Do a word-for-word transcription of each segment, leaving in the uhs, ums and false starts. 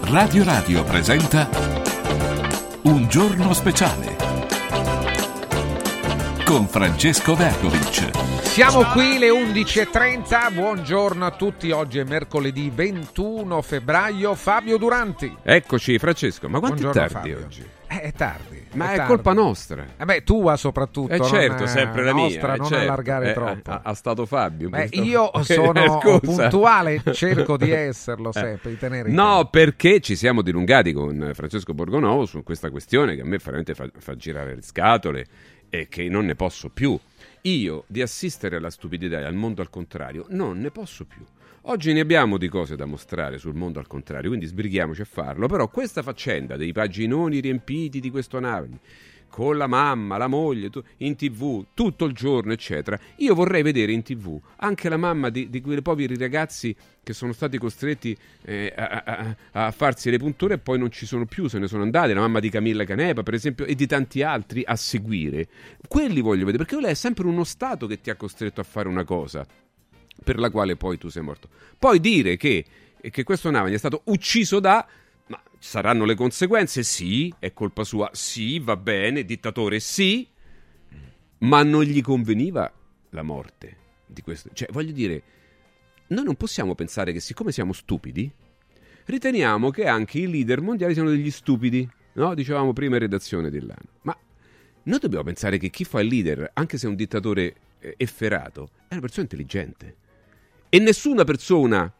Radio Radio presenta Un giorno speciale con Francesco Vergovic. Siamo qui le undici e trenta, buongiorno a tutti, oggi è mercoledì ventuno febbraio. Fabio Duranti. Eccoci Francesco, ma quanto Buongiorno, è tardi Fabio. oggi? Eh, è tardi. Ma è, è, tardi. colpa nostra. Eh beh, tua soprattutto. Eh certo, non è sempre la nostra, mia. non certo. allargare eh, troppo. Ha, ha stato Fabio. Beh, questo... io sono Scusa. puntuale, cerco di esserlo Eh. sempre, di tenere i No, tempi. perché ci siamo dilungati con Francesco Borgonovo su questa questione che a me veramente fa, fa girare le scatole e che non ne posso più. Io di assistere alla stupidità e al mondo al contrario non ne posso più. Oggi ne abbiamo di cose da mostrare sul mondo al contrario, quindi sbrighiamoci a farlo. Però questa faccenda dei paginoni riempiti di questo Navni, con la mamma, la moglie, tu, in tv, tutto il giorno, eccetera, io vorrei vedere in tv anche la mamma di, di quei poveri ragazzi che sono stati costretti eh, a, a, a farsi le punture e poi non ci sono più, se ne sono andati, la mamma di Camilla Canepa, per esempio, e di tanti altri a seguire. Quelli voglio vedere, perché è sempre uno Stato che ti ha costretto a fare una cosa per la quale poi tu sei morto. Poi dire che, che questo Navani è stato ucciso da... Ma saranno le conseguenze? Sì. È colpa sua? Sì, va bene. Dittatore? Sì. Ma non gli conveniva la morte di questo. Cioè, voglio dire, noi non possiamo pensare che siccome siamo stupidi, riteniamo che anche i leader mondiali siano degli stupidi, no? Dicevamo prima in redazione dell'anno. Ma noi dobbiamo pensare che chi fa il leader, anche se è un dittatore eh, efferato, è una persona intelligente. E nessuna persona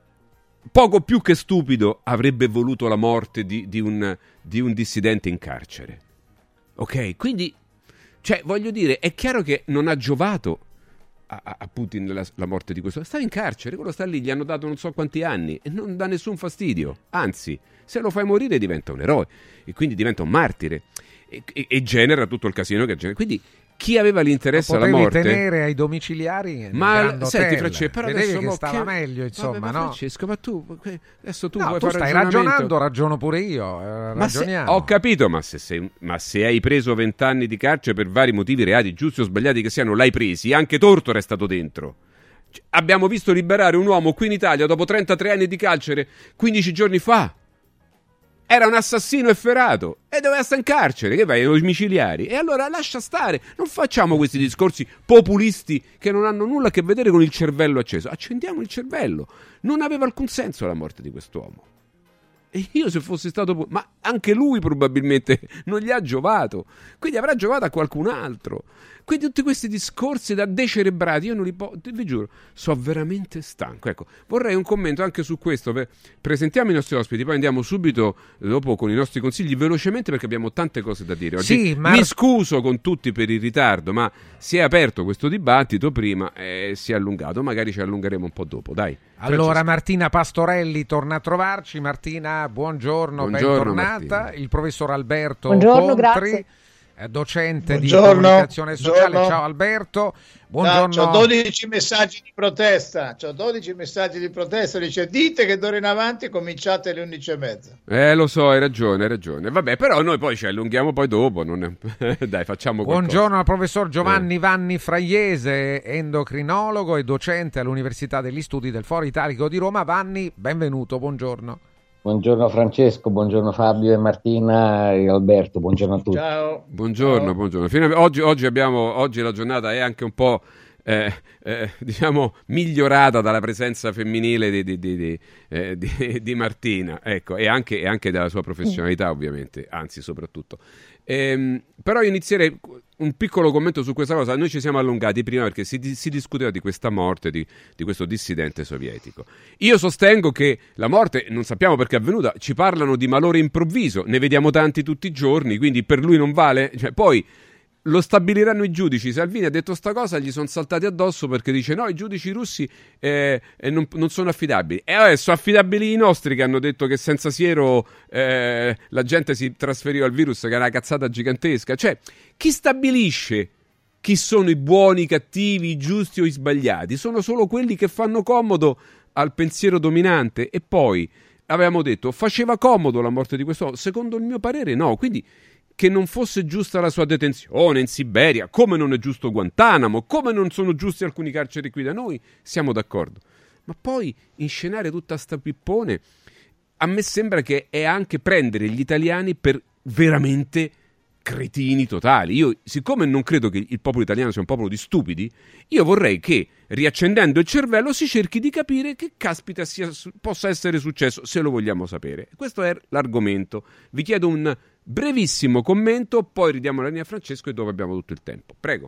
poco più che stupido avrebbe voluto la morte di, di, un, di un dissidente in carcere. Ok? Quindi, cioè, voglio dire, è chiaro che non ha giovato a, a Putin la, la morte di questo. Sta in carcere, quello sta lì, gli hanno dato non so quanti anni e non dà nessun fastidio. Anzi, se lo fai morire diventa un eroe e quindi diventa un martire e, e, e genera tutto il casino che genera. Quindi chi aveva l'interesse alla morte tenere ai domiciliari ma nel senti Francesco, però vedevi adesso che mo stava che... meglio, insomma. Vabbè, ma no? Francesco, ma tu adesso tu no, vuoi tu fare stai ragionamento... ragionando, ragiono pure io eh, ma se... ragioniamo. Ho capito, ma se, sei... ma se hai preso vent'anni di carcere per vari motivi, reati giusti o sbagliati che siano, l'hai presi, anche Tortora è stato dentro. Abbiamo visto liberare un uomo qui in Italia dopo trentatré anni di carcere quindici giorni fa. Era un assassino efferato e doveva stare in carcere, che vai ai domiciliari. E allora lascia stare, non facciamo questi discorsi populisti che non hanno nulla a che vedere con il cervello acceso. Accendiamo il cervello. Non aveva alcun senso la morte di quest'uomo. E io se fossi stato... Ma anche lui probabilmente non gli ha giovato. Quindi avrà giovato a qualcun altro. Quindi tutti questi discorsi da decerebrati, io non li posso... Vi giuro, sono veramente stanco. Ecco, vorrei un commento anche su questo. Presentiamo i nostri ospiti, poi andiamo subito dopo con i nostri consigli, velocemente perché abbiamo tante cose da dire. Oggi sì, ma... mi scuso con tutti per il ritardo, ma si è aperto questo dibattito prima e si è allungato. Magari ci allungheremo un po' dopo, dai. Allora Francesco. Martina Pastorelli torna a trovarci. Martina, buongiorno, Buongiorno, bentornata. Martina. Il professor Alberto Buongiorno, Contri, grazie. docente Buongiorno, di comunicazione sociale. buongiorno. Ciao Alberto. Buongiorno. Ho dodici messaggi di protesta. C'ho dodici messaggi di protesta. Dice: dite che d'ora in avanti cominciate alle undici e mezza. Eh, lo so, hai ragione, hai ragione. Vabbè, però noi poi ci allunghiamo poi dopo. Non è... Dai, facciamo qualcosa. Buongiorno al professor Giovanni eh. Vanni Fraiese, endocrinologo e docente all'Università degli Studi del Foro Italico di Roma. Vanni, benvenuto, buongiorno. Buongiorno Francesco, buongiorno Fabio e Martina e Alberto, buongiorno a tutti. Ciao. Buongiorno, Ciao. buongiorno. Fino a... oggi, oggi, abbiamo, oggi la giornata è anche un po' eh, eh, diciamo migliorata dalla presenza femminile di, di, di, di, eh, di, di Martina, ecco, e anche, e anche dalla sua professionalità ovviamente, anzi soprattutto. Ehm, però io inizierei un piccolo commento su questa cosa. Noi ci siamo allungati prima perché si, si discuteva di questa morte di, di questo dissidente sovietico. Io sostengo che la morte, non sappiamo perché è avvenuta, ci parlano di malore improvviso, ne vediamo tanti tutti i giorni, quindi per lui non vale, cioè, poi lo stabiliranno i giudici. Salvini ha detto sta cosa, gli sono saltati addosso perché dice no, i giudici russi eh, eh, non, non sono affidabili. E vabbè, sono affidabili i nostri che hanno detto che senza siero eh, la gente si trasferiva al virus, che era una cazzata gigantesca. Cioè, chi stabilisce chi sono i buoni, i cattivi, i giusti o i sbagliati? Sono solo quelli che fanno comodo al pensiero dominante. E poi avevamo detto faceva comodo la morte di quest'uomo? Secondo il mio parere no. Quindi che non fosse giusta la sua detenzione in Siberia, come non è giusto Guantanamo, come non sono giusti alcuni carceri qui da noi, siamo d'accordo. Ma poi inscenare tutta sta pippone a me sembra che è anche prendere gli italiani per veramente cretini totali. Io, siccome non credo che il popolo italiano sia un popolo di stupidi, io vorrei che, riaccendendo il cervello, si cerchi di capire che caspita sia, possa essere successo, se lo vogliamo sapere. Questo è l'argomento. Vi chiedo un brevissimo commento, poi ridiamo la linea a Francesco e dopo abbiamo tutto il tempo. Prego.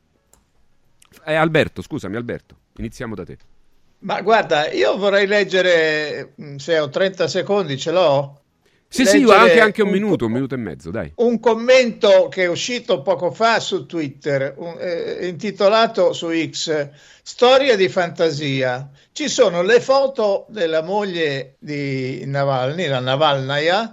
Eh, Alberto, scusami Alberto, iniziamo da te. Ma guarda, io vorrei leggere, se ho trenta secondi, ce l'ho? Sì, sì, anche, anche un, un minuto, un minuto e mezzo, dai. Un commento che è uscito poco fa su Twitter, un, eh, intitolato su X, Storia di fantasia. Ci sono le foto della moglie di Navalny, la Navalnaya,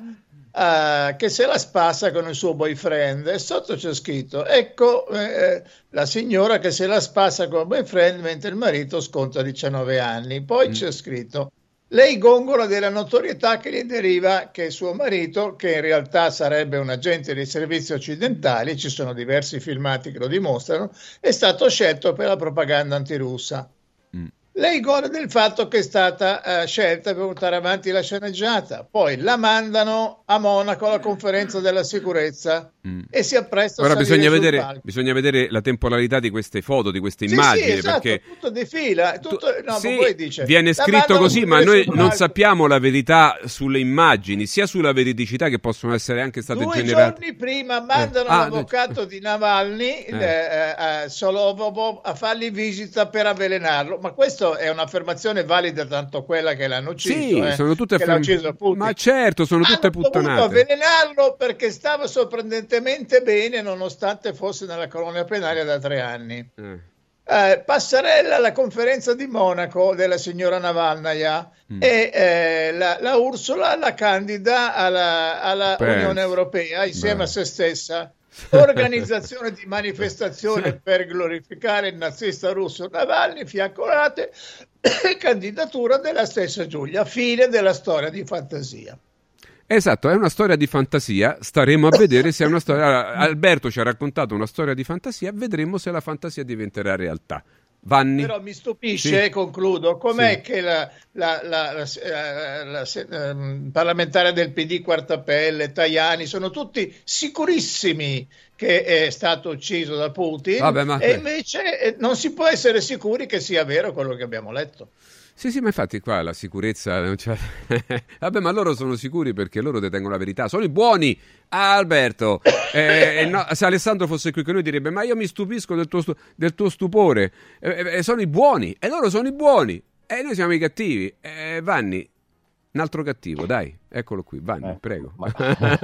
eh, che se la spassa con il suo boyfriend, e sotto c'è scritto, ecco eh, la signora che se la spassa con il boyfriend mentre il marito sconta diciannove anni. Poi mm. c'è scritto, lei gongola della notorietà che gli deriva che suo marito, che in realtà sarebbe un agente dei servizi occidentali, ci sono diversi filmati che lo dimostrano, è stato scelto per la propaganda antirussa. Mm. Lei gode del fatto che è stata uh, scelta per portare avanti la sceneggiata. Poi la mandano a Monaco alla conferenza della sicurezza mm. e si appresta Ora a salire bisogna sul vedere, palco. bisogna vedere la temporalità di queste foto, di queste Sì, immagini. sì, esatto, perché tutto di fila. Tutto, no, sì, poi dice, viene scritto così, ma noi non sappiamo la verità sulle immagini, sia sulla veridicità che possono essere anche state Due generate. giorni prima mandano eh. ah, l'avvocato di Navalny eh. eh, eh, Solovovo a fargli visita per avvelenarlo, ma questa è un'affermazione valida, tanto quella che l'hanno ucciso, sì, eh, sono tutte che l'ha ucciso Putin. Ma certo, sono tutte hanno puttanate. Hanno dovuto avvelenarlo perché stava sorprendentemente bene nonostante fosse nella colonia penale da tre anni. Eh. Eh, passerella alla conferenza di Monaco della signora Navalnaya mm. e eh, la, la Ursula la candida alla, alla Unione Europea insieme Beh. a se stessa. Organizzazione di manifestazione per glorificare il nazista russo Navalny, fiaccolate e candidatura della stessa Giulia. Fine della storia di fantasia. Esatto, è una storia di fantasia, staremo a vedere se è una storia. Alberto ci ha raccontato una storia di fantasia, vedremo se la fantasia diventerà realtà. Vanni? Però mi stupisce, sì. concludo, com'è sì. che la, la, la, la, la, la, la um, parlamentare del P D Quartapelle, Tajani, sono tutti sicurissimi che è stato ucciso da Putin. Vabbè, ma... e invece eh, non si può essere sicuri che sia vero quello che abbiamo letto. Sì, sì, ma infatti qua la sicurezza non c'è. Vabbè, ma loro sono sicuri perché loro detengono la verità, sono i buoni. Ah, Alberto, eh, no, se Alessandro fosse qui con noi direbbe: ma io mi stupisco del tuo, stu- del tuo stupore, eh, eh, sono i buoni e loro sono i buoni e noi siamo i cattivi. Eh, Vanni, un altro cattivo, dai, eccolo qui, Vanni, eh, prego. Ma...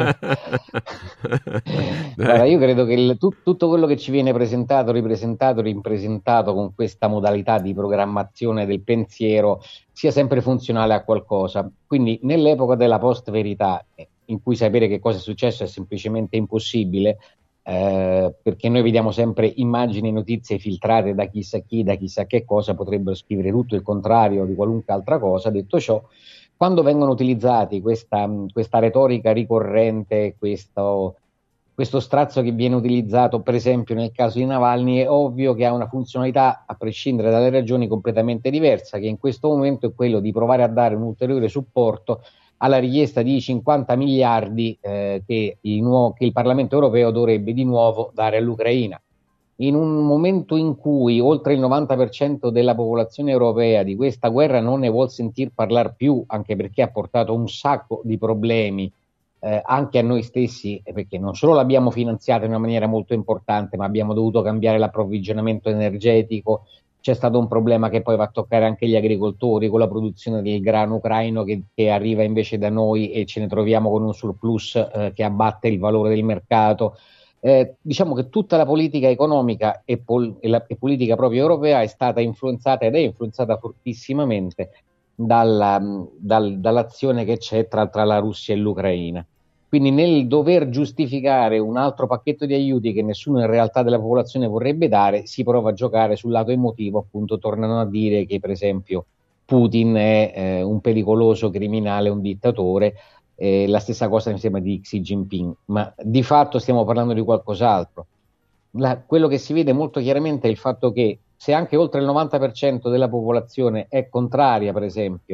Guarda, io credo che il, tu, tutto quello che ci viene presentato, ripresentato, ripresentato con questa modalità di programmazione del pensiero sia sempre funzionale a qualcosa. Quindi nell'epoca della post-verità, in cui sapere che cosa è successo è semplicemente impossibile, eh, perché noi vediamo sempre immagini e notizie filtrate da chissà chi, da chissà che cosa, potrebbero scrivere tutto il contrario di qualunque altra cosa. Detto ciò, quando vengono utilizzati questa, questa retorica ricorrente, questo, questo strazzo che viene utilizzato per esempio nel caso di Navalny, è ovvio che ha una funzionalità, a prescindere dalle ragioni, completamente diversa, che in questo momento è quello di provare a dare un ulteriore supporto alla richiesta di cinquanta miliardi eh, che, il nuovo, che il Parlamento europeo dovrebbe di nuovo dare all'Ucraina. In un momento in cui oltre il novanta per cento della popolazione europea di questa guerra non ne vuol sentir parlare più, anche perché ha portato un sacco di problemi eh, anche a noi stessi, perché non solo l'abbiamo finanziata in una maniera molto importante, ma abbiamo dovuto cambiare l'approvvigionamento energetico. C'è stato un problema che poi va a toccare anche gli agricoltori con la produzione del grano ucraino che, che arriva invece da noi e ce ne troviamo con un surplus eh, che abbatte il valore del mercato. Eh, diciamo che tutta la politica economica e, pol- e la e politica proprio europea è stata influenzata ed è influenzata fortissimamente dalla, dal, dall'azione che c'è tra, tra la Russia e l'Ucraina. Quindi nel dover giustificare un altro pacchetto di aiuti che nessuno in realtà della popolazione vorrebbe dare, si prova a giocare sul lato emotivo, appunto tornano a dire che per esempio Putin è eh, un pericoloso criminale, un dittatore. Eh, la stessa cosa mi sembra di Xi Jinping, ma di fatto stiamo parlando di qualcos'altro. La, quello che si vede molto chiaramente è il fatto che se anche oltre il novanta per cento della popolazione è contraria, per esempio,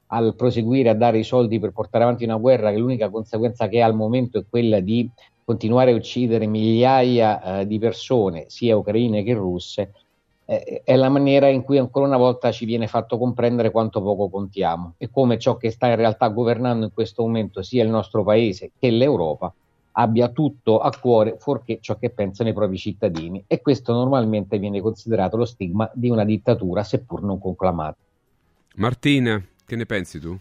al proseguire a dare i soldi per portare avanti una guerra che l'unica conseguenza che ha al momento è quella di continuare a uccidere migliaia eh, di persone, sia ucraine che russe, eh, è la maniera in cui ancora una volta ci viene fatto comprendere quanto poco contiamo e come ciò che sta in realtà governando in questo momento sia il nostro paese che l'Europa abbia tutto a cuore fuorché ciò che pensano i propri cittadini, e questo normalmente viene considerato lo stigma di una dittatura, seppur non conclamata. Martina, che ne pensi tu?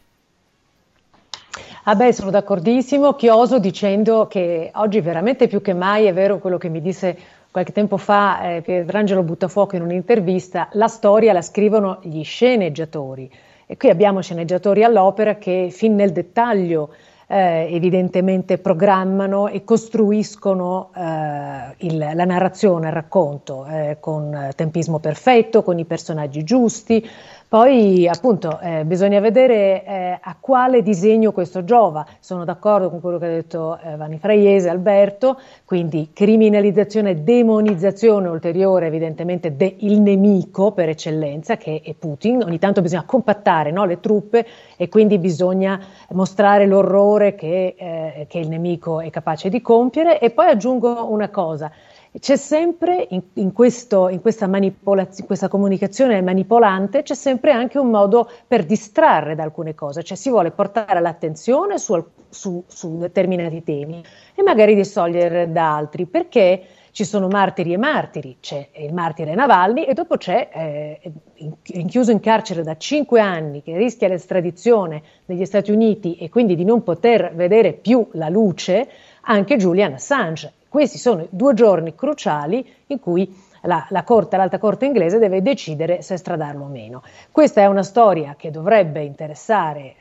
Ah beh, sono d'accordissimo, chioso dicendo che oggi veramente più che mai è vero quello che mi disse qualche tempo fa eh, Pietrangelo Buttafuoco in un'intervista: la storia la scrivono gli sceneggiatori, e qui abbiamo sceneggiatori all'opera che fin nel dettaglio Eh, evidentemente programmano e costruiscono eh, il, la narrazione, il racconto eh, con tempismo perfetto, con i personaggi giusti. Poi appunto eh, bisogna vedere eh, a quale disegno questo giova. Sono d'accordo con quello che ha detto eh, Vanni Fraiese, Alberto, quindi criminalizzazione, demonizzazione ulteriore evidentemente del nemico per eccellenza, che è Putin. Ogni tanto bisogna compattare, no, le truppe, e quindi bisogna mostrare l'orrore che, eh, che il nemico è capace di compiere. E poi aggiungo una cosa: c'è sempre in, in, questo, in questa manipolazione, questa comunicazione manipolante, c'è sempre anche un modo per distrarre da alcune cose, cioè si vuole portare l'attenzione su, su, su determinati temi e magari distogliere da altri, perché ci sono martiri e martiri. C'è il martire Navalny e dopo c'è eh, rinchiuso in carcere da cinque anni, che rischia l'estradizione negli Stati Uniti e quindi di non poter vedere più la luce, anche Julian Assange. Questi sono due giorni cruciali in cui la, la corte, l'alta corte inglese deve decidere se estradarlo o meno. Questa è una storia che dovrebbe interessare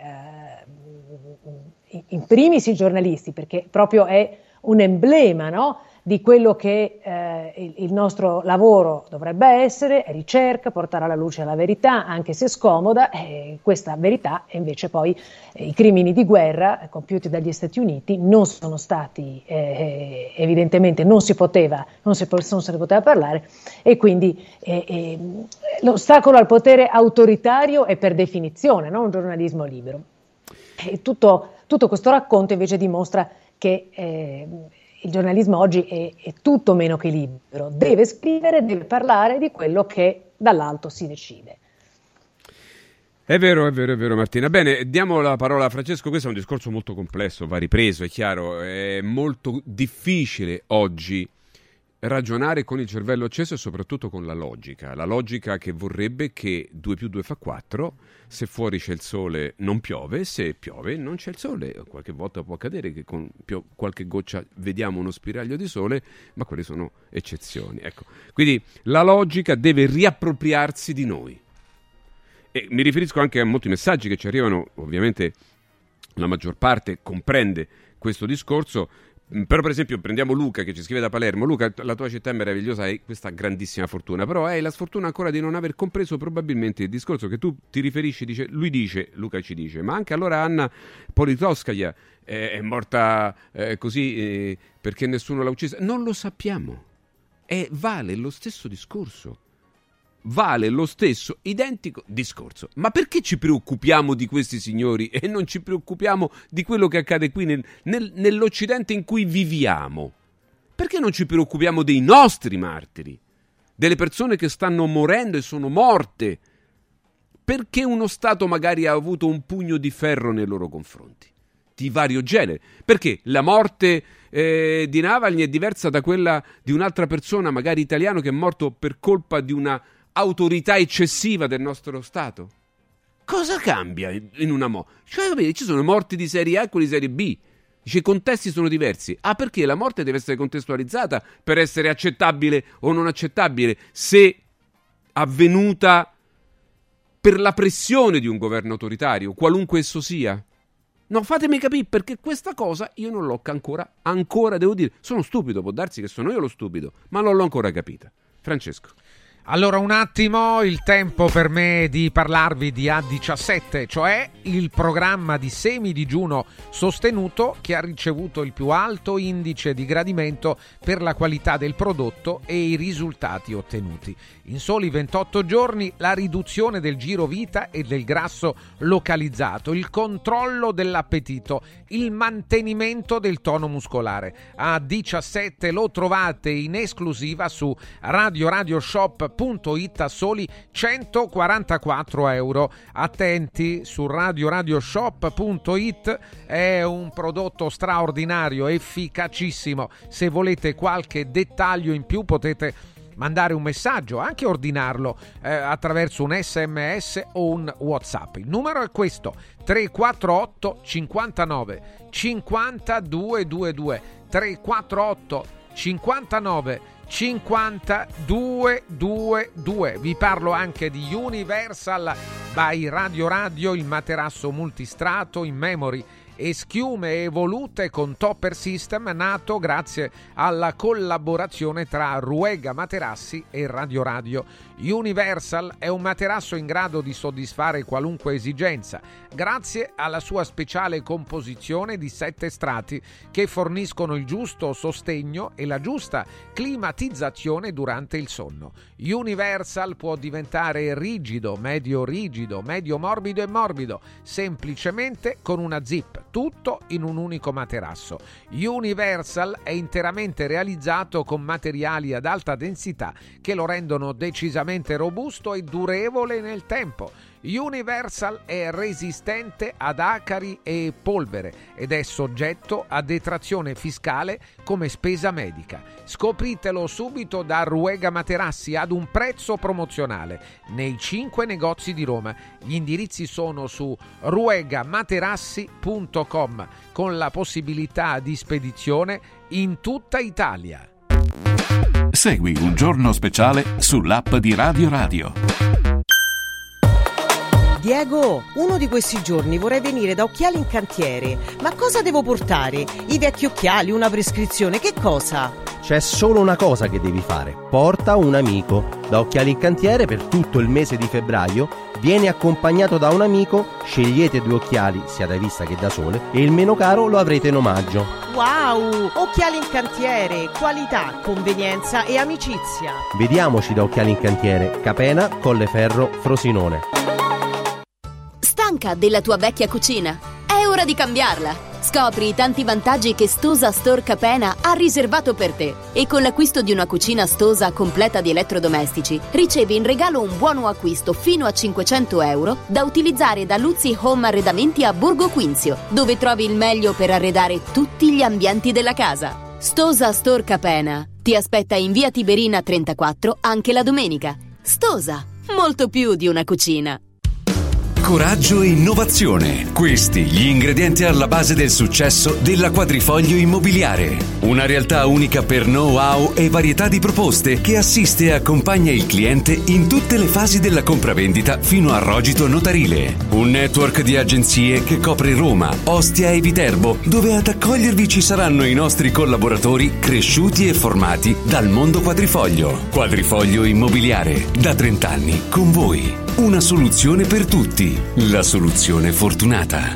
eh, in primis i giornalisti, perché proprio è un emblema, no, di quello che eh, il, il nostro lavoro dovrebbe essere: ricerca, portare alla luce la verità, anche se scomoda. Eh, questa verità è invece poi eh, i crimini di guerra compiuti dagli Stati Uniti non sono stati, eh, evidentemente non si poteva, non, si, non se ne poteva parlare, e quindi eh, eh, l'ostacolo al potere autoritario è per definizione, no, un giornalismo libero. E tutto, tutto questo racconto invece dimostra che eh, il giornalismo oggi è, è tutto meno che libero, deve scrivere, deve parlare di quello che dall'alto si decide. È vero, è vero, è vero Martina. Bene, diamo la parola a Francesco. Questo è un discorso molto complesso, va ripreso, è chiaro, è molto difficile oggi ragionare con il cervello acceso e soprattutto con la logica, la logica che vorrebbe che due più due fa quattro, se fuori c'è il sole non piove, se piove non c'è il sole. Qualche volta può accadere che con pio- qualche goccia vediamo uno spiraglio di sole, ma quelle sono eccezioni. Ecco. Quindi la logica deve riappropriarsi di noi. E mi riferisco anche a molti messaggi che ci arrivano, ovviamente la maggior parte comprende questo discorso. Però per esempio prendiamo Luca che ci scrive da Palermo. Luca, la tua città è meravigliosa, hai questa grandissima fortuna, però hai la sfortuna ancora di non aver compreso probabilmente il discorso che tu ti riferisci. Dice, lui dice, Luca ci dice, ma anche allora Anna Politkovskaja eh, è morta eh, così eh, perché nessuno l'ha uccisa. Non lo sappiamo, e vale lo stesso discorso. Vale lo stesso identico discorso. Ma perché ci preoccupiamo di questi signori e non ci preoccupiamo di quello che accade qui nel, nel, nell'Occidente in cui viviamo? Perché non ci preoccupiamo dei nostri martiri, delle persone che stanno morendo e sono morte perché uno Stato magari ha avuto un pugno di ferro nei loro confronti, di vario genere? Perché la morte eh, di Navalny è diversa da quella di un'altra persona, magari italiano, che è morto per colpa di una autorità eccessiva del nostro Stato? Cosa cambia in una morte? Cioè, ci sono morti di serie A e quelli di serie B. Dice, i contesti sono diversi. Ah, perché la morte deve essere contestualizzata per essere accettabile o non accettabile, se avvenuta per la pressione di un governo autoritario, qualunque esso sia. No, fatemi capire, perché questa cosa io non l'ho ancora, ancora devo dire, sono stupido, può darsi che sono io lo stupido, ma non l'ho ancora capita. Francesco. Allora un attimo, il tempo per me di parlarvi di A diciassette, cioè il programma di semidigiuno sostenuto che ha ricevuto il più alto indice di gradimento per la qualità del prodotto e i risultati ottenuti. In soli ventotto giorni la riduzione del giro vita e del grasso localizzato, il controllo dell'appetito, il mantenimento del tono muscolare. A diciassette lo trovate in esclusiva su radio radio shop punto it a soli centoquarantaquattro euro. Attenti, su radio radio shop punto it è un prodotto straordinario, efficacissimo. Se volete qualche dettaglio in più potete mandare un messaggio, anche ordinarlo eh, attraverso un sms o un WhatsApp. Il numero è questo: tre quattro otto cinquantanove cinquantadue ventidue, tre quattro otto cinquantanove cinquantadue ventidue. Vi parlo anche di Universal by Radio Radio, il materasso multistrato in memory e schiume evolute con topper system, nato grazie alla collaborazione tra Ruega Materassi e Radio Radio. Universal è un materasso in grado di soddisfare qualunque esigenza grazie alla sua speciale composizione di sette strati che forniscono il giusto sostegno e la giusta climatizzazione durante il sonno. Universal può diventare rigido, medio rigido, medio morbido e morbido semplicemente con una zip, tutto in un unico materasso. Universal è interamente realizzato con materiali ad alta densità che lo rendono decisamente robusto e durevole nel tempo. Universal è resistente ad acari e polvere ed è soggetto a detrazione fiscale come spesa medica. Scopritelo subito da Ruega Materassi ad un prezzo promozionale nei cinque negozi di Roma. Gli indirizzi sono su ruegamaterassi punto com con la possibilità di spedizione in tutta Italia. Segui Un Giorno Speciale sull'app di Radio Radio. Diego, uno di questi giorni vorrei venire da Occhiali in Cantiere. Ma cosa devo portare? I vecchi occhiali, una prescrizione, che cosa? C'è solo una cosa che devi fare. Porta un amico. Da Occhiali in Cantiere per tutto il mese di febbraio vieni accompagnato da un amico, scegliete due occhiali, sia da vista che da sole, e il meno caro lo avrete in omaggio. Wow! Occhiali in Cantiere, qualità, convenienza e amicizia. Vediamoci da Occhiali in Cantiere, Capena, Colleferro, Frosinone. Stanca della tua vecchia cucina? È ora di cambiarla! Scopri i tanti vantaggi che Stosa Store Capena ha riservato per te e con l'acquisto di una cucina Stosa completa di elettrodomestici ricevi in regalo un buono acquisto fino a cinquecento euro da utilizzare da Luzzi Home Arredamenti a Borgo Quinzio, dove trovi il meglio per arredare tutti gli ambienti della casa. Stosa Store Capena ti aspetta in via Tiberina trentaquattro anche la domenica. Stosa, molto più di una cucina. Coraggio e innovazione. Questi gli ingredienti alla base del successo della Quadrifoglio Immobiliare. Una realtà unica per know-how e varietà di proposte che assiste e accompagna il cliente in tutte le fasi della compravendita fino al rogito notarile. Un network di agenzie che copre Roma, Ostia e Viterbo, dove ad accogliervi ci saranno i nostri collaboratori cresciuti e formati dal mondo Quadrifoglio. Quadrifoglio Immobiliare, da trenta anni con voi. Una soluzione per tutti. La soluzione fortunata.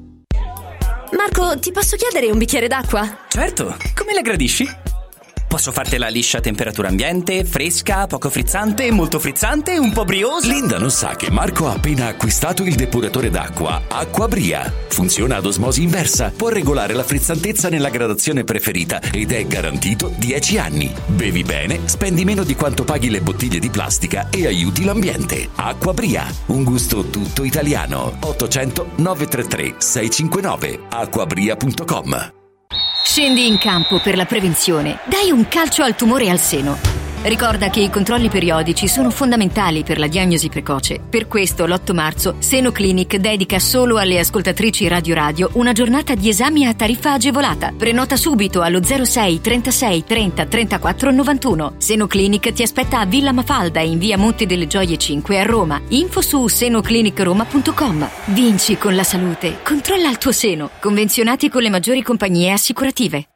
Marco, ti posso chiedere un bicchiere d'acqua? Certo, come la gradisci? Posso fartela liscia a temperatura ambiente, fresca, poco frizzante, molto frizzante, un po' briosa? Linda non sa che Marco ha appena acquistato il depuratore d'acqua Acquabria. Funziona ad osmosi inversa, può regolare la frizzantezza nella gradazione preferita ed è garantito dieci anni. Bevi bene, spendi meno di quanto paghi le bottiglie di plastica e aiuti l'ambiente. Acquabria, un gusto tutto italiano. ottocento nove tre tre sei cinque nove acquabria punto com. Scendi in campo per la prevenzione. Dai un calcio al tumore al seno. Ricorda che i controlli periodici sono fondamentali per la diagnosi precoce. Per questo l'otto marzo Seno Clinic dedica solo alle ascoltatrici Radio Radio una giornata di esami a tariffa agevolata. Prenota subito allo zero sei trentasei trenta trentaquattro novantuno. Seno Clinic ti aspetta a Villa Mafalda in via Monte delle Gioie cinque a Roma. Info su senoclinicroma punto com. Vinci con la salute. Controlla il tuo seno. Convenzionati con le maggiori compagnie assicurative.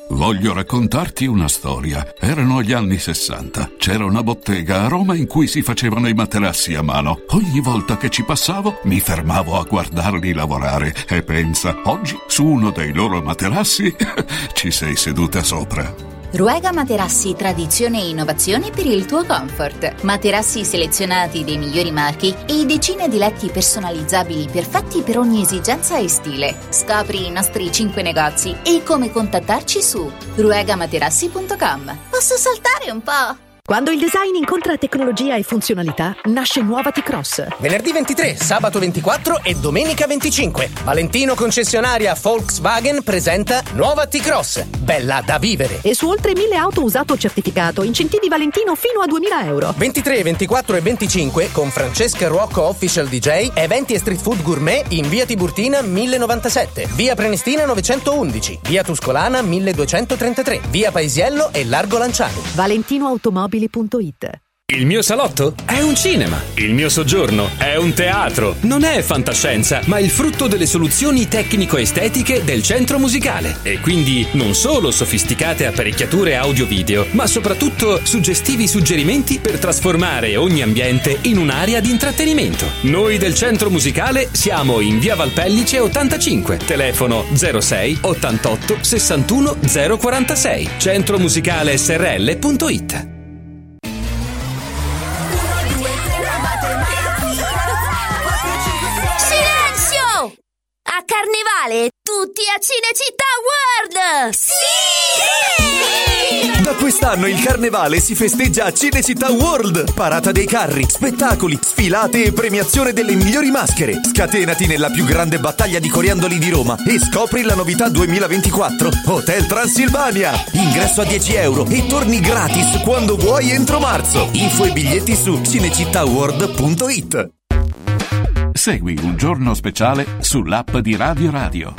Voglio raccontarti una storia. Erano gli anni sessanta. C'era una bottega a Roma in cui si facevano i materassi a mano. Ogni volta che ci passavo mi fermavo a guardarli lavorare e pensa, oggi su uno dei loro materassi ci sei seduta sopra. Ruega Materassi, tradizione e innovazione per il tuo comfort. Materassi selezionati dei migliori marchi e decine di letti personalizzabili perfetti per ogni esigenza e stile. Scopri i nostri cinque negozi e come contattarci su ruega materassi punto com. Posso saltare un po'? Quando il design incontra tecnologia e funzionalità, nasce nuova T-Cross. Venerdì ventitré, sabato ventiquattro e domenica venticinque. Valentino concessionaria Volkswagen presenta nuova T-Cross. Bella da vivere. E su oltre mille auto usato certificato, incentivi Valentino fino a duemila euro. ventitré, ventiquattro e venticinque con Francesca Ruocco Official D J, eventi e street food gourmet in via Tiburtina mille novantasette, via Prenestina novecentoundici, via Tuscolana milleduecentotrentatré, via Paesiello e Largo Lanciani. Valentino Automobili. Il mio salotto è un cinema. Il mio soggiorno è un teatro. Non è fantascienza, ma il frutto delle soluzioni tecnico-estetiche del centro musicale. E quindi non solo sofisticate apparecchiature audio-video, ma soprattutto suggestivi suggerimenti per trasformare ogni ambiente in un'area di intrattenimento. Noi del centro musicale siamo in via Valpellice ottantacinque. Telefono zero sei ottantotto sessantuno zero quarantasei. centromusicale S R L punto it. A Carnevale, tutti a Cinecittà World! Sì! Da quest'anno il Carnevale si festeggia a Cinecittà World. Parata dei carri, spettacoli, sfilate e premiazione delle migliori maschere. Scatenati nella più grande battaglia di coriandoli di Roma e scopri la novità duemilaventiquattro Hotel Transilvania. Ingresso a dieci euro e torni gratis quando vuoi entro marzo. Info e biglietti su cinecittà world punto it. Segui Un Giorno Speciale sull'app di Radio Radio.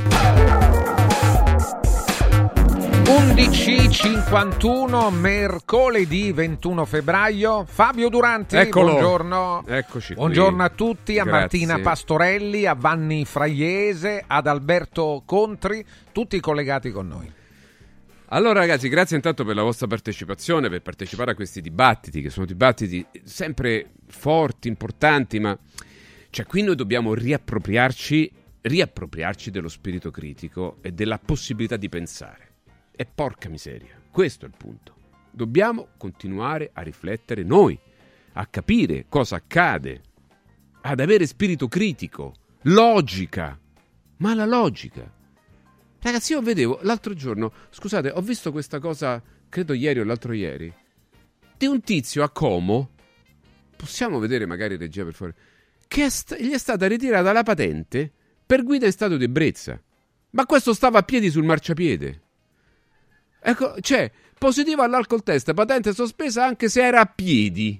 undici e cinquantuno, mercoledì ventuno febbraio. Fabio Duranti, Eccolo. buongiorno. Eccoci qui. Buongiorno a tutti, a Grazie. Martina Pastorelli, a Vanni Fraiese, ad Alberto Contri, tutti collegati con noi. Allora ragazzi, grazie intanto per la vostra partecipazione, per partecipare a questi dibattiti, che sono dibattiti sempre forti, importanti, ma cioè qui noi dobbiamo riappropriarci, riappropriarci dello spirito critico e della possibilità di pensare. E porca miseria, questo è il punto. Dobbiamo continuare a riflettere noi, a capire cosa accade, ad avere spirito critico, logica, ma la logica. Ragazzi, io vedevo l'altro giorno, scusate, ho visto questa cosa, credo ieri o l'altro ieri, di un tizio a Como, possiamo vedere magari regia per favore, che è st- gli è stata ritirata la patente per guida in stato di ebbrezza. Ma questo stava a piedi sul marciapiede. Ecco, cioè, positivo all'alcol test, patente sospesa anche se era a piedi.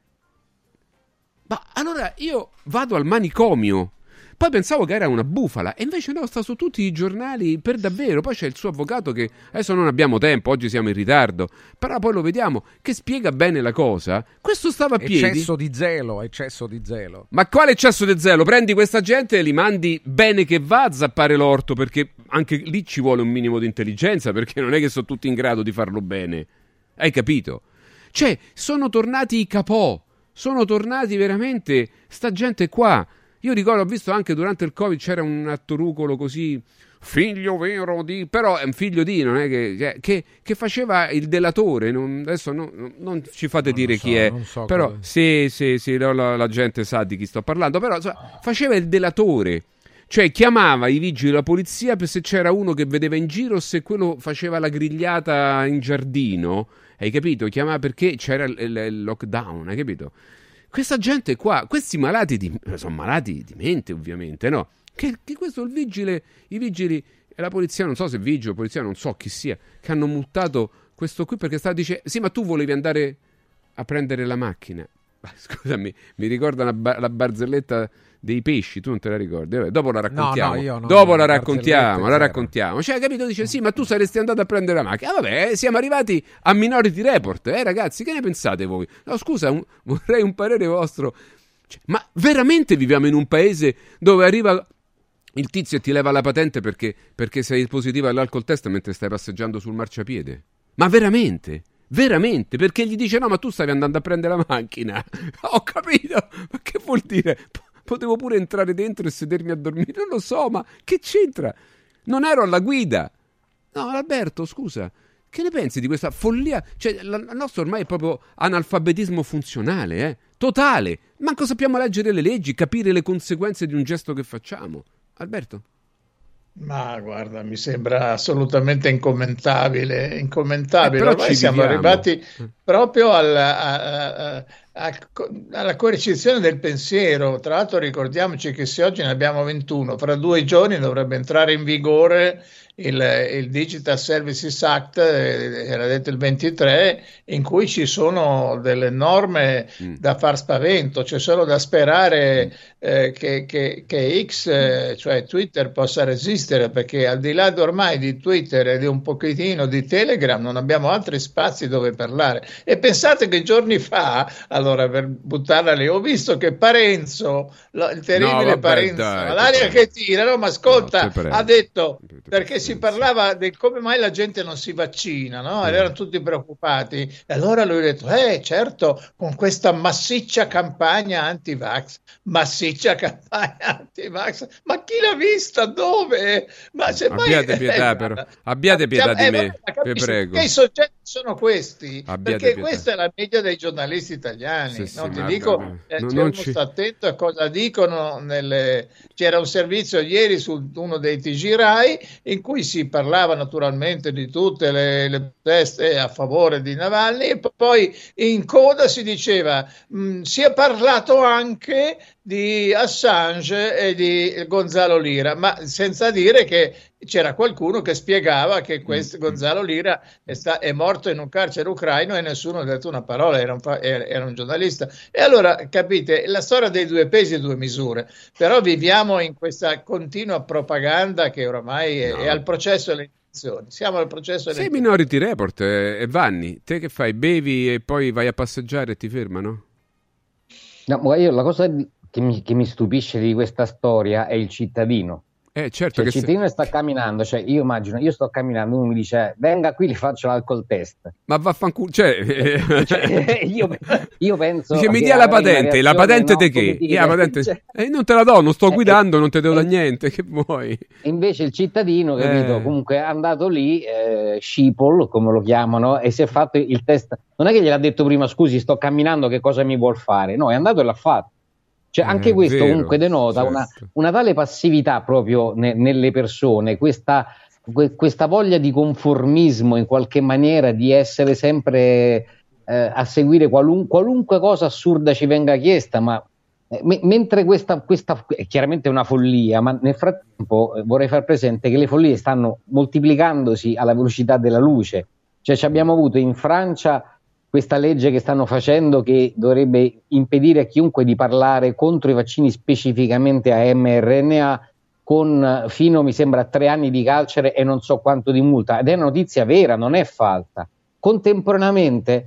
Ma allora io vado al manicomio. Poi pensavo che era una bufala e invece no, sta su tutti i giornali per davvero. Poi c'è il suo avvocato che adesso non abbiamo tempo, oggi siamo in ritardo, però poi lo vediamo, che spiega bene la cosa. Questo stava a piedi. Eccesso di zelo, eccesso di zelo. Ma quale eccesso di zelo? Prendi questa gente e li mandi bene che va a zappare l'orto, perché anche lì ci vuole un minimo di intelligenza, perché non è che sono tutti in grado di farlo bene. Hai capito? Cioè, sono tornati i capò, sono tornati veramente sta gente qua. Io ricordo, ho visto anche durante il Covid c'era un attorucolo così, figlio vero di... però è un figlio di, non è che... che, che faceva il delatore, non, adesso no, non ci fate non dire so, chi è, so però come... sì, sì, sì, la, la, la gente sa di chi sto parlando, però so, faceva il delatore, cioè chiamava i vigili della polizia per se c'era uno che vedeva in giro, se quello faceva la grigliata in giardino, hai capito? Chiamava perché c'era il, il, il lockdown, hai capito? Questa gente qua, questi malati di, sono malati di mente ovviamente, no? Che, che questo il vigile, i vigili e la polizia, non so se vigile o polizia, non so chi sia, che hanno multato questo qui perché stava dicendo, sì ma tu volevi andare a prendere la macchina. Scusami, mi ricorda la, bar- la barzelletta dei pesci, tu non te la ricordi? Vabbè, dopo la raccontiamo. No, no, io no, dopo la raccontiamo, la raccontiamo. Cioè, capito? Dice sì, ma tu saresti andato a prendere la macchina. Ah, vabbè, siamo arrivati a Minority Report, eh, ragazzi, che ne pensate voi? No, scusa, un, vorrei un parere vostro. Cioè, ma veramente viviamo in un paese dove arriva il tizio ti leva la patente perché, perché sei positivo all'alcol test mentre stai passeggiando sul marciapiede. Ma veramente? Veramente? Perché gli dice no, ma tu stavi andando a prendere la macchina. Ho capito, ma che vuol dire? Potevo pure entrare dentro e sedermi a dormire, non lo so, ma che c'entra? Non ero alla guida. No, Alberto, scusa, che ne pensi di questa follia? Cioè, il nostro ormai è proprio analfabetismo funzionale, eh? Totale. Manco sappiamo leggere le leggi, capire le conseguenze di un gesto che facciamo. Alberto? Ma guarda, mi sembra assolutamente incommentabile, incommentabile. Eh, Ormai siamo viviamo. arrivati proprio alla, a, a, a, alla coercizione del pensiero. Tra l'altro ricordiamoci che se oggi ne abbiamo ventuno, fra due giorni dovrebbe entrare in vigore il, il Digital Services Act, era detto il ventitré, in cui ci sono delle norme mm. da far spavento. C'è solo da sperare mm. eh, che, che, che X, eh, cioè Twitter, possa resistere, perché al di là ormai di Twitter e di un pochettino di Telegram non abbiamo altri spazi dove parlare. E pensate che giorni fa, allora per buttarla lì, ho visto che Parenzo, il terribile no, vabbè, Parenzo, dai, l'aria che tira, no, ma ascolta, no, ha detto, perché si parlava di come mai la gente non si vaccina, no? E erano tutti preoccupati. E allora lui ha detto, eh certo, con questa massiccia campagna anti-vax, massiccia campagna anti-vax, ma chi l'ha vista? Dove? Ma se abbiate mai... pietà, eh, però. Abbiate pietà di eh, me, vi prego. Che i soggetti sono questi? Abbiate perché pietà. Questa è la media dei giornalisti italiani. Sì, non sì, ti ma dico, no, eh, non, cioè, non uno ci... sta attento a cosa dicono. Nelle... C'era un servizio ieri su uno dei T G Rai in cui si parlava naturalmente di tutte le, le proteste a favore di Navalny, e poi in coda si diceva mh, si è parlato anche di Assange e di Gonzalo Lira, ma senza dire che c'era qualcuno che spiegava che questo Gonzalo Lira è, sta, è morto in un carcere ucraino e nessuno ha detto una parola, era un, era un giornalista. E allora capite, la storia dei due pesi e due misure, però viviamo in questa continua propaganda che oramai è, no. è al processo elezioni. Siamo al processo elezioni. Sei Minority Report e eh, Vanni, te che fai? Bevi e poi vai a passeggiare e ti fermano? No, ma io la cosa che mi, che mi stupisce di questa storia è il cittadino. Eh, certo cioè, che il cittadino se... sta camminando, cioè io immagino, io sto camminando, uno mi dice venga qui, gli faccio l'alcol test. Ma vaffanculo, cioè, cioè io, io penso dice, mi dia la patente, la patente no, te che? Dire, la patente... cioè... eh, non te la do, non sto cioè, guidando, eh, non te devo eh, da niente, che vuoi? E invece il cittadino, capito, eh. comunque è andato lì, eh, Schiphol, come lo chiamano, e si è fatto il test. Non è che gliel'ha detto prima, scusi, sto camminando, che cosa mi vuol fare? No, è andato e l'ha fatto. Cioè, anche eh, questo vero, comunque denota certo. una, una tale passività proprio ne, nelle persone, questa, que, questa voglia di conformismo in qualche maniera, di essere sempre eh, a seguire qualun, qualunque cosa assurda ci venga chiesta, ma eh, me, mentre questa, questa è chiaramente una follia, ma nel frattempo eh, vorrei far presente che le follie stanno moltiplicandosi alla velocità della luce. Cioè, ci abbiamo avuto in Francia questa legge che stanno facendo che dovrebbe impedire a chiunque di parlare contro i vaccini specificamente a mRNA, con fino, mi sembra, tre anni di carcere e non so quanto di multa. Ed è una notizia vera, non è falsa. Contemporaneamente,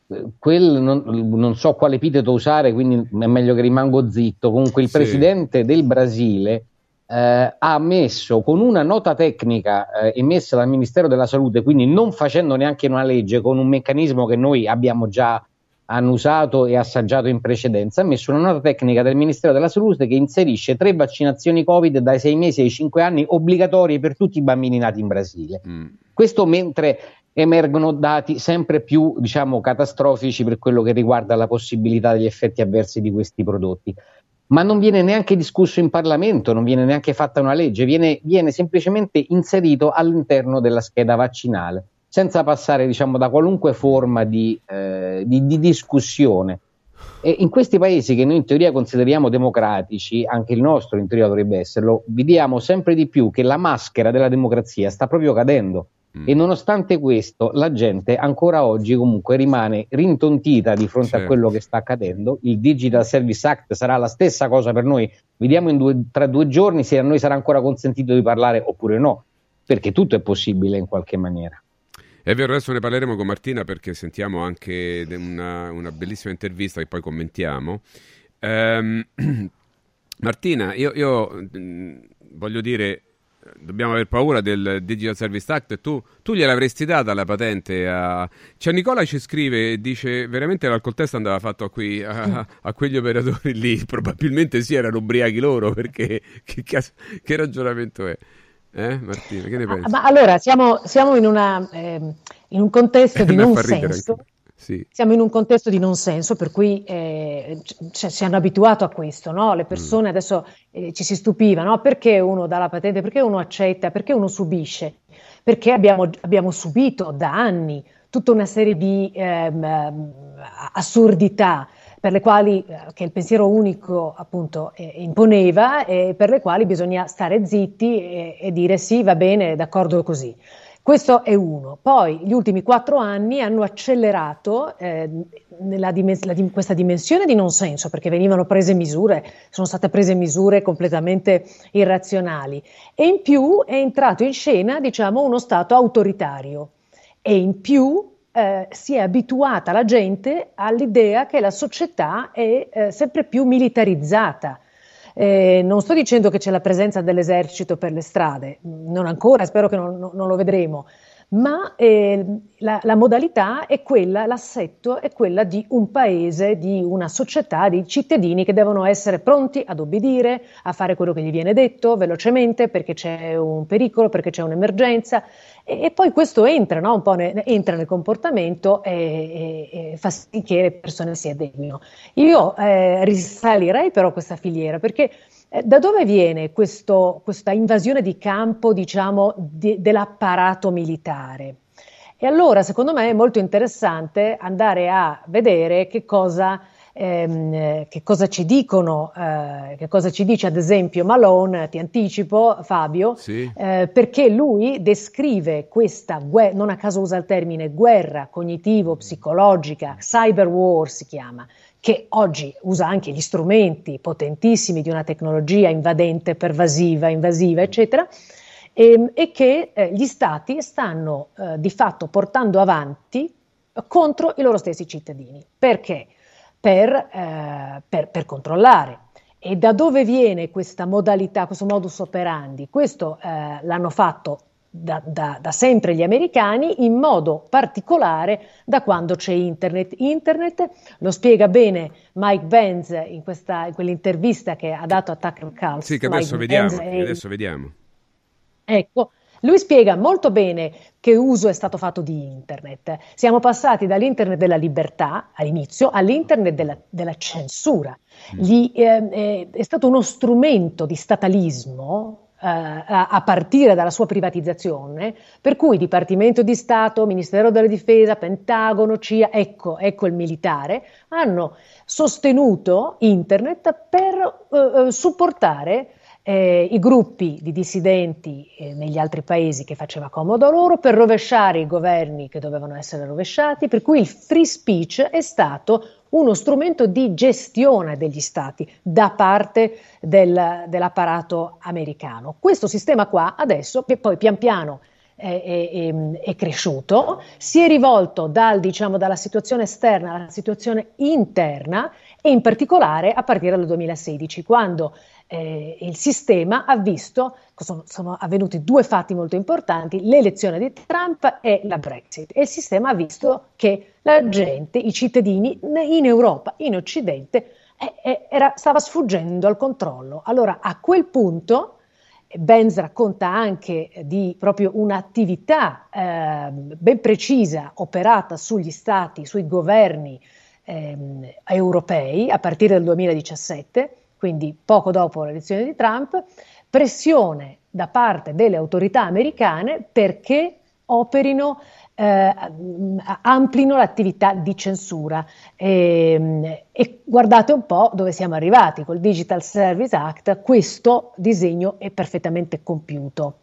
quel, non, non so quale epiteto usare, quindi è meglio che rimango zitto, comunque il sì. presidente del Brasile Eh, ha messo con una nota tecnica eh, emessa dal Ministero della Salute, quindi non facendo neanche una legge, con un meccanismo che noi abbiamo già annusato e assaggiato in precedenza, ha messo una nota tecnica del Ministero della Salute che inserisce tre vaccinazioni Covid dai sei mesi ai cinque anni obbligatorie per tutti i bambini nati in Brasile. Mm. Questo mentre emergono dati sempre più, diciamo, catastrofici per quello che riguarda la possibilità degli effetti avversi di questi prodotti. Ma non viene neanche discusso in Parlamento, non viene neanche fatta una legge, viene, viene semplicemente inserito all'interno della scheda vaccinale, senza passare, diciamo, da qualunque forma di, eh, di, di discussione. E in questi paesi che noi in teoria consideriamo democratici, anche il nostro in teoria dovrebbe esserlo, vediamo sempre di più che la maschera della democrazia sta proprio cadendo. Mm. E nonostante questo la gente ancora oggi comunque rimane rintontita di fronte certo. a quello che sta accadendo. Il Digital Service Act sarà la stessa cosa per noi, vediamo in due, tra due giorni se a noi sarà ancora consentito di parlare oppure no, perché tutto è possibile in qualche maniera. È vero, adesso ne parleremo con Martina perché sentiamo anche una, una bellissima intervista che poi commentiamo. ehm, Martina, io, io voglio dire, dobbiamo aver paura del Digital Service Act. Tu, tu gliel'avresti data la patente a... Cioè Nicola ci scrive e dice veramente l'alcol test andava fatto a, qui, a, a quegli operatori lì, probabilmente sì, erano ubriachi loro, perché che, che, che ragionamento è? Eh Martina, che ne pensi? Ma allora siamo, siamo in, una, eh, in un contesto di non senso. Sì. Siamo in un contesto di non senso, per cui eh, c- ci hanno abituato a questo, no? Le persone mm. adesso eh, ci si stupiva, no? Perché uno dà la patente, perché uno accetta, perché uno subisce? Perché abbiamo, abbiamo subito da anni tutta una serie di ehm, assurdità per le quali eh, che il pensiero unico appunto eh, imponeva e per le quali bisogna stare zitti e, e dire sì, va bene, d'accordo così. Questo è uno. Poi gli ultimi quattro anni hanno accelerato eh, nella dimens- la dim- questa dimensione di non senso, perché venivano prese misure, sono state prese misure completamente irrazionali, e in più è entrato in scena, diciamo, uno Stato autoritario, e in più eh, si è abituata la gente all'idea che la società è eh, sempre più militarizzata. Eh, non sto dicendo che c'è la presenza dell'esercito per le strade, non ancora, spero che non, non lo vedremo, ma eh, la, la modalità è quella, l'assetto è quella di un paese, di una società, di cittadini che devono essere pronti ad obbedire, a fare quello che gli viene detto velocemente perché c'è un pericolo, perché c'è un'emergenza, e, e poi questo entra, no? Un po' ne, entra nel comportamento e, e, e fa sì che le persone si adeguino. Io eh, risalirei però questa filiera, perché eh, da dove viene questo, questa invasione di campo, diciamo, di, dell'apparato militare? E allora, secondo me, è molto interessante andare a vedere che cosa, ehm, che cosa ci dicono, eh, che cosa ci dice ad esempio Malone, ti anticipo Fabio, sì. eh, perché lui descrive questa guerra, non a caso usa il termine guerra cognitivo-psicologica, cyber war si chiama, che oggi usa anche gli strumenti potentissimi di una tecnologia invadente, pervasiva, invasiva, eccetera, e, e che eh, gli stati stanno eh, di fatto portando avanti contro i loro stessi cittadini. Perché? Per, eh, per, per controllare. E da dove viene questa modalità, questo modus operandi? Questo eh, l'hanno fatto Da, da, da sempre gli americani, in modo particolare da quando c'è internet. Internet lo spiega bene Mike Benz in, questa, in quell'intervista che ha dato a Tucker Carlson. Sì, che adesso Mike vediamo, Benz che adesso vediamo. Ecco, lui spiega molto bene che uso è stato fatto di internet. Siamo passati dall'internet della libertà all'inizio all'internet della, della censura. Gli, eh, eh, è stato uno strumento di statalismo a, a partire dalla sua privatizzazione, per cui Dipartimento di Stato, Ministero della Difesa, Pentagono, C I A, ecco, ecco il militare, hanno sostenuto internet per uh, supportare eh, i gruppi di dissidenti eh, negli altri paesi che faceva comodo a loro, per rovesciare i governi che dovevano essere rovesciati, per cui il free speech è stato uno strumento di gestione degli stati da parte del, dell'apparato americano. Questo sistema qua adesso, che poi pian piano è, è, è cresciuto, si è rivolto dal, diciamo, dalla situazione esterna alla situazione interna, e in particolare a partire dal duemilasedici, quando eh, il sistema ha visto, sono, sono avvenuti due fatti molto importanti, l'elezione di Trump e la Brexit, e il sistema ha visto che la gente, i cittadini in Europa, in Occidente, eh, era, stava sfuggendo al controllo. Allora a quel punto Benz racconta anche di proprio un'attività eh, ben precisa operata sugli stati, sui governi eh, europei a partire dal duemiladiciassette, quindi poco dopo l'elezione di Trump, pressione da parte delle autorità americane perché operino, eh, amplino l'attività di censura. E, e guardate un po' dove siamo arrivati col Digital Service Act, questo disegno è perfettamente compiuto.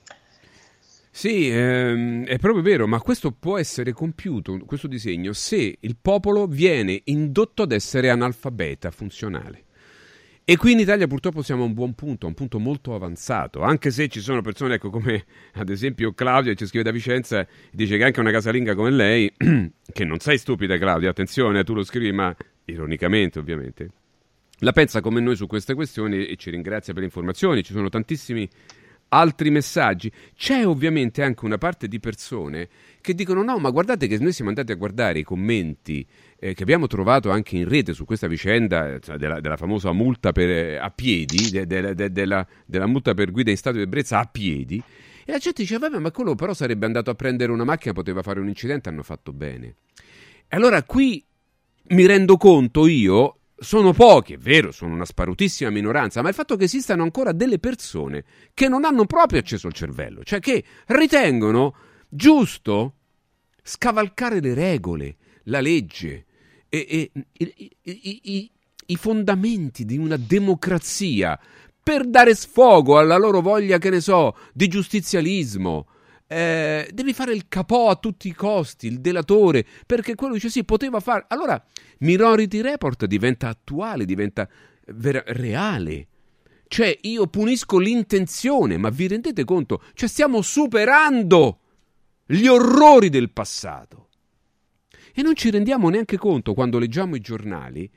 Sì, ehm, è proprio vero, ma questo può essere compiuto, questo disegno, se il popolo viene indotto ad essere analfabeta funzionale. E qui in Italia purtroppo siamo a un buon punto, a un punto molto avanzato, anche se ci sono persone, ecco, come ad esempio Claudia, che ci scrive da Vicenza, dice che anche una casalinga come lei, che non sei stupida Claudia, attenzione, tu lo scrivi, ma ironicamente ovviamente, la pensa come noi su queste questioni e ci ringrazia per le informazioni. Ci sono tantissimi altri messaggi. C'è ovviamente anche una parte di persone che dicono no, ma guardate che noi siamo andati a guardare i commenti eh, che abbiamo trovato anche in rete su questa vicenda, cioè della, della famosa multa per, eh, a piedi, de, de, de, della, della multa per guida in stato di ebbrezza a piedi, e la gente dice vabbè, ma quello però sarebbe andato a prendere una macchina, poteva fare un incidente, hanno fatto bene. E allora qui mi rendo conto io, sono pochi, è vero, sono una sparutissima minoranza, ma il fatto che esistano ancora delle persone che non hanno proprio acceso il cervello, cioè che ritengono giusto scavalcare le regole, la legge e, e i, i, i, i fondamenti di una democrazia per dare sfogo alla loro voglia, che ne so, di giustizialismo. Eh, devi fare il capò a tutti i costi, il delatore, perché quello dice sì, poteva fare. Allora Minority Report diventa attuale, diventa vera- reale. Cioè io punisco l'intenzione, ma vi rendete conto? Cioè stiamo superando gli orrori del passato e non ci rendiamo neanche conto, quando leggiamo i giornali,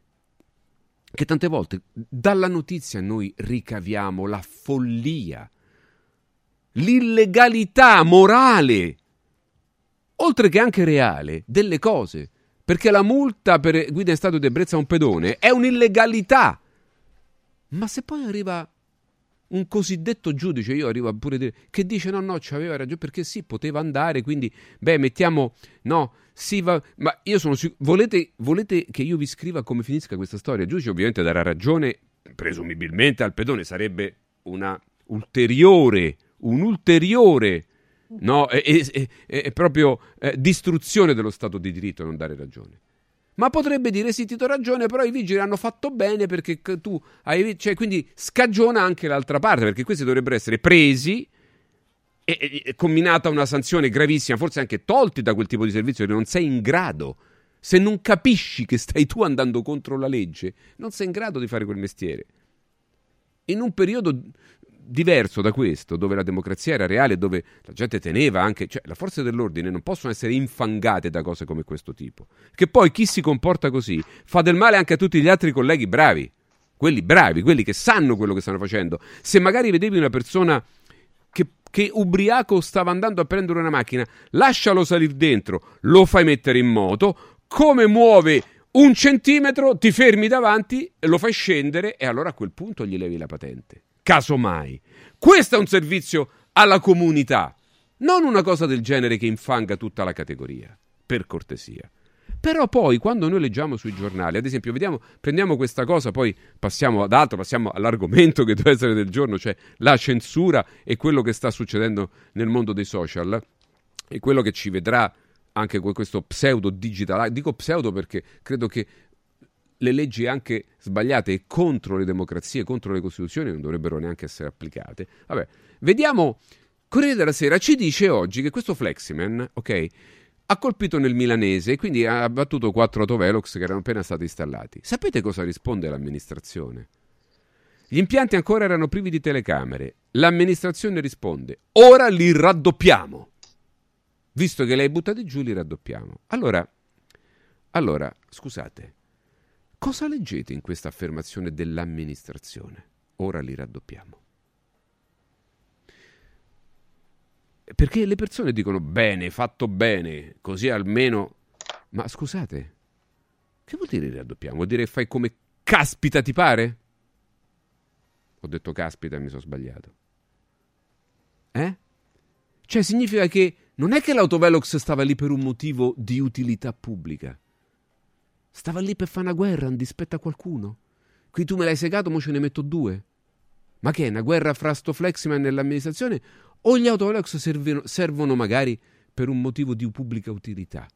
che tante volte dalla notizia noi ricaviamo la follia, l'illegalità morale, oltre che anche reale, delle cose. Perché la multa per guida in stato di ebbrezza a un pedone è un'illegalità. Ma se poi arriva un cosiddetto giudice, io arrivo a pure dire, che dice no, no, c'aveva ragione, perché sì, poteva andare, quindi, beh, mettiamo, no, sì, va, ma io sono sicuro, volete, volete che io vi scriva come finisca questa storia? Il giudice ovviamente darà ragione, presumibilmente al pedone, sarebbe una ulteriore un'ulteriore no, è, è, è, è proprio eh, distruzione dello Stato di diritto non dare ragione. Ma potrebbe dire sì, ti do ragione, però i vigili hanno fatto bene perché tu hai, cioè, quindi scagiona anche l'altra parte, perché questi dovrebbero essere presi e, e, e combinata una sanzione gravissima, forse anche tolti da quel tipo di servizio, che non sei in grado, se non capisci che stai tu andando contro la legge, non sei in grado di fare quel mestiere. In un periodo diverso da questo, dove la democrazia era reale, dove la gente teneva anche, cioè le forze dell'ordine non possono essere infangate da cose come questo tipo, che poi chi si comporta così fa del male anche a tutti gli altri colleghi bravi, quelli bravi, quelli che sanno quello che stanno facendo. Se magari vedevi una persona che, che ubriaco stava andando a prendere una macchina, lascialo salire dentro, lo fai mettere in moto, come muove un centimetro, ti fermi davanti e lo fai scendere, e allora a quel punto gli levi la patente. Casomai. Questo è un servizio alla comunità, non una cosa del genere che infanga tutta la categoria, per cortesia. Però poi quando noi leggiamo sui giornali, ad esempio, vediamo, prendiamo questa cosa, poi passiamo ad altro, passiamo all'argomento che deve essere del giorno, cioè la censura e quello che sta succedendo nel mondo dei social, e quello che ci vedrà anche con questo pseudo digital. Dico pseudo perché credo che le leggi anche sbagliate e contro le democrazie, contro le costituzioni, non dovrebbero neanche essere applicate. Vabbè, vediamo. Corriere della Sera ci dice oggi che questo Fleximan, ok, ha colpito nel milanese e quindi ha abbattuto quattro autovelox che erano appena stati installati. Sapete cosa risponde l'amministrazione? Gli impianti ancora erano privi di telecamere. L'amministrazione risponde: ora li raddoppiamo. Visto che li hai buttati giù, li raddoppiamo. Allora, allora, scusate. Cosa leggete in questa affermazione dell'amministrazione? Ora li raddoppiamo. Perché le persone dicono bene, fatto bene, così almeno. Ma scusate, che vuol dire raddoppiamo? Vuol dire che fai come caspita ti pare? Ho detto caspita e mi sono sbagliato. Eh? Cioè significa che non è che l'autovelox stava lì per un motivo di utilità pubblica. Stava lì per fare una guerra, dispetto a qualcuno. Qui tu me l'hai segato, mo ce ne metto due. Ma che è, una guerra fra sto Fleximan e l'amministrazione? O gli autovelox servono, servono magari per un motivo di pubblica utilità?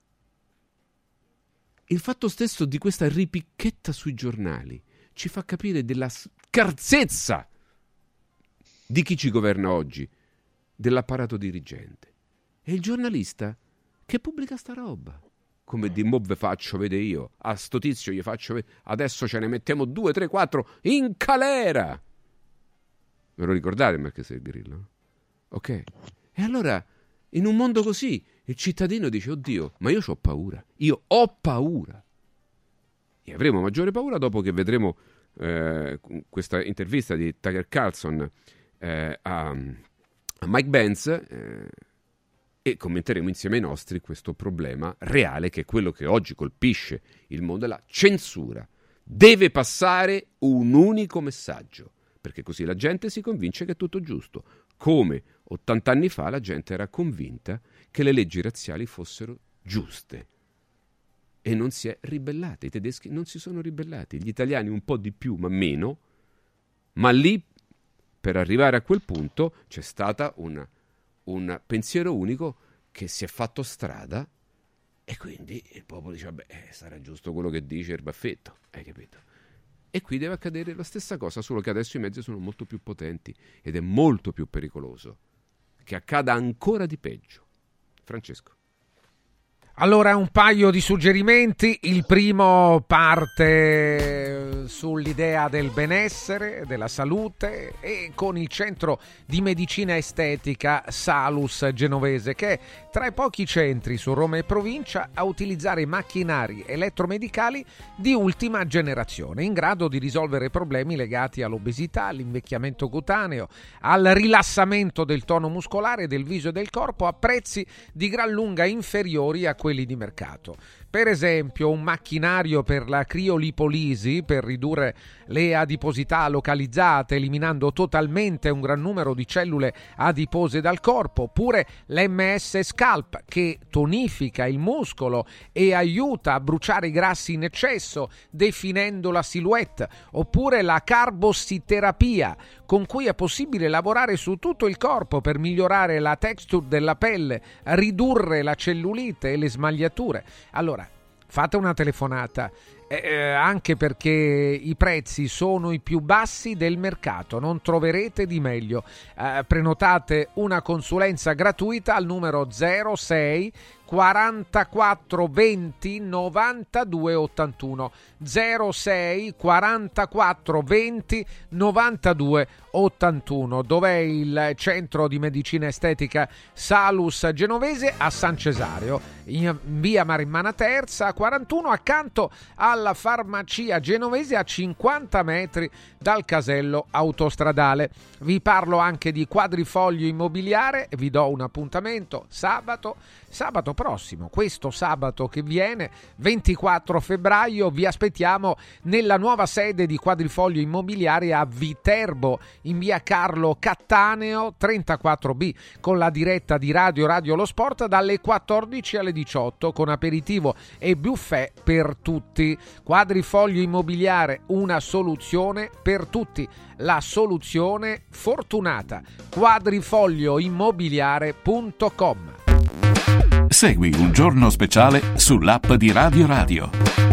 Il fatto stesso di questa ripicchetta sui giornali ci fa capire della scarsezza di chi ci governa oggi, dell'apparato dirigente. E il giornalista che pubblica sta roba. Come di mo ve faccio vedere io, a sto tizio gli faccio vedere, adesso ce ne mettiamo due, tre, quattro in calera. Ve lo ricordate il Marchese del Grillo? Ok? E allora, in un mondo così, il cittadino dice, oddio, ma io c'ho paura, io ho paura. E avremo maggiore paura dopo che vedremo eh, questa intervista di Tucker Carlson eh, a, a Mike Benz eh, e commenteremo insieme ai nostri questo problema reale, che è quello che oggi colpisce il mondo, la censura. Deve passare un unico messaggio, perché così la gente si convince che è tutto giusto, come ottanta anni fa la gente era convinta che le leggi razziali fossero giuste e non si è ribellata. I tedeschi non si sono ribellati, gli italiani un po' di più ma meno, ma lì per arrivare a quel punto c'è stata una, un pensiero unico che si è fatto strada, e quindi il popolo dice vabbè, eh, sarà giusto quello che dice il baffetto, hai capito? E qui deve accadere la stessa cosa, solo che adesso i mezzi sono molto più potenti ed è molto più pericoloso che accada ancora di peggio. Francesco. Allora, un paio di suggerimenti. Il primo parte sull'idea del benessere, della salute, e con il centro di medicina estetica Salus Genovese, che è tra i pochi centri su Roma e provincia a utilizzare macchinari elettromedicali di ultima generazione, in grado di risolvere problemi legati all'obesità, all'invecchiamento cutaneo, al rilassamento del tono muscolare del viso e del corpo a prezzi di gran lunga inferiori a quelli di mercato. Per esempio, un macchinario per la criolipolisi, per ridurre le adiposità localizzate, eliminando totalmente un gran numero di cellule adipose dal corpo, oppure l'M S Scalp, che tonifica il muscolo e aiuta a bruciare i grassi in eccesso, definendo la silhouette, oppure la carbossiterapia, con cui è possibile lavorare su tutto il corpo per migliorare la texture della pelle, ridurre la cellulite e le smagliature. Allora, fate una telefonata, eh, anche perché i prezzi sono i più bassi del mercato, non troverete di meglio. Eh, prenotate una consulenza gratuita al numero zero sei quarantaquattro venti novantadue ottantuno, zero sei quarantaquattro venti novantadue ottantuno. Dov'è il centro di medicina estetica Salus Genovese? A San Cesareo, in via Marimmana Terza quarantuno, accanto alla farmacia genovese, a cinquanta metri dal casello autostradale. Vi parlo anche di Quadrifoglio Immobiliare, vi do un appuntamento sabato sabato prossimo, questo sabato che viene, ventiquattro febbraio. Vi aspettiamo nella nuova sede di Quadrifoglio Immobiliare a Viterbo, in via Carlo Cattaneo trentaquattro B, con la diretta di Radio Radio Lo Sport dalle quattordici alle diciotto, con aperitivo e buffet per tutti. Quadrifoglio Immobiliare, una soluzione per tutti, la soluzione fortunata. quadrifoglioimmobiliare punto com. Segui Un Giorno Speciale sull'app di Radio Radio.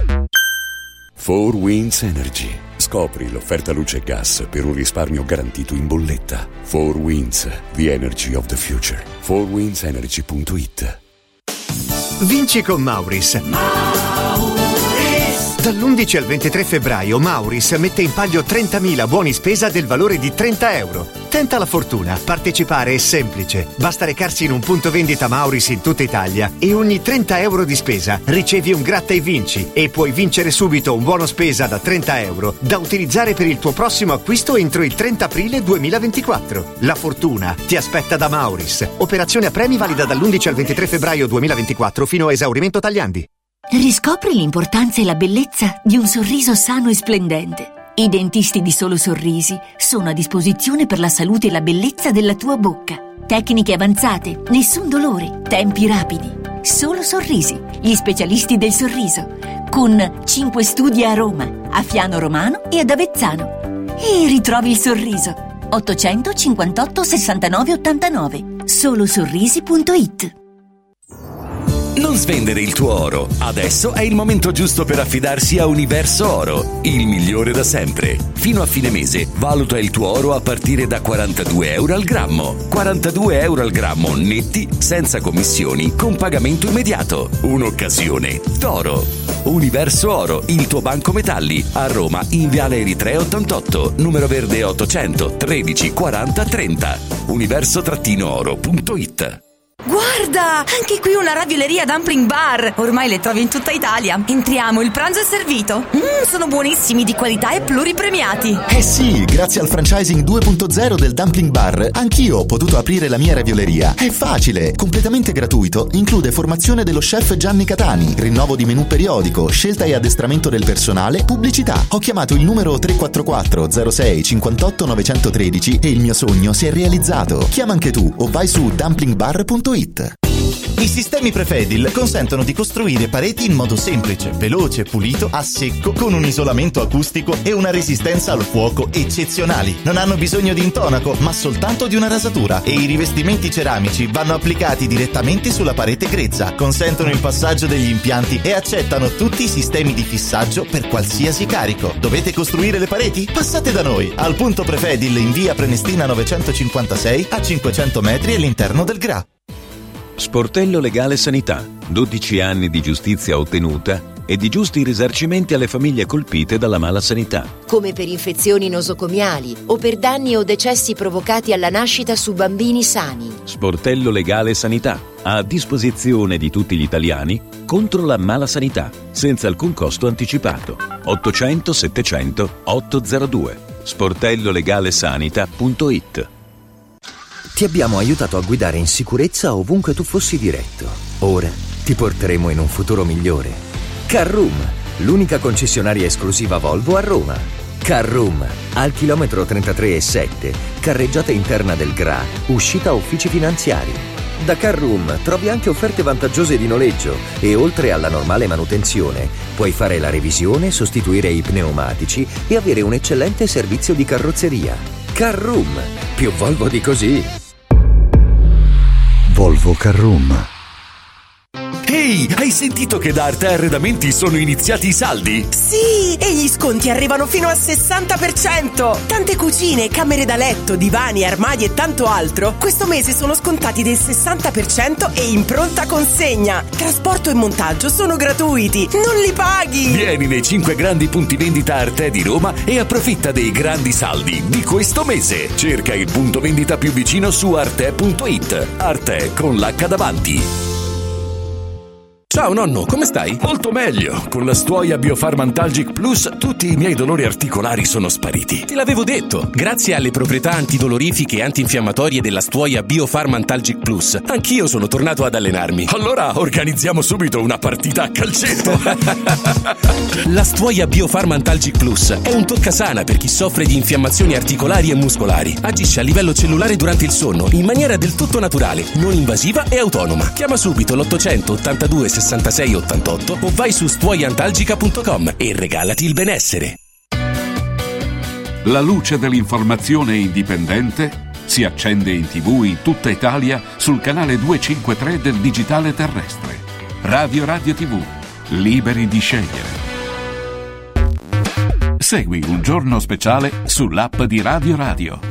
four Winds Energy. Scopri l'offerta luce e gas per un risparmio garantito in bolletta. four Winds, the energy of the future. four winds energy punto it. Vinci con Mauris. Dall'undici al ventitré febbraio Mauris mette in palio trentamila buoni spesa del valore di trenta euro. Tenta la fortuna, partecipare è semplice. Basta recarsi in un punto vendita Mauris in tutta Italia e ogni trenta euro di spesa ricevi un gratta e vinci e puoi vincere subito un buono spesa da trenta euro da utilizzare per il tuo prossimo acquisto entro il trenta aprile duemilaventiquattro. La fortuna ti aspetta da Mauris. Operazione a premi valida dall'undici al ventitré febbraio duemilaventiquattro fino a esaurimento tagliandi. Riscopri l'importanza e la bellezza di un sorriso sano e splendente. I dentisti di Solo Sorrisi sono a disposizione per la salute e la bellezza della tua bocca. Tecniche avanzate, nessun dolore, tempi rapidi. Solo Sorrisi, gli specialisti del sorriso, con cinque studi a Roma, a Fiano Romano e ad Avezzano. E ritrovi il sorriso. ottocentocinquantotto sessantanove ottantanove. solo sorrisi punto it. Non svendere il tuo oro. Adesso è il momento giusto per affidarsi a Universo Oro, il migliore da sempre. Fino a fine mese valuta il tuo oro a partire da quarantadue euro al grammo. quarantadue euro al grammo netti, senza commissioni, con pagamento immediato. Un'occasione d'oro. Universo Oro, il tuo banco metalli, a Roma in Viale Eritrea ottantotto, numero verde ottocento tredici quaranta trenta. universo oro punto it. Guarda, anche qui una ravioleria Dumpling Bar. Ormai le trovi in tutta Italia. Entriamo, il pranzo è servito. Mmm, sono buonissimi, di qualità e pluripremiati. Eh sì, grazie al franchising due punto zero del Dumpling Bar, anch'io ho potuto aprire la mia ravioleria. È facile, completamente gratuito, include formazione dello chef Gianni Catani, rinnovo di menù periodico, scelta e addestramento del personale, pubblicità. Ho chiamato il numero tre quattro quattro zero sei cinquantotto novecentotredici e il mio sogno si è realizzato. Chiama anche tu o vai su dumpling bar punto it. I sistemi Prefedil consentono di costruire pareti in modo semplice, veloce, pulito, a secco, con un isolamento acustico e una resistenza al fuoco eccezionali. Non hanno bisogno di intonaco, ma soltanto di una rasatura, e i rivestimenti ceramici vanno applicati direttamente sulla parete grezza, consentono il passaggio degli impianti e accettano tutti i sistemi di fissaggio per qualsiasi carico. Dovete costruire le pareti? Passate da noi, al punto Prefedil in via Prenestina novecentocinquantasei, a cinquecento metri all'interno del G R A. Sportello Legale Sanità, dodici anni di giustizia ottenuta e di giusti risarcimenti alle famiglie colpite dalla mala sanità. Come per infezioni nosocomiali o per danni o decessi provocati alla nascita su bambini sani. Sportello Legale Sanità, a disposizione di tutti gli italiani contro la mala sanità, senza alcun costo anticipato. ottocento settecento ottocentodue. sportello legale sanità punto it. Ti abbiamo aiutato a guidare in sicurezza ovunque tu fossi diretto. Ora ti porteremo in un futuro migliore. Carroom, l'unica concessionaria esclusiva Volvo a Roma. Carroom, al chilometro trentatré e sette, carreggiata interna del G R A, uscita uffici finanziari. Da Carroom trovi anche offerte vantaggiose di noleggio e oltre alla normale manutenzione puoi fare la revisione, sostituire i pneumatici e avere un eccellente servizio di carrozzeria. Carroom, più Volvo di così. Volvo Carroom. Ehi, hai sentito che da Arte Arredamenti sono iniziati i saldi? Sì, e gli sconti arrivano fino al sessanta per cento. Tante cucine, camere da letto, divani, armadi e tanto altro questo mese sono scontati del sessanta per cento e in pronta consegna. Trasporto e montaggio sono gratuiti, non li paghi. Vieni nei cinque grandi punti vendita Arte di Roma e approfitta dei grandi saldi di questo mese. Cerca il punto vendita più vicino su arte punto it. Arte con l'H davanti. Ciao nonno, come stai? Molto meglio. Con la Stuoia Biofarmantalgic Plus tutti i miei dolori articolari sono spariti. Te l'avevo detto. Grazie alle proprietà antidolorifiche e antinfiammatorie della Stuoia Biofarmantalgic Plus, anch'io sono tornato ad allenarmi. Allora organizziamo subito una partita a calcetto. La Stuoia Biofarmantalgic Plus è un toccasana per chi soffre di infiammazioni articolari e muscolari. Agisce a livello cellulare durante il sonno in maniera del tutto naturale, non invasiva e autonoma. Chiama subito l'ottocento ottantadue sessantasei ottantotto o vai su stuoiantalgica punto com e regalati il benessere. La luce dell'informazione indipendente si accende in tivù in tutta Italia sul canale duecentocinquantatré del digitale terrestre. Radio Radio tivù, liberi di scegliere. Segui Un Giorno Speciale sull'app di Radio Radio.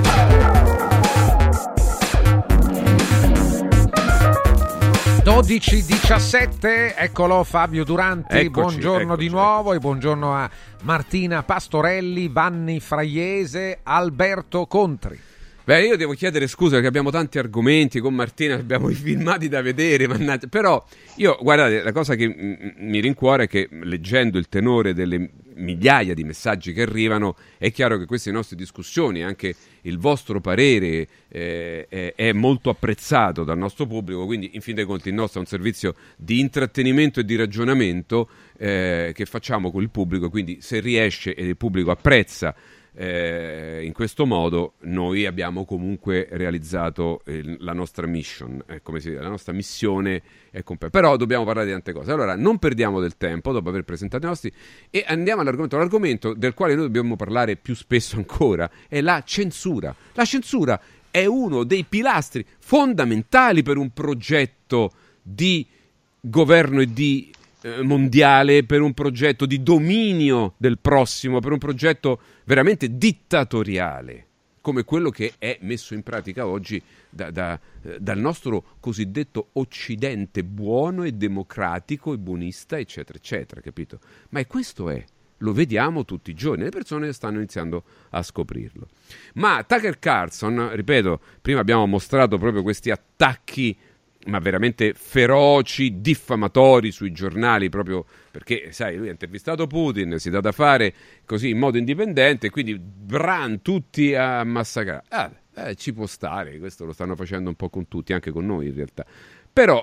dodici diciassette, eccolo Fabio Duranti, Eccoci, buongiorno eccoci, di nuovo e buongiorno a Martina Pastorelli, Vanni Fraiese, Alberto Contri. Beh, io devo chiedere scusa perché abbiamo tanti argomenti con Martina, abbiamo i filmati da vedere, mannaggia. Però io, guardate, la cosa che m- mi rincuora è che leggendo il tenore delle migliaia di messaggi che arrivano è chiaro che queste nostre discussioni, anche il vostro parere eh, è, è molto apprezzato dal nostro pubblico, quindi in fin dei conti il nostro è un servizio di intrattenimento e di ragionamento eh, che facciamo con il pubblico, quindi se riesce e il pubblico apprezza Eh, in questo modo noi abbiamo comunque realizzato eh, la nostra mission, eh, come si dice, la nostra missione è completa. Però dobbiamo parlare di tante cose. Allora non perdiamo del tempo dopo aver presentato i nostri e andiamo all'argomento. L'argomento del quale noi dobbiamo parlare più spesso ancora è la censura. La censura è uno dei pilastri fondamentali per un progetto di governo e di mondiale, per un progetto di dominio del prossimo, per un progetto veramente dittatoriale come quello che è messo in pratica oggi da, da, dal nostro cosiddetto Occidente buono e democratico e buonista, eccetera, eccetera, capito? Ma è questo è, lo vediamo tutti i giorni, le persone stanno iniziando a scoprirlo. Ma Tucker Carlson, ripeto, prima abbiamo mostrato proprio questi attacchi ma veramente feroci, diffamatori sui giornali, proprio perché, sai, lui ha intervistato Putin, si dà da fare così in modo indipendente, quindi bran tutti a massacrare. Ah, eh, ci può stare, questo lo stanno facendo un po' con tutti, anche con noi in realtà. Però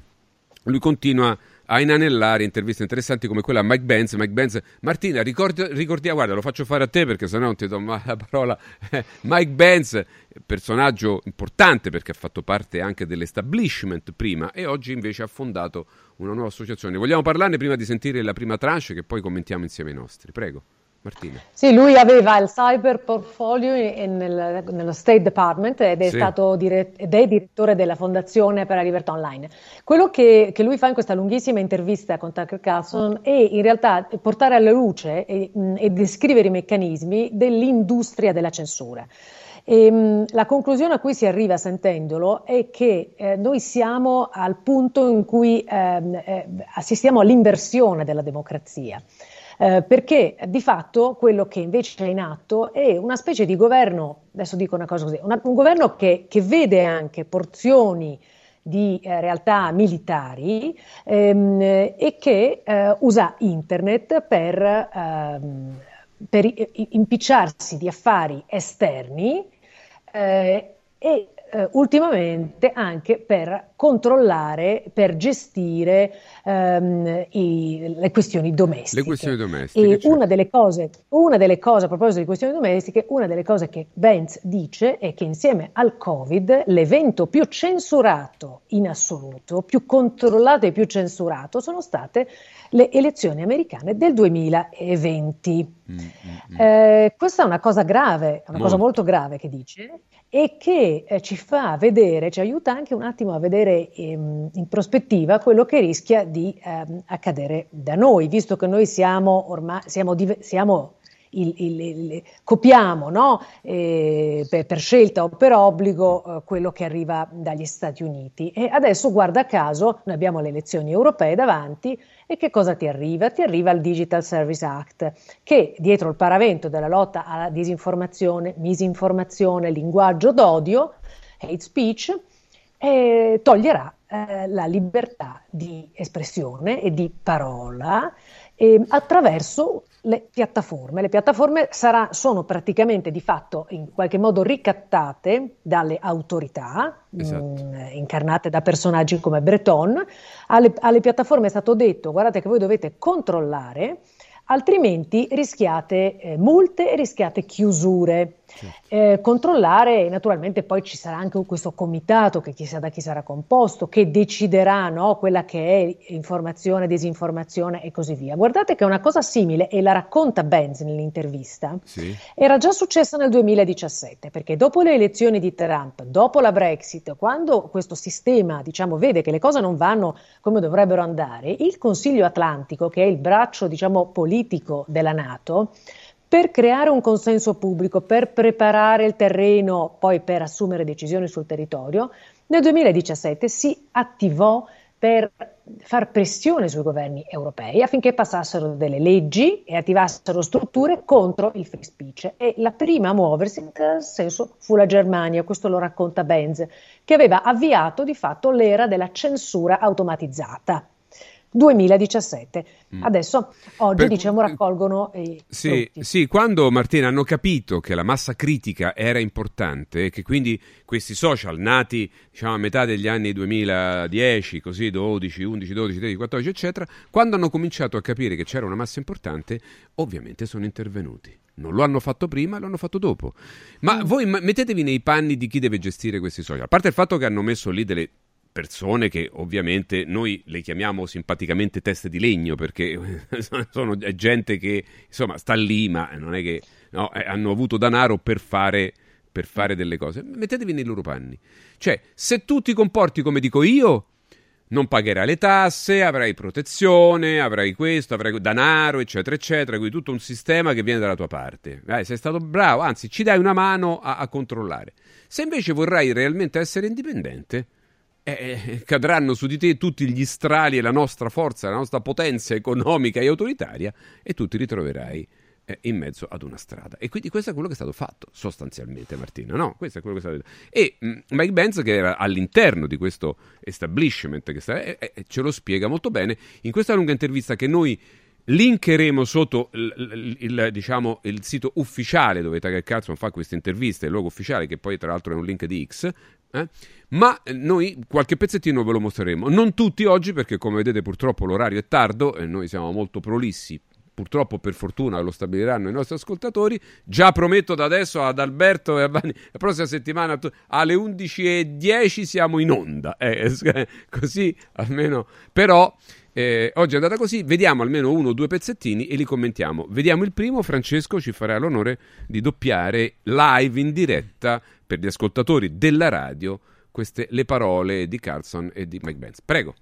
lui continua a inanellare interviste interessanti come quella a Mike Pence. Mike Pence, Martina, ricordi, ricordiamo, guarda, lo faccio fare a te perché sennò non ti do mai la parola. Mike Pence, personaggio importante perché ha fatto parte anche dell'establishment prima e oggi invece ha fondato una nuova associazione. Vogliamo parlarne prima di sentire la prima tranche che poi commentiamo insieme ai nostri. Prego. Martina. Sì, lui aveva il cyber portfolio in, nel, nello State Department ed è Sì. stato dire, ed è direttore della Fondazione per la Libertà Online. Quello che, che lui fa in questa lunghissima intervista con Tucker Carlson è in realtà portare alla luce e, e descrivere i meccanismi dell'industria della censura. E, mh, la conclusione a cui si arriva sentendolo è che eh, noi siamo al punto in cui ehm, eh, assistiamo all'inversione della democrazia. Eh, perché di fatto quello che invece è in atto è una specie di governo, adesso dico una cosa così, una, un governo che, che vede anche porzioni di eh, realtà militari ehm, e che eh, usa internet per, ehm, per i- impicciarsi di affari esterni eh, e eh, ultimamente anche per controllare, per gestire ehm, i- le questioni domestiche. Le questioni domestiche. E certo. una delle cose, una delle cose, a proposito di questioni domestiche, una delle cose che Vance dice è che insieme al Covid l'evento più censurato in assoluto, più controllato e più censurato sono state le elezioni americane del duemilaventi. Mm, mm, mm. Eh, questa è una cosa grave, è una cosa Molto. molto grave che dice e che eh, ci fa vedere, ci aiuta anche un attimo a vedere ehm, in prospettiva quello che rischia di ehm, accadere da noi, visto che noi siamo ormai siamo, div- siamo il, il- il- copiamo, no? Eh, per, per scelta o per obbligo eh, quello che arriva dagli Stati Uniti. E adesso, guarda caso, noi abbiamo le elezioni europee davanti e che cosa ti arriva? Ti arriva il Digital Service Act, che dietro il paravento della lotta alla disinformazione, misinformazione, linguaggio d'odio, hate speech, eh, toglierà eh, la libertà di espressione e di parola eh, attraverso le piattaforme. Le piattaforme sarà, sono praticamente di fatto in qualche modo ricattate dalle autorità, Esatto. mh, incarnate da personaggi come Breton. Alle, alle piattaforme è stato detto: guardate che voi dovete controllare, altrimenti rischiate eh, multe e rischiate chiusure. Eh, controllare, naturalmente poi ci sarà anche questo comitato che chissà da chi sarà composto, che deciderà, no, quella che è informazione, disinformazione e così via. Guardate che una cosa simile, e la racconta Benz nell'intervista, Sì. era già successa nel duemiladiciassette, perché dopo le elezioni di Trump, dopo la Brexit, quando questo sistema, diciamo, vede che le cose non vanno come dovrebbero andare, il Consiglio Atlantico, che è il braccio, diciamo, politico della NATO, per creare un consenso pubblico, per preparare il terreno, poi per assumere decisioni sul territorio, nel duemiladiciassette si attivò per far pressione sui governi europei affinché passassero delle leggi e attivassero strutture contro il free speech. E la prima a muoversi in tal senso fu la Germania, questo lo racconta Benz, che aveva avviato di fatto l'era della censura automatizzata. duemiladiciassette. Mm. Adesso, oggi, Per- diciamo, raccolgono i Sì, frutti. sì, quando Martina hanno capito che la massa critica era importante e che quindi questi social nati diciamo a metà degli anni duemiladieci, così dodici, undici, dodici, tredici, quattordici eccetera, quando hanno cominciato a capire che c'era una massa importante, ovviamente sono intervenuti. Non lo hanno fatto prima, lo hanno fatto dopo. Ma voi ma- mettetevi nei panni di chi deve gestire questi social. A parte il fatto che hanno messo lì delle persone che ovviamente noi le chiamiamo simpaticamente teste di legno perché sono è gente che insomma sta lì ma non è che no, eh, hanno avuto denaro per fare, per fare delle cose. Mettetevi nei loro panni, cioè se tu ti comporti come dico io non pagherai le tasse, avrai protezione, avrai questo, avrai denaro eccetera eccetera, quindi tutto un sistema che viene dalla tua parte. Eh, sei stato bravo, anzi ci dai una mano a, a controllare. Se invece vorrai realmente essere indipendente, Eh, cadranno su di te tutti gli strali e la nostra forza, la nostra potenza economica e autoritaria e tu ti ritroverai eh, in mezzo ad una strada. E quindi questo è quello che è stato fatto sostanzialmente, Martina, no? Questo è quello che è stato fatto. E mh, Mike Benz, che era all'interno di questo establishment, che sta, eh, eh, ce lo spiega molto bene in questa lunga intervista che noi linkeremo sotto il, il, il, diciamo, il sito ufficiale dove Tucker Carlson fa queste interviste, il logo ufficiale, che poi tra l'altro è un link di X, eh? Ma noi qualche pezzettino ve lo mostreremo, non tutti oggi perché come vedete purtroppo l'orario è tardo e noi siamo molto prolissi, purtroppo per fortuna lo stabiliranno i nostri ascoltatori. Già prometto da adesso ad Alberto e a Vanni, la prossima settimana alle undici e dieci siamo in onda, eh, così almeno, però Eh, oggi è andata così, vediamo almeno uno o due pezzettini e li commentiamo. Vediamo il primo. Francesco ci farà l'onore di doppiare live in diretta per gli ascoltatori della radio queste le parole di Carlson e di Mike Benz. Prego.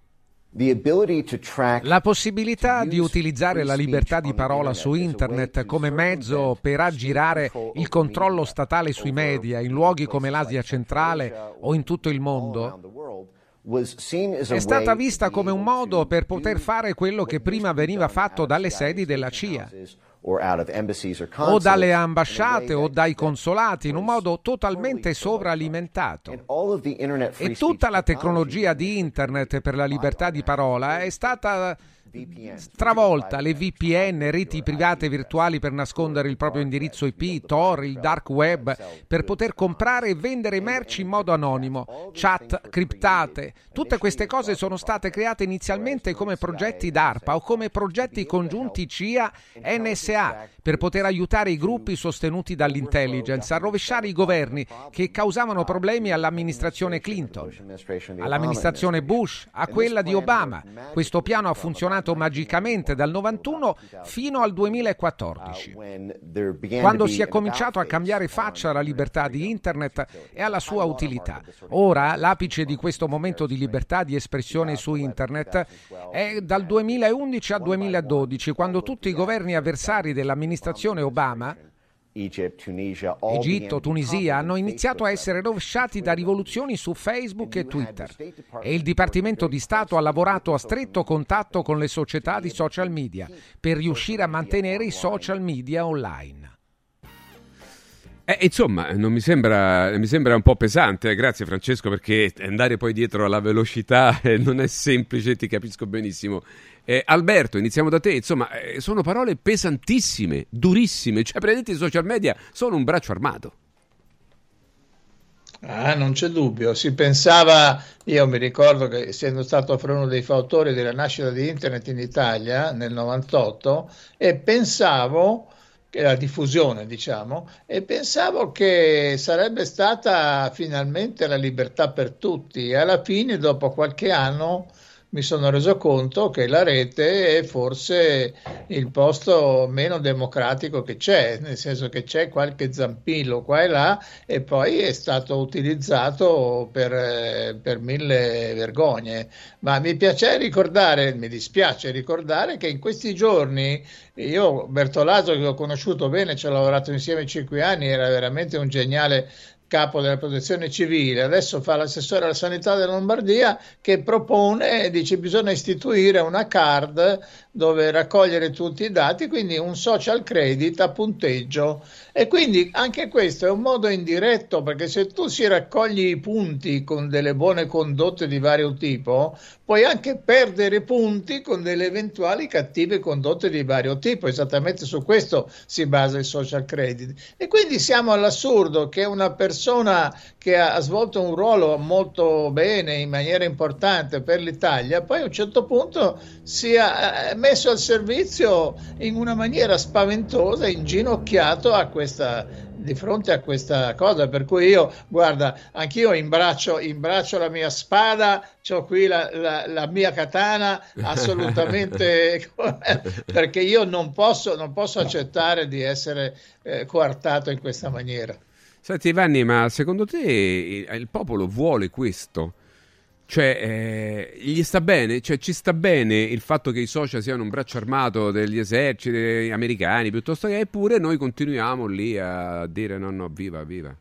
La possibilità di utilizzare la libertà di parola su internet come mezzo per aggirare il controllo statale sui media in luoghi come l'Asia centrale o in tutto il mondo è stata vista come un modo per poter fare quello che prima veniva fatto dalle sedi della C I A o dalle ambasciate o dai consolati in un modo totalmente sovralimentato. E tutta la tecnologia di internet per la libertà di parola è stata stravolta. Le V P N, reti private virtuali per nascondere il proprio indirizzo I P, Tor, il dark web, per poter comprare e vendere merci in modo anonimo, chat criptate. Tutte queste cose sono state create inizialmente come progetti DARPA o come progetti congiunti C I A e N S A per poter aiutare i gruppi sostenuti dall'intelligence a rovesciare i governi che causavano problemi all'amministrazione Clinton, all'amministrazione Bush, a quella di Obama. Questo piano ha funzionato magicamente dal novantuno fino al duemilaquattordici, quando si è cominciato a cambiare faccia alla libertà di internet e alla sua utilità. Ora l'apice di questo momento di libertà di espressione su internet è dal duemilaundici al duemiladodici, quando tutti i governi avversari dell'amministrazione Obama, Egitto, Tunisia, hanno iniziato a essere rovesciati da rivoluzioni su Facebook e Twitter, e il Dipartimento di Stato ha lavorato a stretto contatto con le società di social media per riuscire a mantenere i social media online. Eh, insomma, non mi sembra, mi sembra un po' pesante, grazie Francesco, perché andare poi dietro alla velocità eh, non è semplice, ti capisco benissimo. Eh, Alberto, iniziamo da te. Insomma, eh, sono parole pesantissime, durissime, cioè praticamente i social media sono un braccio armato. Ah, non c'è dubbio, si pensava, io mi ricordo che essendo stato fra uno dei fautori della nascita di internet in Italia nel novantotto, e pensavo che la diffusione, diciamo, e pensavo che sarebbe stata finalmente la libertà per tutti, e alla fine, dopo qualche anno, mi sono reso conto che la rete è forse il posto meno democratico che c'è, nel senso che c'è qualche zampillo qua e là, e poi è stato utilizzato per, per mille vergogne. Ma mi piace ricordare, mi dispiace ricordare che in questi giorni io, Bertolaso, che ho conosciuto bene, ci ho lavorato insieme cinque anni, era veramente un geniale capo della protezione civile, adesso fa l'assessore alla sanità della Lombardia, che propone, dice, bisogna istituire una card dove raccogliere tutti i dati, quindi un social credit a punteggio, e quindi anche questo è un modo indiretto, perché se tu si raccogli i punti con delle buone condotte di vario tipo, puoi anche perdere punti con delle eventuali cattive condotte di vario tipo. Esattamente su questo si basa il social credit, e quindi siamo all'assurdo che una persona che ha svolto un ruolo molto bene, in maniera importante per l'Italia, poi a un certo punto sia messo al servizio in una maniera spaventosa, inginocchiato a questa, di fronte a questa cosa. Per cui io, guarda, anch'io imbraccio, imbraccio la mia spada, c'ho qui la, la, la mia katana, assolutamente, perché io non posso, non posso accettare di essere eh, coartato in questa maniera. Senti Vanni, ma secondo te il popolo vuole questo? Cioè, eh, gli sta bene? Cioè, ci sta bene il fatto che i social siano un braccio armato degli eserciti americani, piuttosto che, eppure noi continuiamo lì a dire no, no, viva, viva.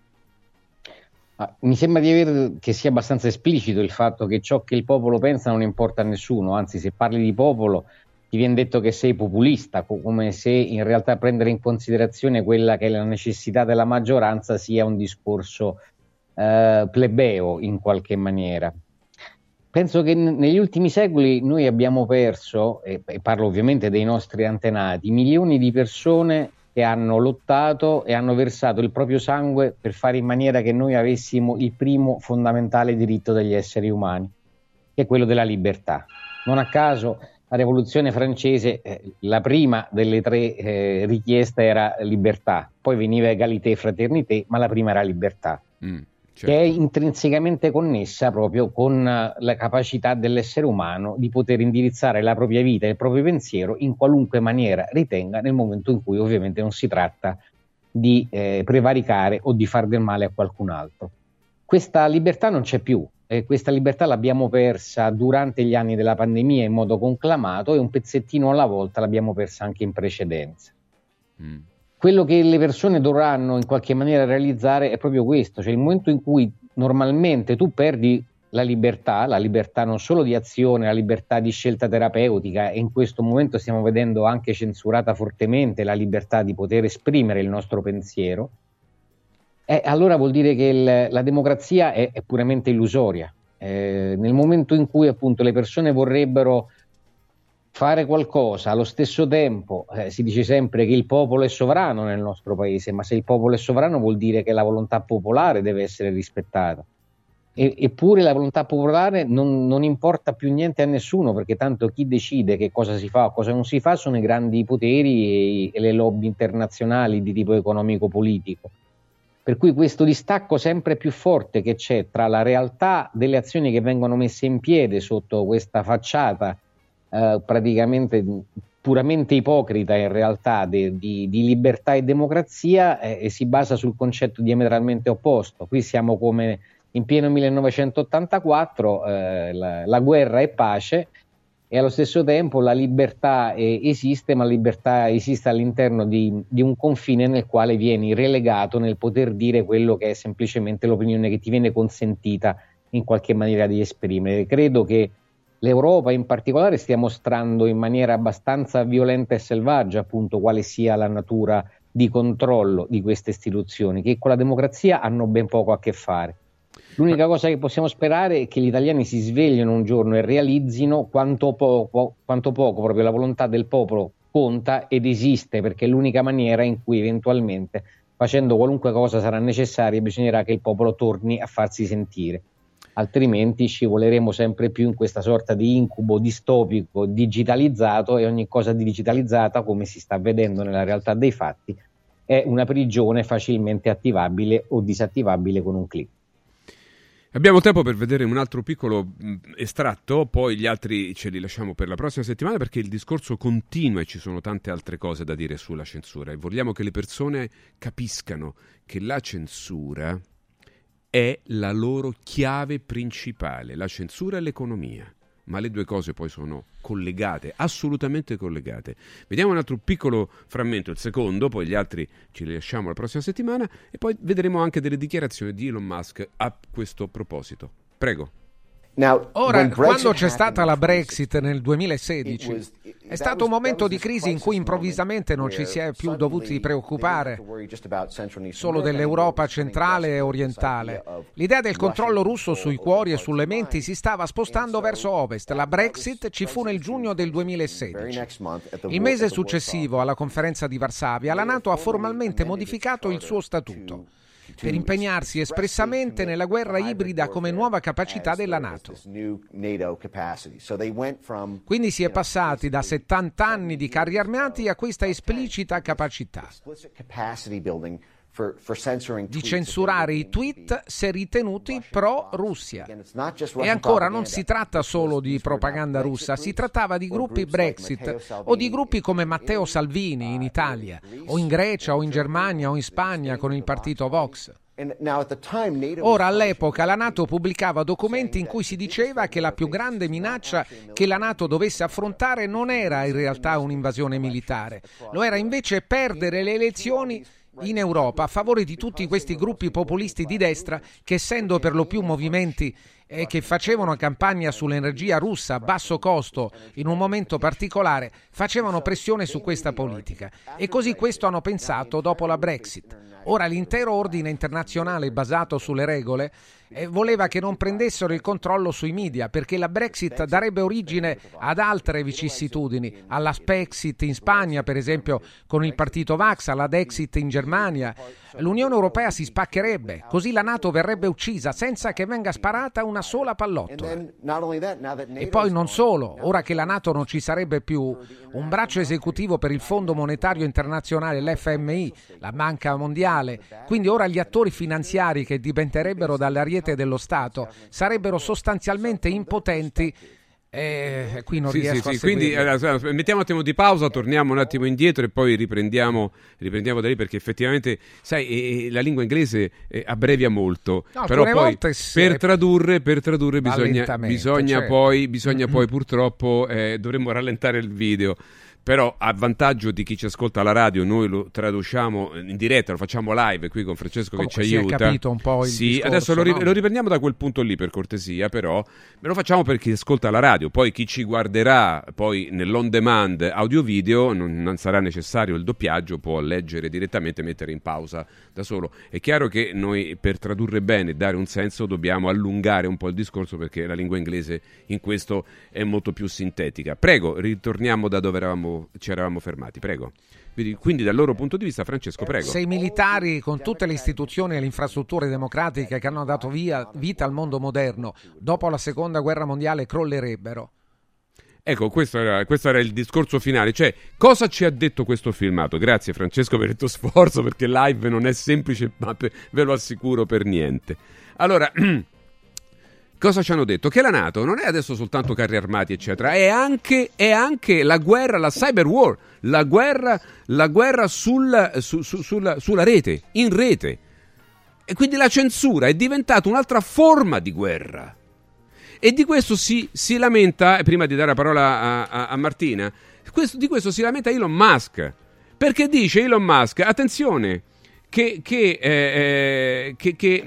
Ah, mi sembra di aver, che sia abbastanza esplicito il fatto che ciò che il popolo pensa non importa a nessuno, anzi, se parli di popolo ti viene detto che sei populista, come se in realtà prendere in considerazione quella che è la necessità della maggioranza sia un discorso eh, plebeo in qualche maniera. Penso che n- negli ultimi secoli noi abbiamo perso, e, e parlo ovviamente dei nostri antenati, milioni di persone che hanno lottato e hanno versato il proprio sangue per fare in maniera che noi avessimo il primo fondamentale diritto degli esseri umani, che è quello della libertà. Non a caso la Rivoluzione francese, eh, la prima delle tre eh, richieste era libertà, poi veniva egalité e fraternité, ma la prima era libertà, mm, certo. Che è intrinsecamente connessa proprio con uh, la capacità dell'essere umano di poter indirizzare la propria vita e il proprio pensiero in qualunque maniera ritenga, nel momento in cui ovviamente non si tratta di eh, prevaricare o di far del male a qualcun altro. Questa libertà non c'è più. E questa libertà l'abbiamo persa durante gli anni della pandemia in modo conclamato e un pezzettino alla volta l'abbiamo persa anche in precedenza. Mm. Quello che le persone dovranno in qualche maniera realizzare è proprio questo, cioè il momento in cui normalmente tu perdi la libertà, la libertà non solo di azione, la libertà di scelta terapeutica, e in questo momento stiamo vedendo anche censurata fortemente la libertà di poter esprimere il nostro pensiero, Eh, allora vuol dire che il, la democrazia è, è puramente illusoria. Eh, nel momento in cui appunto le persone vorrebbero fare qualcosa, allo stesso tempo eh, si dice sempre che il popolo è sovrano nel nostro paese, ma se il popolo è sovrano vuol dire che la volontà popolare deve essere rispettata. E, eppure la volontà popolare non, non importa più niente a nessuno, perché tanto chi decide che cosa si fa o cosa non si fa sono i grandi poteri e, e le lobby internazionali di tipo economico-politico. Per cui questo distacco sempre più forte che c'è tra la realtà delle azioni che vengono messe in piedi sotto questa facciata eh, praticamente puramente ipocrita in realtà de, di, di libertà e democrazia eh, e si basa sul concetto diametralmente opposto. Qui siamo come in pieno millenovecentottantaquattro, eh, la, la guerra è pace, e allo stesso tempo la libertà eh, esiste, ma la libertà esiste all'interno di, di un confine nel quale vieni relegato nel poter dire quello che è semplicemente l'opinione che ti viene consentita in qualche maniera di esprimere. Credo che l'Europa in particolare stia mostrando in maniera abbastanza violenta e selvaggia appunto quale sia la natura di controllo di queste istituzioni, che con la democrazia hanno ben poco a che fare. L'unica cosa che possiamo sperare è che gli italiani si svegliano un giorno e realizzino quanto poco, quanto poco proprio la volontà del popolo conta ed esiste, perché è l'unica maniera in cui eventualmente, facendo qualunque cosa sarà necessaria, bisognerà che il popolo torni a farsi sentire. Altrimenti scivoleremo sempre più in questa sorta di incubo distopico digitalizzato, e ogni cosa digitalizzata, come si sta vedendo nella realtà dei fatti, è una prigione facilmente attivabile o disattivabile con un click. Abbiamo tempo per vedere un altro piccolo mh, estratto, poi gli altri ce li lasciamo per la prossima settimana, perché il discorso continua e ci sono tante altre cose da dire sulla censura, e vogliamo che le persone capiscano che la censura è la loro chiave principale, la censura e l'economia, ma le due cose poi sono collegate, assolutamente collegate. Vediamo un altro piccolo frammento, il secondo, poi gli altri ce li lasciamo la prossima settimana, e poi vedremo anche delle dichiarazioni di Elon Musk a questo proposito. Prego. Ora, quando c'è stata la Brexit nel duemilasedici, è stato un momento di crisi in cui improvvisamente non ci si è più dovuti preoccupare solo dell'Europa centrale e orientale. L'idea del controllo russo sui cuori e sulle menti si stava spostando verso ovest. La Brexit ci fu nel giugno del duemilasedici. Il mese successivo, alla conferenza di Varsavia, la NATO ha formalmente modificato il suo statuto per impegnarsi espressamente nella guerra ibrida come nuova capacità della NATO. Quindi si è passati da settanta anni di carri armati a questa esplicita capacità di censurare i tweet se ritenuti pro-Russia. E ancora non si tratta solo di propaganda russa, si trattava di gruppi Brexit o di gruppi come Matteo Salvini in Italia, o in Grecia, o in Germania, o in Spagna con il partito Vox. Ora, all'epoca, la NATO pubblicava documenti in cui si diceva che la più grande minaccia che la NATO dovesse affrontare non era in realtà un'invasione militare, lo era invece perdere le elezioni in Europa a favore di tutti questi gruppi populisti di destra che, essendo per lo più movimenti eh, che facevano campagna sull'energia russa a basso costo in un momento particolare, facevano pressione su questa politica. E così questo hanno pensato dopo la Brexit. Ora l'intero ordine internazionale basato sulle regole eh, voleva che non prendessero il controllo sui media, perché la Brexit darebbe origine ad altre vicissitudini, alla Spexit in Spagna per esempio con il partito Vax, alla Dexit in Germania. L'Unione Europea si spaccherebbe, così la NATO verrebbe uccisa senza che venga sparata una sola pallottola. E poi non solo, ora che la NATO non ci sarebbe più, un braccio esecutivo per il Fondo Monetario Internazionale, l'F M I, la Banca Mondiale, quindi ora gli attori finanziari che dipenderebbero dall'ariete dello Stato sarebbero sostanzialmente impotenti. Eh, qui non sì, riesco sì, a sì. Quindi allora, mettiamo un attimo di pausa, torniamo un attimo indietro e poi riprendiamo, riprendiamo da lì, perché effettivamente sai eh, la lingua inglese eh, abbrevia molto, no, però poi si... per tradurre per tradurre bisogna, bisogna certo. poi bisogna poi purtroppo eh, dovremmo rallentare il video. Però a vantaggio di chi ci ascolta alla radio, noi lo traduciamo in diretta, lo facciamo live qui con Francesco Comunque che ci aiuta. Si è capito un po' il sì, discorso, adesso lo, ri- no? lo riprendiamo da quel punto lì per cortesia, però me lo facciamo per chi ascolta la radio. Poi chi ci guarderà poi nell'on demand audio-video non, non sarà necessario il doppiaggio, può leggere direttamente e mettere in pausa da solo. È chiaro che noi per tradurre bene e dare un senso dobbiamo allungare un po' il discorso, perché la lingua inglese in questo è molto più sintetica. Prego, ritorniamo da dove eravamo, ci eravamo fermati. Prego. Quindi dal loro punto di vista, Francesco, prego. Se i militari, con tutte le istituzioni e le infrastrutture democratiche che hanno dato via, vita al mondo moderno dopo la seconda guerra mondiale, crollerebbero. Ecco, questo era, questo era il discorso finale. Cioè, cosa ci ha detto questo filmato? Grazie Francesco per il tuo sforzo, perché live non è semplice, ma pe- ve lo assicuro per niente. Allora... Cosa ci hanno detto? Che la NATO non è adesso soltanto carri armati, eccetera, è anche, è anche la guerra, la cyber war, la guerra, la guerra sul, su, su, sulla, sulla rete, in rete. E quindi la censura è diventata un'altra forma di guerra. E di questo si, si lamenta, prima di dare la parola a, a, a Martina, questo, di questo si lamenta Elon Musk. Perché dice Elon Musk, attenzione, che... che, eh, che, che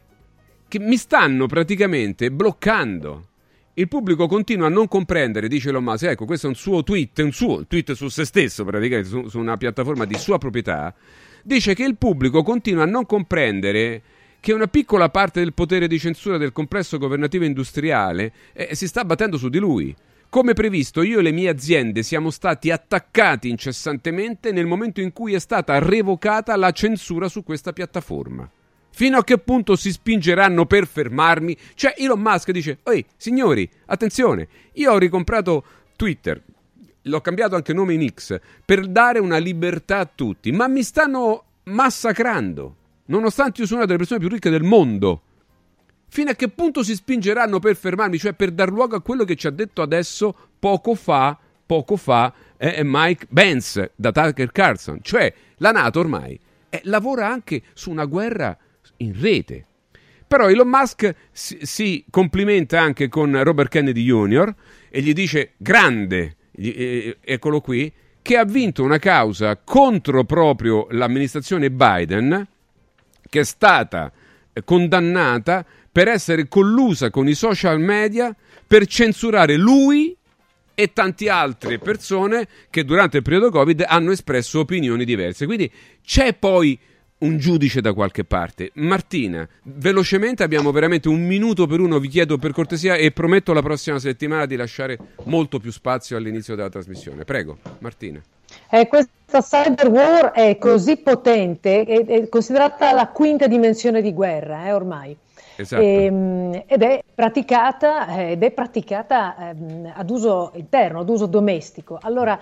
che mi stanno praticamente bloccando. Il pubblico continua a non comprendere, dice Elon Musk. Ecco, questo è un suo tweet, un suo tweet su se stesso, praticamente su, su una piattaforma di sua proprietà. Dice che il pubblico continua a non comprendere che una piccola parte del potere di censura del complesso governativo industriale eh, si sta battendo su di lui. Come previsto, io e le mie aziende siamo stati attaccati incessantemente nel momento in cui è stata revocata la censura su questa piattaforma. Fino a che punto si spingeranno per fermarmi? Cioè Elon Musk dice, ehi signori, attenzione, io ho ricomprato Twitter, l'ho cambiato anche nome in X, per dare una libertà a tutti, ma mi stanno massacrando, nonostante io sono una delle persone più ricche del mondo. Fino a che punto si spingeranno per fermarmi? Cioè per dar luogo a quello che ci ha detto adesso, poco fa, poco fa, eh, Mike Pence da Tucker Carlson. Cioè la NATO ormai eh, lavora anche su una guerra in rete. Però Elon Musk si, si complimenta anche con Robert Kennedy junior e gli dice grande, gli, eh, eccolo qui, che ha vinto una causa contro proprio l'amministrazione Biden, che è stata eh, condannata per essere collusa con i social media per censurare lui e tante altre persone che durante il periodo Covid hanno espresso opinioni diverse. Quindi c'è poi un giudice da qualche parte. Martina, velocemente, abbiamo veramente un minuto per uno, vi chiedo per cortesia, e prometto la prossima settimana di lasciare molto più spazio all'inizio della trasmissione. Prego, Martina. Eh, questa cyber war è così potente, è, è considerata la quinta dimensione di guerra eh, ormai. Esatto. E, ed è praticata, ed è praticata ehm, ad uso interno, ad uso domestico. Allora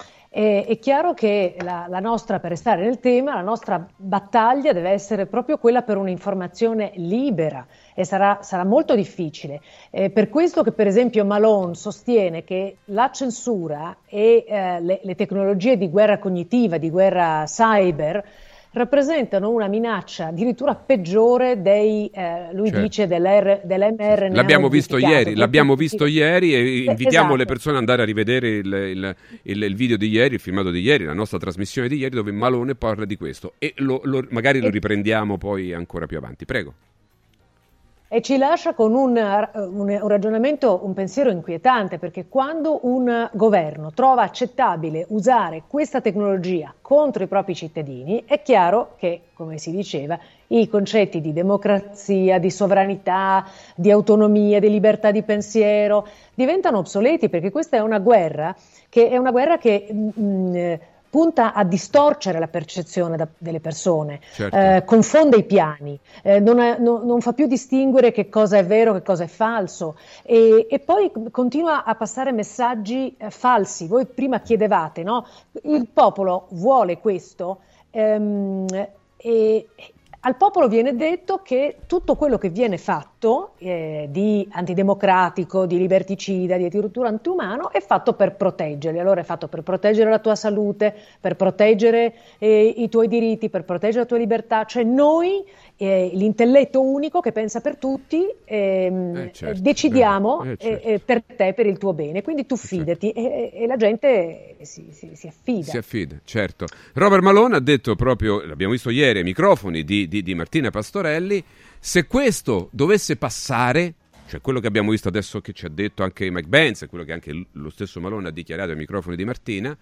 è, è chiaro che la, la nostra, per restare nel tema, la nostra battaglia deve essere proprio quella per un'informazione libera, e sarà, sarà molto difficile. Eh, per questo che per esempio Malone sostiene che la censura e eh, le, le tecnologie di guerra cognitiva, di guerra cyber, rappresentano una minaccia addirittura peggiore dei, eh, lui Certo. dice, dell'mRNA. L'abbiamo visto ieri, l'abbiamo visto ieri e invitiamo Esatto. le persone ad andare a rivedere il, il- il- il video di ieri, il filmato di ieri, la nostra trasmissione di ieri, dove Malone parla di questo e lo- lo- magari lo riprendiamo poi ancora più avanti. Prego. E ci lascia con un, un- un ragionamento, un pensiero inquietante, perché quando un governo trova accettabile usare questa tecnologia contro i propri cittadini, è chiaro che, come si diceva, i concetti di democrazia, di sovranità, di autonomia, di libertà di pensiero diventano obsoleti, perché questa è una guerra che è una guerra che mh, punta a distorcere la percezione da- delle persone, Certo. eh, confonde i piani, eh, non, è- no- non fa più distinguere che cosa è vero, che cosa è falso e, e poi continua a passare messaggi eh, falsi. Voi prima chiedevate, no? Il popolo vuole questo ehm, e al popolo viene detto che tutto quello che viene fatto eh, di antidemocratico, di liberticida, di addirittura antiumano è fatto per proteggerli. Allora è fatto per proteggere la tua salute, per proteggere eh, i tuoi diritti, per proteggere la tua libertà. Cioè noi, eh, l'intelletto unico che pensa per tutti, ehm, Eh, certo, decidiamo eh, eh, eh, certo. eh, per te, per il tuo bene. Quindi tu fidati e, e la gente si, si- si affida. Si affida, certo. Robert Malone ha detto proprio, l'abbiamo visto ieri ai microfoni di, di- di Martina Pastorelli, se questo dovesse passare, cioè quello che abbiamo visto adesso che ci ha detto anche Mike Pence, quello che anche l- lo stesso Malone ha dichiarato ai microfoni di Martina,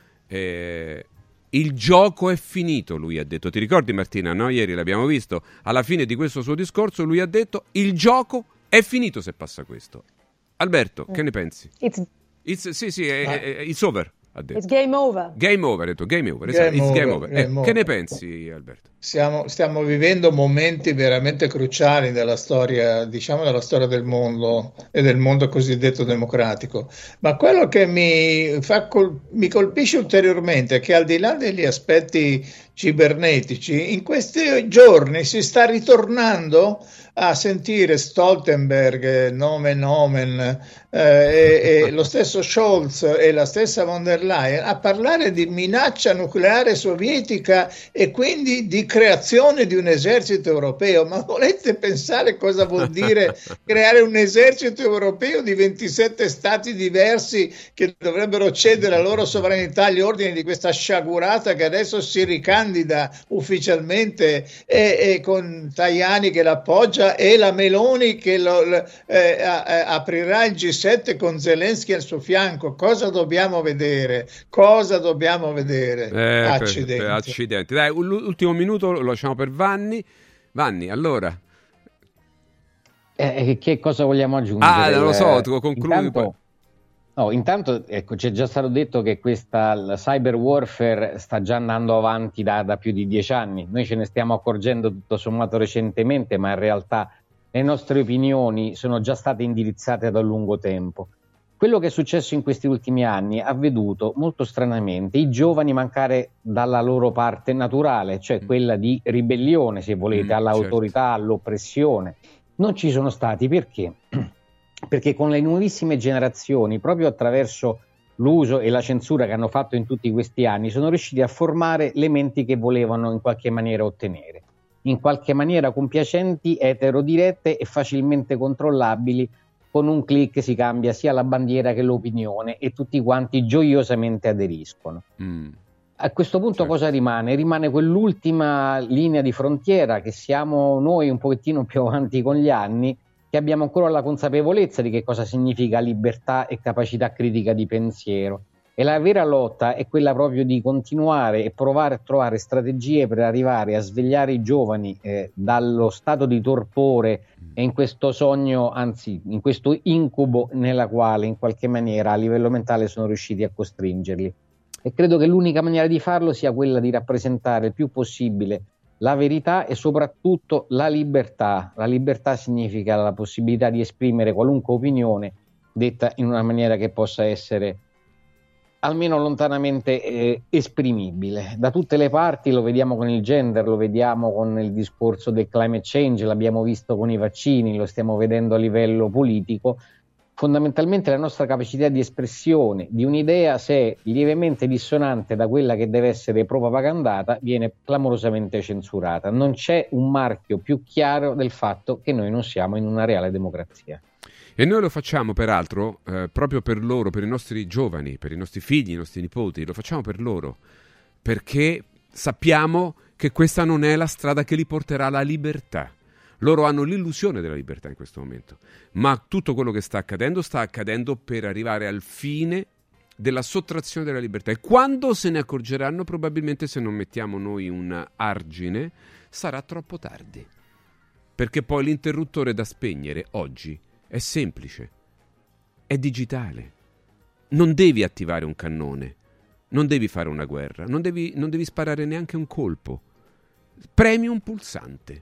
eh, il gioco è finito, lui ha detto. Ti ricordi Martina, no? Ieri l'abbiamo visto, alla fine di questo suo discorso lui ha detto il gioco è finito se passa questo. Alberto, che ne pensi? It's, It's, sì, sì, è, è- it's over, ha detto. it's game over. Game over, ha detto, game over, Game esatto, it's over, game over. game Eh, over. Che ne pensi, Alberto? Stiamo, stiamo vivendo momenti veramente cruciali della storia, diciamo, della storia del mondo e del mondo cosiddetto democratico. Ma quello che mi, fa col- mi colpisce ulteriormente è che al di là degli aspetti cibernetici, in questi giorni si sta ritornando a sentire Stoltenberg, eh, nomen omen, eh, e, e lo stesso Scholz e la stessa von der Leyen a parlare di minaccia nucleare sovietica e quindi di creazione di un esercito europeo. Ma volete pensare cosa vuol dire creare un esercito europeo di ventisette stati diversi che dovrebbero cedere la loro sovranità agli ordini di questa sciagurata che adesso si ricandida ufficialmente e, e con Tajani che l'appoggia e la Meloni che lo, eh, a- a- aprirà il G sette con Zelensky al suo fianco. Cosa dobbiamo vedere? Cosa dobbiamo vedere? Eh, per- Accidenti. per- accidenti. Dai, un- l'ultimo minuto lo lasciamo per Vanni. Vanni, allora. Eh, che cosa vogliamo aggiungere? Ah, non lo so, Eh, tu concludi intanto, poi. no, intanto ecco, c'è già stato detto che questa il cyber warfare sta già andando avanti da, da più di dieci anni. Noi ce ne stiamo accorgendo tutto sommato recentemente, ma in realtà le nostre opinioni sono già state indirizzate da lungo tempo. Quello che è successo in questi ultimi anni ha veduto molto stranamente i giovani mancare dalla loro parte naturale, cioè quella di ribellione, se volete, Mm, all'autorità, all'oppressione. Non ci sono stati perché? Perché con le nuovissime generazioni, proprio attraverso l'uso e la censura che hanno fatto in tutti questi anni, sono riusciti a formare le menti che volevano in qualche maniera ottenere, in qualche maniera compiacenti, eterodirette e facilmente controllabili. Con un click si cambia sia la bandiera che l'opinione e tutti quanti gioiosamente aderiscono. Mm. A questo punto cosa rimane? Rimane quell'ultima linea di frontiera che siamo noi un pochettino più avanti con gli anni, che abbiamo ancora la consapevolezza di che cosa significa libertà e capacità critica di pensiero. E la vera lotta è quella proprio di continuare e provare a trovare strategie per arrivare a svegliare i giovani eh, dallo stato di torpore e in questo sogno, anzi in questo incubo nella quale in qualche maniera a livello mentale sono riusciti a costringerli. E credo che l'unica maniera di farlo sia quella di rappresentare il più possibile la verità e soprattutto la libertà. La libertà significa la possibilità di esprimere qualunque opinione detta in una maniera che possa essere almeno lontanamente eh, esprimibile. Da tutte le parti lo vediamo con il gender, lo vediamo con il discorso del climate change, l'abbiamo visto con i vaccini, lo stiamo vedendo a livello politico. fondamentalmente la nostra capacità di espressione di un'idea, se lievemente dissonante da quella che deve essere propagandata, viene clamorosamente censurata. Non c'è un marchio più chiaro del fatto che noi non siamo in una reale democrazia. E noi lo facciamo peraltro eh, proprio per loro, per i nostri giovani, per i nostri figli, i nostri nipoti, lo facciamo per loro, perché sappiamo che questa non è la strada che li porterà alla libertà. Loro hanno l'illusione della libertà in questo momento, ma tutto quello che sta accadendo sta accadendo per arrivare al fine della sottrazione della libertà, e quando se ne accorgeranno, probabilmente, se non mettiamo noi un argine, sarà troppo tardi, perché poi l'interruttore da spegnere oggi è semplice, è digitale. Non devi attivare un cannone, non devi fare una guerra, non devi, non devi sparare neanche un colpo. Premi un pulsante.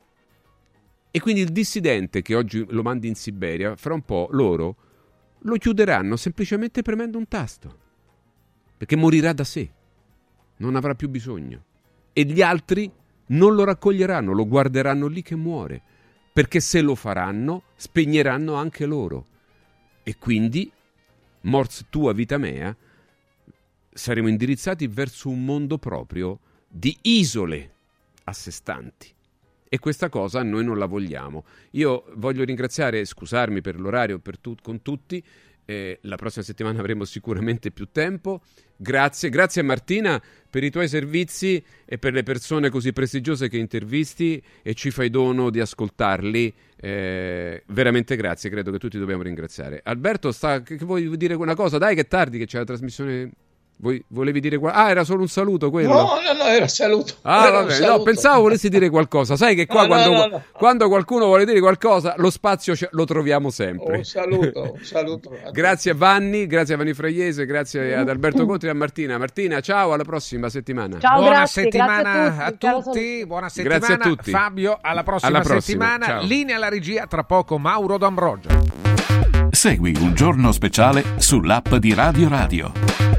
E quindi il dissidente che oggi lo mandi in Siberia, fra un po' loro lo chiuderanno semplicemente premendo un tasto, perché morirà da sé, non avrà più bisogno. E gli altri non lo raccoglieranno, lo guarderanno lì che muore, perché se lo faranno spegneranno anche loro, e quindi mors tua vita mea, saremo indirizzati verso un mondo proprio di isole a sé stanti, e questa cosa noi non la vogliamo. Io voglio ringraziare, scusarmi per l'orario per tu- con tutti. Eh, la prossima settimana avremo sicuramente più tempo. Grazie, grazie a Martina per i tuoi servizi e per le persone così prestigiose che intervisti e ci fai dono di ascoltarli. Eh, veramente grazie, credo che tutti dobbiamo ringraziare. Alberto, sta, che, che vuoi dire una cosa? Dai, che è tardi, che c'è la trasmissione. Voi volevi dire qual- Ah, era solo un saluto quello? No, no, no, era saluto. Ah, era vabbè, saluto. no, pensavo volessi dire qualcosa. Sai che qua No, quando, no, no, no. quando qualcuno vuole dire qualcosa, lo spazio ce- lo troviamo sempre. Un saluto, un saluto. a Grazie a Vanni, grazie a Vanni Fraiese, grazie ad Alberto Conti e a Martina. Martina, ciao, alla prossima settimana. Ciao, buona grazie, settimana grazie a a tutti, caro tutti, saluto. buona settimana. Grazie a tutti. Fabio, alla prossima, Alla prossima, settimana. ciao. Linea alla regia, tra poco Mauro D'Ambrogio. Segui Un Giorno Speciale sull'app di Radio Radio.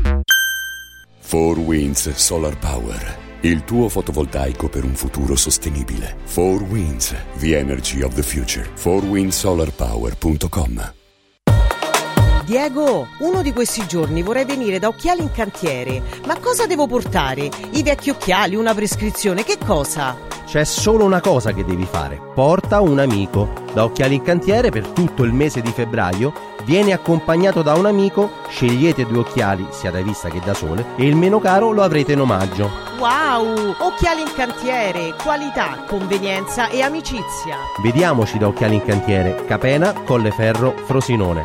four Winds Solar Power, il tuo fotovoltaico per un futuro sostenibile. four Winds, the energy of the future. four wind solar power punto com. Diego, uno di questi giorni vorrei venire da Occhiali in Cantiere. Ma cosa devo portare? I vecchi occhiali, una prescrizione, che cosa? C'è solo una cosa che devi fare: porta un amico. Da Occhiali in Cantiere per tutto il mese di febbraio vieni accompagnato da un amico, scegliete due occhiali sia da vista che da sole e il meno caro lo avrete in omaggio. Wow! Occhiali in Cantiere, qualità, convenienza e amicizia. Vediamoci da Occhiali in Cantiere, Capena, Colleferro, Frosinone.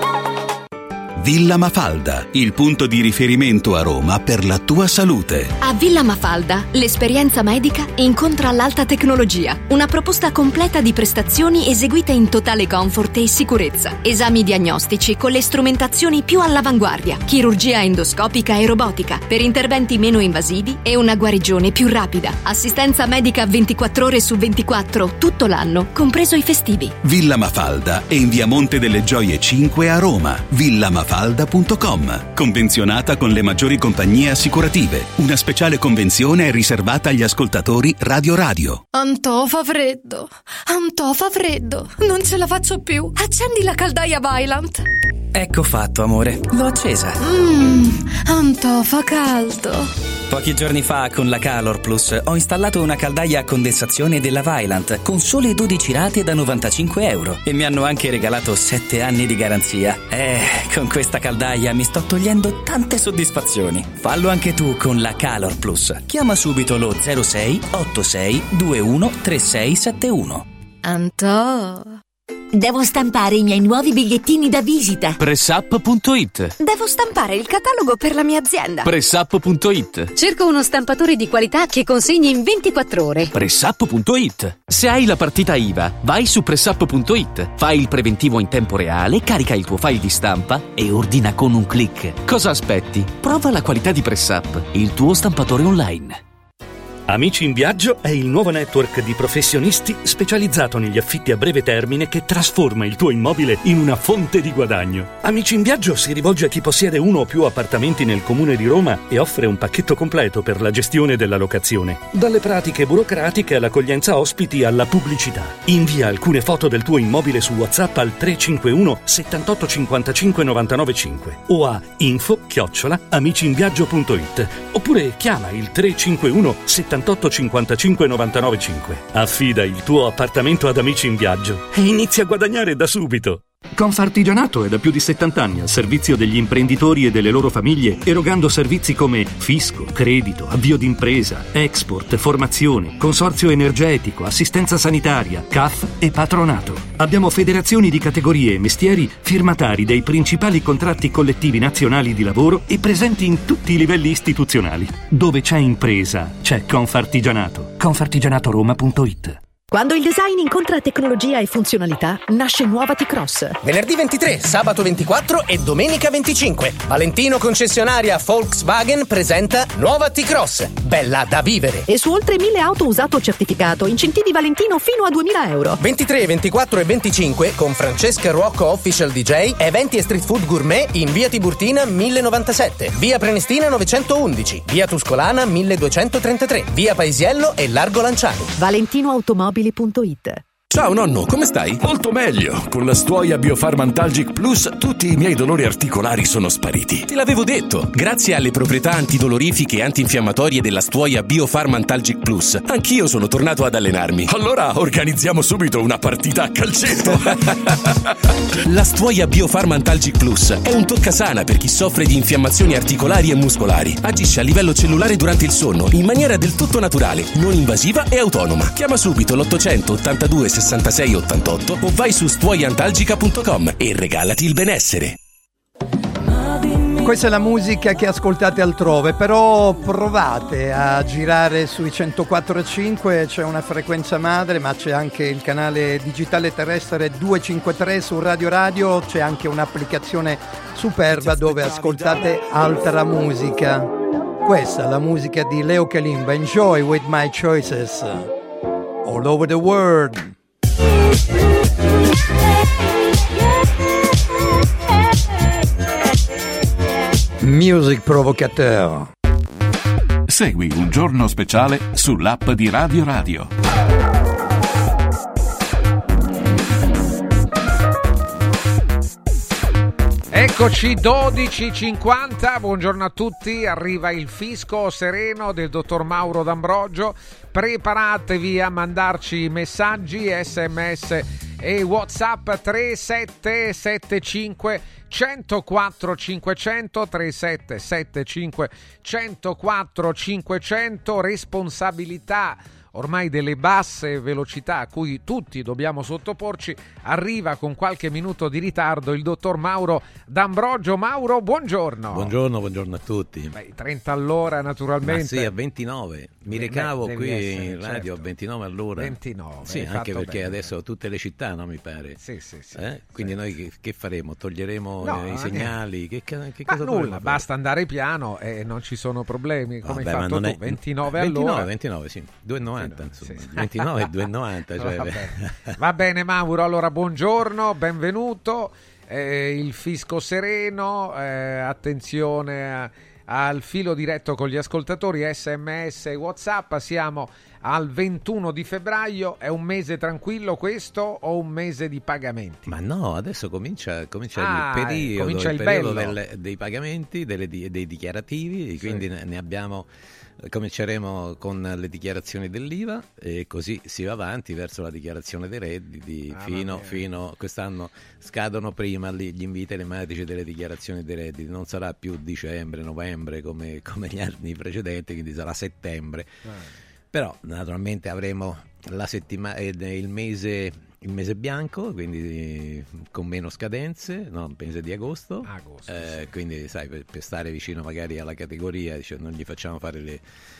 Villa Mafalda, il punto di riferimento a Roma per la tua salute. A Villa Mafalda l'esperienza medica incontra l'alta tecnologia. Una proposta completa di prestazioni eseguite in totale comfort e sicurezza. Esami diagnostici con le strumentazioni più all'avanguardia. Chirurgia endoscopica e robotica per interventi meno invasivi e una guarigione più rapida. Assistenza medica ventiquattro ore su ventiquattro tutto l'anno, compreso i festivi. Villa Mafalda è in via Monte delle Gioie cinque a Roma. Villa Mafalda punto com. Convenzionata con le maggiori compagnie assicurative. Una speciale convenzione è riservata agli ascoltatori Radio Radio. Antò fa freddo, Antò fa freddo, non ce la faccio più. Accendi la caldaia Vaillant. Ecco fatto, amore, l'ho accesa. Mmm, Antò fa caldo. Pochi giorni fa con la Calor Plus ho installato una caldaia a condensazione della Vaillant con sole dodici rate da novantacinque euro e mi hanno anche regalato sette anni di garanzia. Eh, con questa caldaia mi sto togliendo tante soddisfazioni. Fallo anche tu con la Calor Plus. Chiama subito lo zero sei otto sei due uno tre sei sette uno. Antò. Devo stampare i miei nuovi bigliettini da visita. Pressup punto it. Devo stampare il catalogo per la mia azienda. Pressup punto it. Cerco uno stampatore di qualità che consegni in ventiquattro ore. Pressup punto it. Se hai la partita I V A, vai su Pressup punto it, fai il preventivo in tempo reale, carica il tuo file di stampa e ordina con un click. Cosa aspetti? Prova la qualità di Pressup, il tuo stampatore online. Amici in Viaggio è il nuovo network di professionisti specializzato negli affitti a breve termine che trasforma il tuo immobile in una fonte di guadagno. Amici in Viaggio si rivolge a chi possiede uno o più appartamenti nel comune di Roma e offre un pacchetto completo per la gestione della locazione. Dalle pratiche burocratiche all'accoglienza ospiti alla pubblicità. Invia alcune foto del tuo immobile su WhatsApp al tre cinque uno settantotto cinquantacinque novantanove cinque o a info chiocciola amicinviaggio punto it oppure chiama il tre cinque uno settantotto cinquantacinque novantanove cinque. Affida il tuo appartamento ad Amici in Viaggio e inizia a guadagnare da subito. Confartigianato è da più di settanta anni al servizio degli imprenditori e delle loro famiglie, erogando servizi come fisco, credito, avvio d'impresa, export, formazione, consorzio energetico, assistenza sanitaria, C A F e patronato. Abbiamo federazioni di categorie e mestieri firmatari dei principali contratti collettivi nazionali di lavoro e presenti in tutti i livelli istituzionali. Dove c'è impresa, c'è Confartigianato. confartigianato roma punto it. Quando il design incontra tecnologia e funzionalità, nasce nuova T-Cross. Venerdì ventitré, sabato ventiquattro e domenica venticinque. Valentino concessionaria Volkswagen presenta nuova T-Cross. Bella da vivere. E su oltre mille auto usato certificato, incentivi Valentino fino a duemila euro. ventitré, ventiquattro e venticinque con Francesca Ruocco Official D J, eventi e street food gourmet in via Tiburtina mille novantasette, via Prenestina novecentoundici, via Tuscolana milleduecentotrentatré, via Paesiello e Largo Lanciani. Valentino Automobili punto it. Ciao nonno, come stai? Molto meglio. Con la Stuoia Biofarmantalgic Plus tutti i miei dolori articolari sono spariti. Te l'avevo detto. Grazie alle proprietà antidolorifiche e antinfiammatorie della Stuoia Biofarmantalgic Plus, anch'io sono tornato ad allenarmi. Allora organizziamo subito una partita a calcetto. La Stuoia Biofarmantalgic Plus è un toccasana per chi soffre di infiammazioni articolari e muscolari. Agisce a livello cellulare durante il sonno in maniera del tutto naturale, non invasiva e autonoma. Chiama subito l'ottocento ottantadue sessantasei ottantotto o vai su stuoiantalgica punto com e regalati il benessere. Questa è la musica che ascoltate altrove, però provate a girare sui centoquattro e cinque, c'è una frequenza madre, ma c'è anche il canale digitale terrestre duecentocinquantatré su Radio Radio, c'è anche un'applicazione superba dove ascoltate altra musica. Questa è la musica di Leo Kalimba, Enjoy with My Choices, all over the world. Music Provocateur. Segui Un Giorno Speciale sull'app di Radio Radio. Eccoci, dodici e cinquanta, buongiorno a tutti, arriva il fisco sereno del dottor Mauro D'Ambrogio, preparatevi a mandarci messaggi, sms e WhatsApp tre sette sette cinque uno zero quattro cinquecento, tre sette sette cinque uno zero quattro cinquecento, responsabilità ormai delle basse velocità a cui tutti dobbiamo sottoporci, arriva con qualche minuto di ritardo il dottor Mauro D'Ambrogio. Mauro, buongiorno. Buongiorno, buongiorno a tutti. Beh, trenta all'ora naturalmente. Ma sì, a ventinove. Mi recavo Beh, qui essere, in radio certo. a ventinove all'ora. ventinove. Sì, anche perché bene. Adesso tutte le città, no, mi pare. Sì, sì, sì. Eh? Quindi sì. noi che, che faremo? Toglieremo No, eh, i segnali? Che, che Ma cosa nulla, basta andare piano e non ci sono problemi. Come Vabbè, hai fatto tu? è... ventinove ventinove, all'ora. ventinove, sì. due e novanta, insomma. Sì. ventinove e due e novanta. Cioè... Va bene. Va bene, Mauro, allora buongiorno, benvenuto. Eh, il fisco sereno, eh, attenzione a, al filo diretto con gli ascoltatori, sms e WhatsApp. Siamo al ventuno di febbraio, è un mese tranquillo questo o un mese di pagamenti? Ma no, adesso comincia, comincia ah, il periodo, comincia il il periodo bello. del, dei pagamenti, delle, dei dichiarativi, sì. Quindi ne, ne abbiamo... Cominceremo con le dichiarazioni dell'I V A e così si va avanti verso la dichiarazione dei redditi ah, fino, fino quest'anno scadono prima gli inviti telematici delle dichiarazioni dei redditi, non sarà più dicembre, novembre come, come gli anni precedenti, quindi sarà settembre. Ah. Però naturalmente avremo la settimana, il mese il mese bianco, quindi con meno scadenze, no? Il mese di agosto, agosto eh, sì. Quindi sai, per, per stare vicino magari alla categoria, cioè, non gli facciamo fare le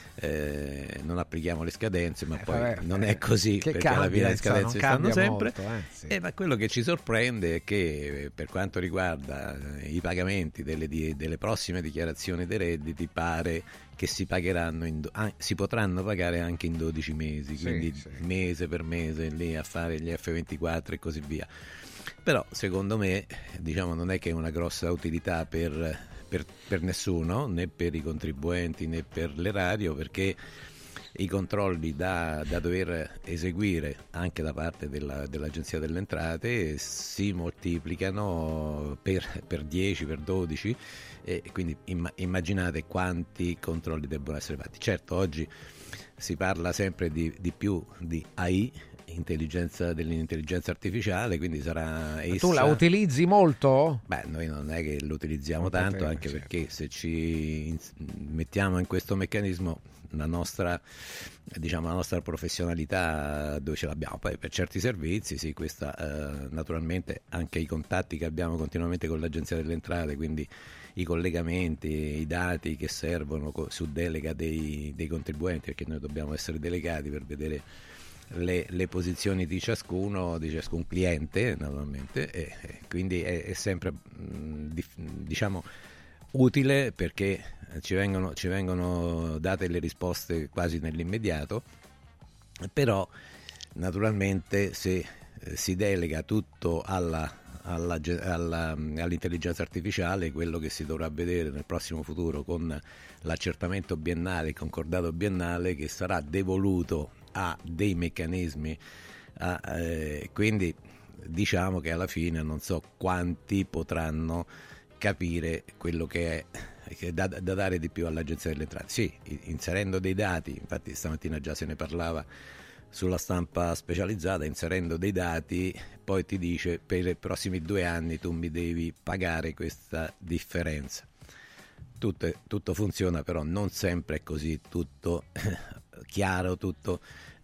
eh, non applichiamo le scadenze, ma eh, poi vabbè, non è così, che perché cambia, alla fine le insomma, scadenze stanno sempre molto, eh, sì. eh, ma quello che ci sorprende è che per quanto riguarda i pagamenti delle, di, delle prossime dichiarazioni dei redditi pare che si pagheranno in do- ah, si potranno pagare anche in dodici mesi, sì, quindi sì. mese per mese lì a fare gli F ventiquattro e così via. Però secondo me, diciamo, non è che è una grossa utilità per, per, per nessuno, né per i contribuenti né per l'erario, perché i controlli da, da dover eseguire anche da parte della, dell'Agenzia delle Entrate si moltiplicano per, per dieci, per dodici, e quindi imm- immaginate quanti controlli debbono essere fatti. Certo, oggi si parla sempre di, di più di A I, intelligenza dell'intelligenza artificiale, quindi sarà essa... Tu la utilizzi molto? Beh, noi non è che lo utilizziamo non tanto, poteva, anche certo. perché se ci in- mettiamo in questo meccanismo la nostra, diciamo, la nostra professionalità dove ce l'abbiamo, poi per certi servizi sì, questa eh, naturalmente anche i contatti che abbiamo continuamente con l'Agenzia delle Entrate, quindi i collegamenti, i dati che servono co- su delega dei, dei contribuenti, perché noi dobbiamo essere delegati per vedere Le, le posizioni di ciascuno, di ciascun cliente naturalmente, e, e quindi è, è sempre mh, di, diciamo utile, perché ci vengono, ci vengono date le risposte quasi nell'immediato, però naturalmente se eh, si delega tutto alla, alla, alla, all'intelligenza artificiale, quello che si dovrà vedere nel prossimo futuro con l'accertamento biennale, il concordato biennale che sarà devoluto ha dei meccanismi, a, eh, quindi diciamo che alla fine non so quanti potranno capire quello che è, che è da, da dare di più all'Agenzia delle Entrate. Sì, inserendo dei dati, infatti stamattina già se ne parlava sulla stampa specializzata, inserendo dei dati poi ti dice per i prossimi due anni tu mi devi pagare questa differenza. Tutto, tutto funziona, però non sempre è così, tutto chiaro, tutto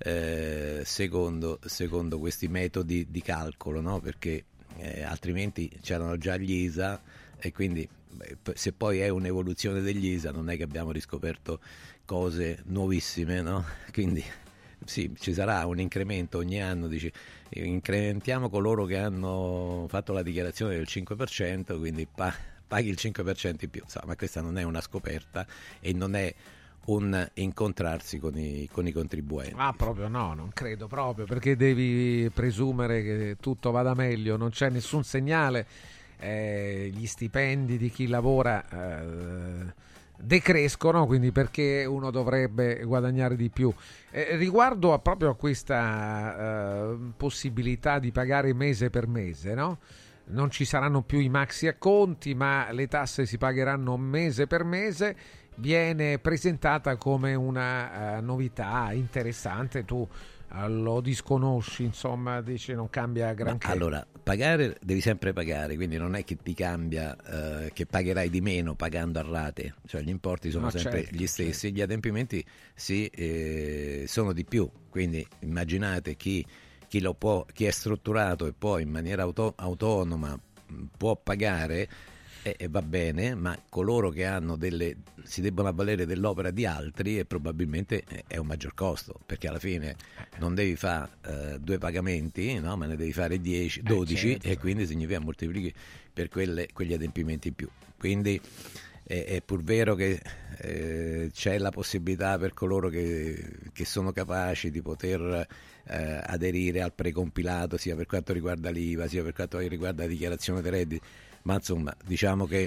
eh, secondo, secondo questi metodi di calcolo, no? Perché eh, altrimenti c'erano già gli I S A, e quindi beh, se poi è un'evoluzione degli I S A non è che abbiamo riscoperto cose nuovissime, no? Quindi sì, ci sarà un incremento ogni anno, dici, incrementiamo coloro che hanno fatto la dichiarazione del cinque per cento, quindi pa- paghi il cinque per cento in più, insomma, ma questa non è una scoperta e non è un incontrarsi con i, con i contribuenti. Ah, proprio no, non credo proprio, perché devi presumere che tutto vada meglio, non c'è nessun segnale, eh, gli stipendi di chi lavora eh, decrescono, quindi perché uno dovrebbe guadagnare di più. Eh, riguardo a proprio a questa eh, possibilità di pagare mese per mese, no? Non ci saranno più i maxi acconti, ma le tasse si pagheranno mese per mese. Viene presentata come una uh, novità interessante. Tu uh, lo disconosci, insomma, dici non cambia granché. Ma allora, pagare devi sempre pagare, quindi non è che ti cambia, uh, che pagherai di meno pagando a rate, cioè gli importi sono No, sempre certo, gli stessi, certo. Gli adempimenti sì, eh, sono di più, quindi immaginate chi Chi, lo può, chi è strutturato e poi in maniera auto, autonoma può pagare e, e va bene, ma coloro che hanno delle, si debbono avvalere dell'opera di altri e probabilmente è un maggior costo, perché alla fine non devi fare uh, due pagamenti, no? Ma ne devi fare dieci, dodici, eh, certo. E quindi significa moltiplichi per quelle, quegli adempimenti in più. Quindi è, è pur vero che eh, c'è la possibilità per coloro che, che sono capaci di poter eh, aderire al precompilato, sia per quanto riguarda l'I V A sia per quanto riguarda la dichiarazione dei redditi, ma insomma diciamo che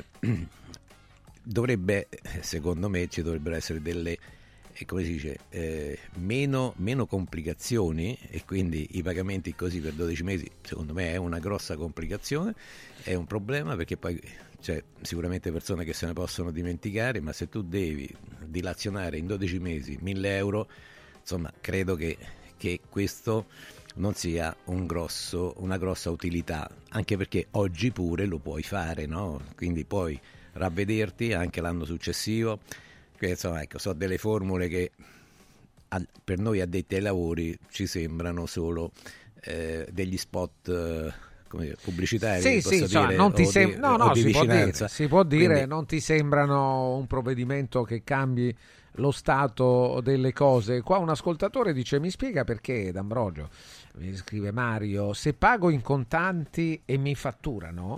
dovrebbe, secondo me ci dovrebbero essere delle, come si dice, eh, meno, meno complicazioni, e quindi i pagamenti così per dodici mesi secondo me è una grossa complicazione, è un problema, perché poi c'è sicuramente persone che se ne possono dimenticare, ma se tu devi dilazionare in dodici mesi mille euro, insomma credo che, che questo non sia un grosso, una grossa utilità, anche perché oggi pure lo puoi fare, no? Quindi puoi ravvederti anche l'anno successivo. Insomma, ecco, so delle formule che per noi addetti ai lavori ci sembrano solo eh, degli spot eh, come dire, pubblicitari, sì, posso sì, dire, insomma, non ti o sem- di, no, o no, di si, può dire, vicinanza. si può dire, Quindi, non ti sembrano un provvedimento che cambi lo stato delle cose. Qua un ascoltatore dice: mi spiega perché, D'Ambrogio, mi scrive Mario, se pago in contanti e mi fatturano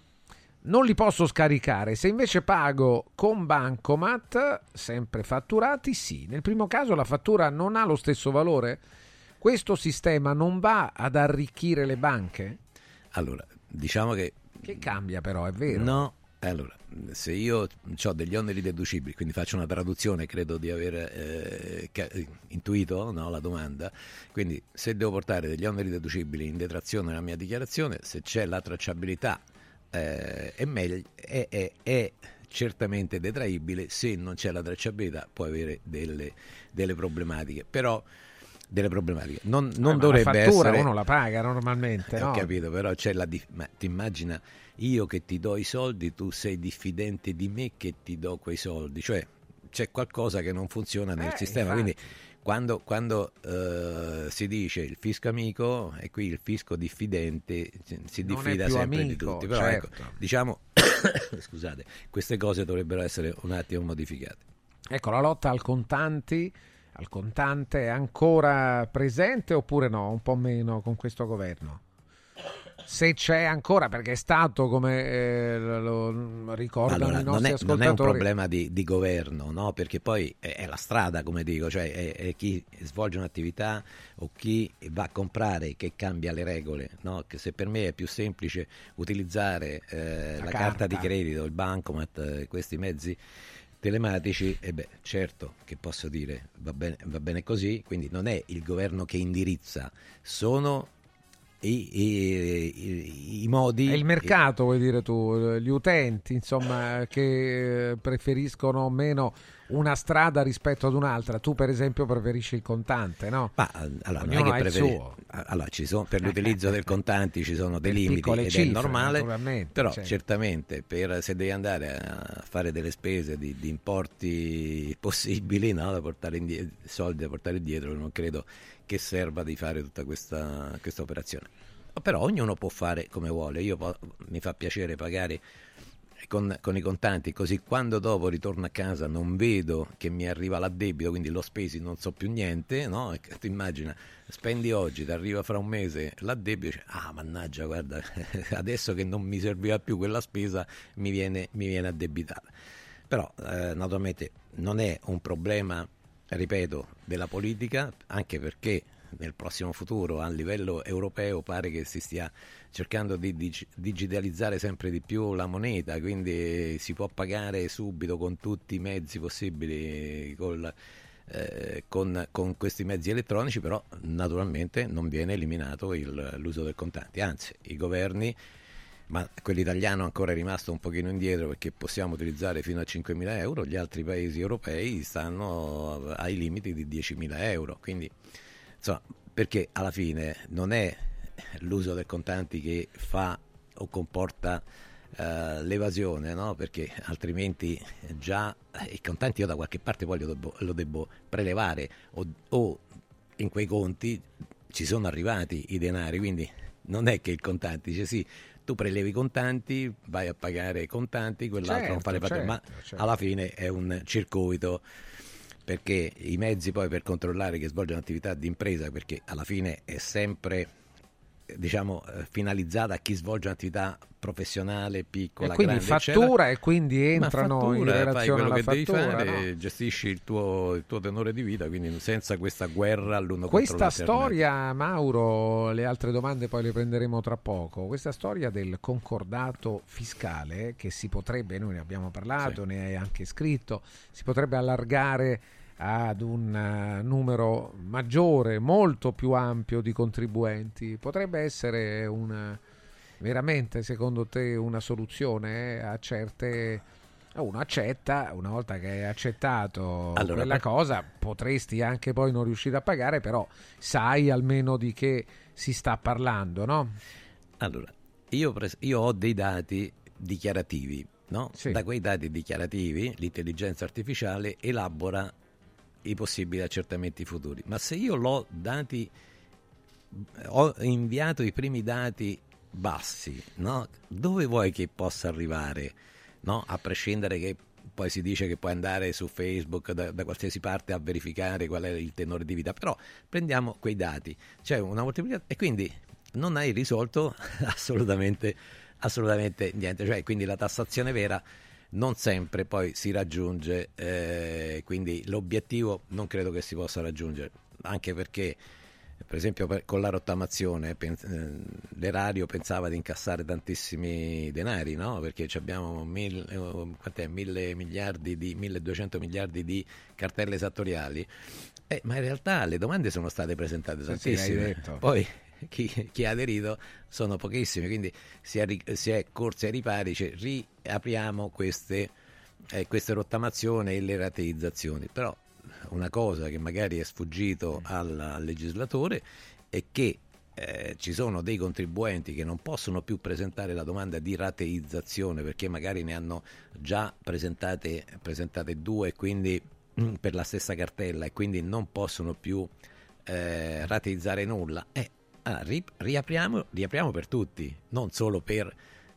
non li posso scaricare, se invece pago con bancomat sempre fatturati sì. Nel primo caso la fattura non ha lo stesso valore. Questo sistema non va ad arricchire le banche? Allora, diciamo che che cambia, però, è vero? No. Allora, se io ho degli oneri deducibili, quindi faccio una traduzione, credo di aver eh, ca- intuito, no, la domanda, quindi se devo portare degli oneri deducibili in detrazione nella mia dichiarazione, se c'è la tracciabilità eh, è, meglio, è, è, è certamente detraibile, se non c'è la tracciabilità può avere delle, delle problematiche, però delle problematiche non, non eh, dovrebbe la fattura essere, uno la paga normalmente, eh, no? Ho capito, però c'è la dif- ma ti immagina io che ti do i soldi, tu sei diffidente di me che ti do quei soldi, cioè c'è qualcosa che non funziona nel eh, sistema, infatti. quindi quando, quando uh, si dice il fisco amico e qui il fisco diffidente si non diffida sempre amico, di tutti, però certo. ecco, diciamo scusate, queste cose dovrebbero essere un attimo modificate. Ecco, la lotta al contanti al contante è ancora presente oppure no? Un po' meno con questo governo? Se c'è ancora, perché è stato, come eh, lo ricordano allora, i nostri non è, ascoltatori, non è un problema di, di governo, no? Perché poi è, è la strada, come dico, cioè è, è chi svolge un'attività o chi va a comprare che cambia le regole, no? Che se per me è più semplice utilizzare eh, la, la carta. carta di credito, il bancomat, eh, questi mezzi telematici, e eh beh, certo che posso dire va bene, va bene così, quindi non è il governo che indirizza, sono I, i, i, i modi. È il mercato, vuoi dire tu, gli utenti, insomma, che preferiscono meno una strada rispetto ad un'altra. Tu, per esempio, preferisci il contante, no? Ma allora, non ognuno è che ha il preferi... suo. Allora, ci sono, per l'utilizzo del contanti ci sono dei limiti ed cifre, è normale, però certo. Certamente per, se devi andare a fare delle spese di, di importi possibili, no, da portare indietro, soldi da portare dietro, non credo che serva di fare tutta questa, questa operazione. Però ognuno può fare come vuole. Io po- mi fa piacere pagare con, con i contanti, così quando dopo ritorno a casa non vedo che mi arriva l'addebito, quindi l'ho spesi, non so più niente, no? E tu immagina, spendi oggi, ti arriva fra un mese l'addebito, dici, ah mannaggia, guarda, adesso che non mi serviva più quella spesa mi viene, mi viene addebitata. Però eh, naturalmente non è un problema, ripeto, della politica, anche perché nel prossimo futuro a livello europeo pare che si stia cercando di dig- digitalizzare sempre di più la moneta, quindi si può pagare subito con tutti i mezzi possibili col, eh, con, con questi mezzi elettronici, però naturalmente non viene eliminato il, l'uso del contante, anzi i governi, ma quello italiano ancora è rimasto un pochino indietro perché possiamo utilizzare fino a cinquemila euro, gli altri paesi europei stanno ai limiti di diecimila euro, quindi insomma, perché alla fine non è l'uso del contanti che fa o comporta uh, l'evasione, no? Perché altrimenti già i contanti io da qualche parte poi lo devo, lo devo prelevare o, o in quei conti ci sono arrivati i denari, quindi non è che il contante dice sì, tu prelevi i contanti, vai a pagare i contanti, quell'altro certo, non fa le fatture, certo, ma certo. Alla fine è un circuito, perché i mezzi poi per controllare che svolge un'attività di impresa, perché alla fine è sempre diciamo finalizzata a chi svolge un'attività professionale piccola, e quindi grande, fattura eccetera. e quindi entrano fattura, in relazione fai quello alla che fattura, devi fare, no? gestisci il tuo, il tuo tenore di vita, quindi senza questa guerra l'uno questa contro l'altro. storia, Mauro, le altre domande poi le prenderemo tra poco, questa storia del concordato fiscale che si potrebbe, noi ne abbiamo parlato, sì. Ne hai anche scritto, si potrebbe allargare ad un uh, numero maggiore, molto più ampio di contribuenti, potrebbe essere una, veramente secondo te una soluzione a certe... Uno accetta, una volta che hai accettato allora, quella per... cosa potresti anche poi non riuscire a pagare, però sai almeno di che si sta parlando, no? Allora, io, pres- io ho dei dati dichiarativi, no? Sì. Da quei dati dichiarativi l'intelligenza artificiale elabora i possibili accertamenti futuri, ma se io l'ho dati ho inviato i primi dati bassi, no? Dove vuoi che possa arrivare, no? A prescindere che poi si dice che puoi andare su Facebook da, da qualsiasi parte a verificare qual è il tenore di vita, però prendiamo quei dati, c'è una moltiplicazione e quindi non hai risolto assolutamente, assolutamente niente, cioè quindi la tassazione vera non sempre poi si raggiunge, eh, quindi l'obiettivo non credo che si possa raggiungere, anche perché per esempio per, con la rottamazione pens- eh, l'erario pensava di incassare tantissimi denari, no? Perché abbiamo mille, eh, quant'è, mille miliardi di milleduecento miliardi di cartelle esattoriali, eh, ma in realtà le domande sono state presentate sì, tantissime, sì, poi chi, chi ha aderito sono pochissimi, quindi si è, si è corsi ai ripari, cioè riapriamo queste, eh, queste rottamazioni e le rateizzazioni, però una cosa che magari è sfuggito al, al legislatore è che eh, ci sono dei contribuenti che non possono più presentare la domanda di rateizzazione perché magari ne hanno già presentate, presentate due quindi mm, per la stessa cartella e quindi non possono più eh, rateizzare nulla. Eh, ah, ri, riapriamo, riapriamo per tutti, non solo per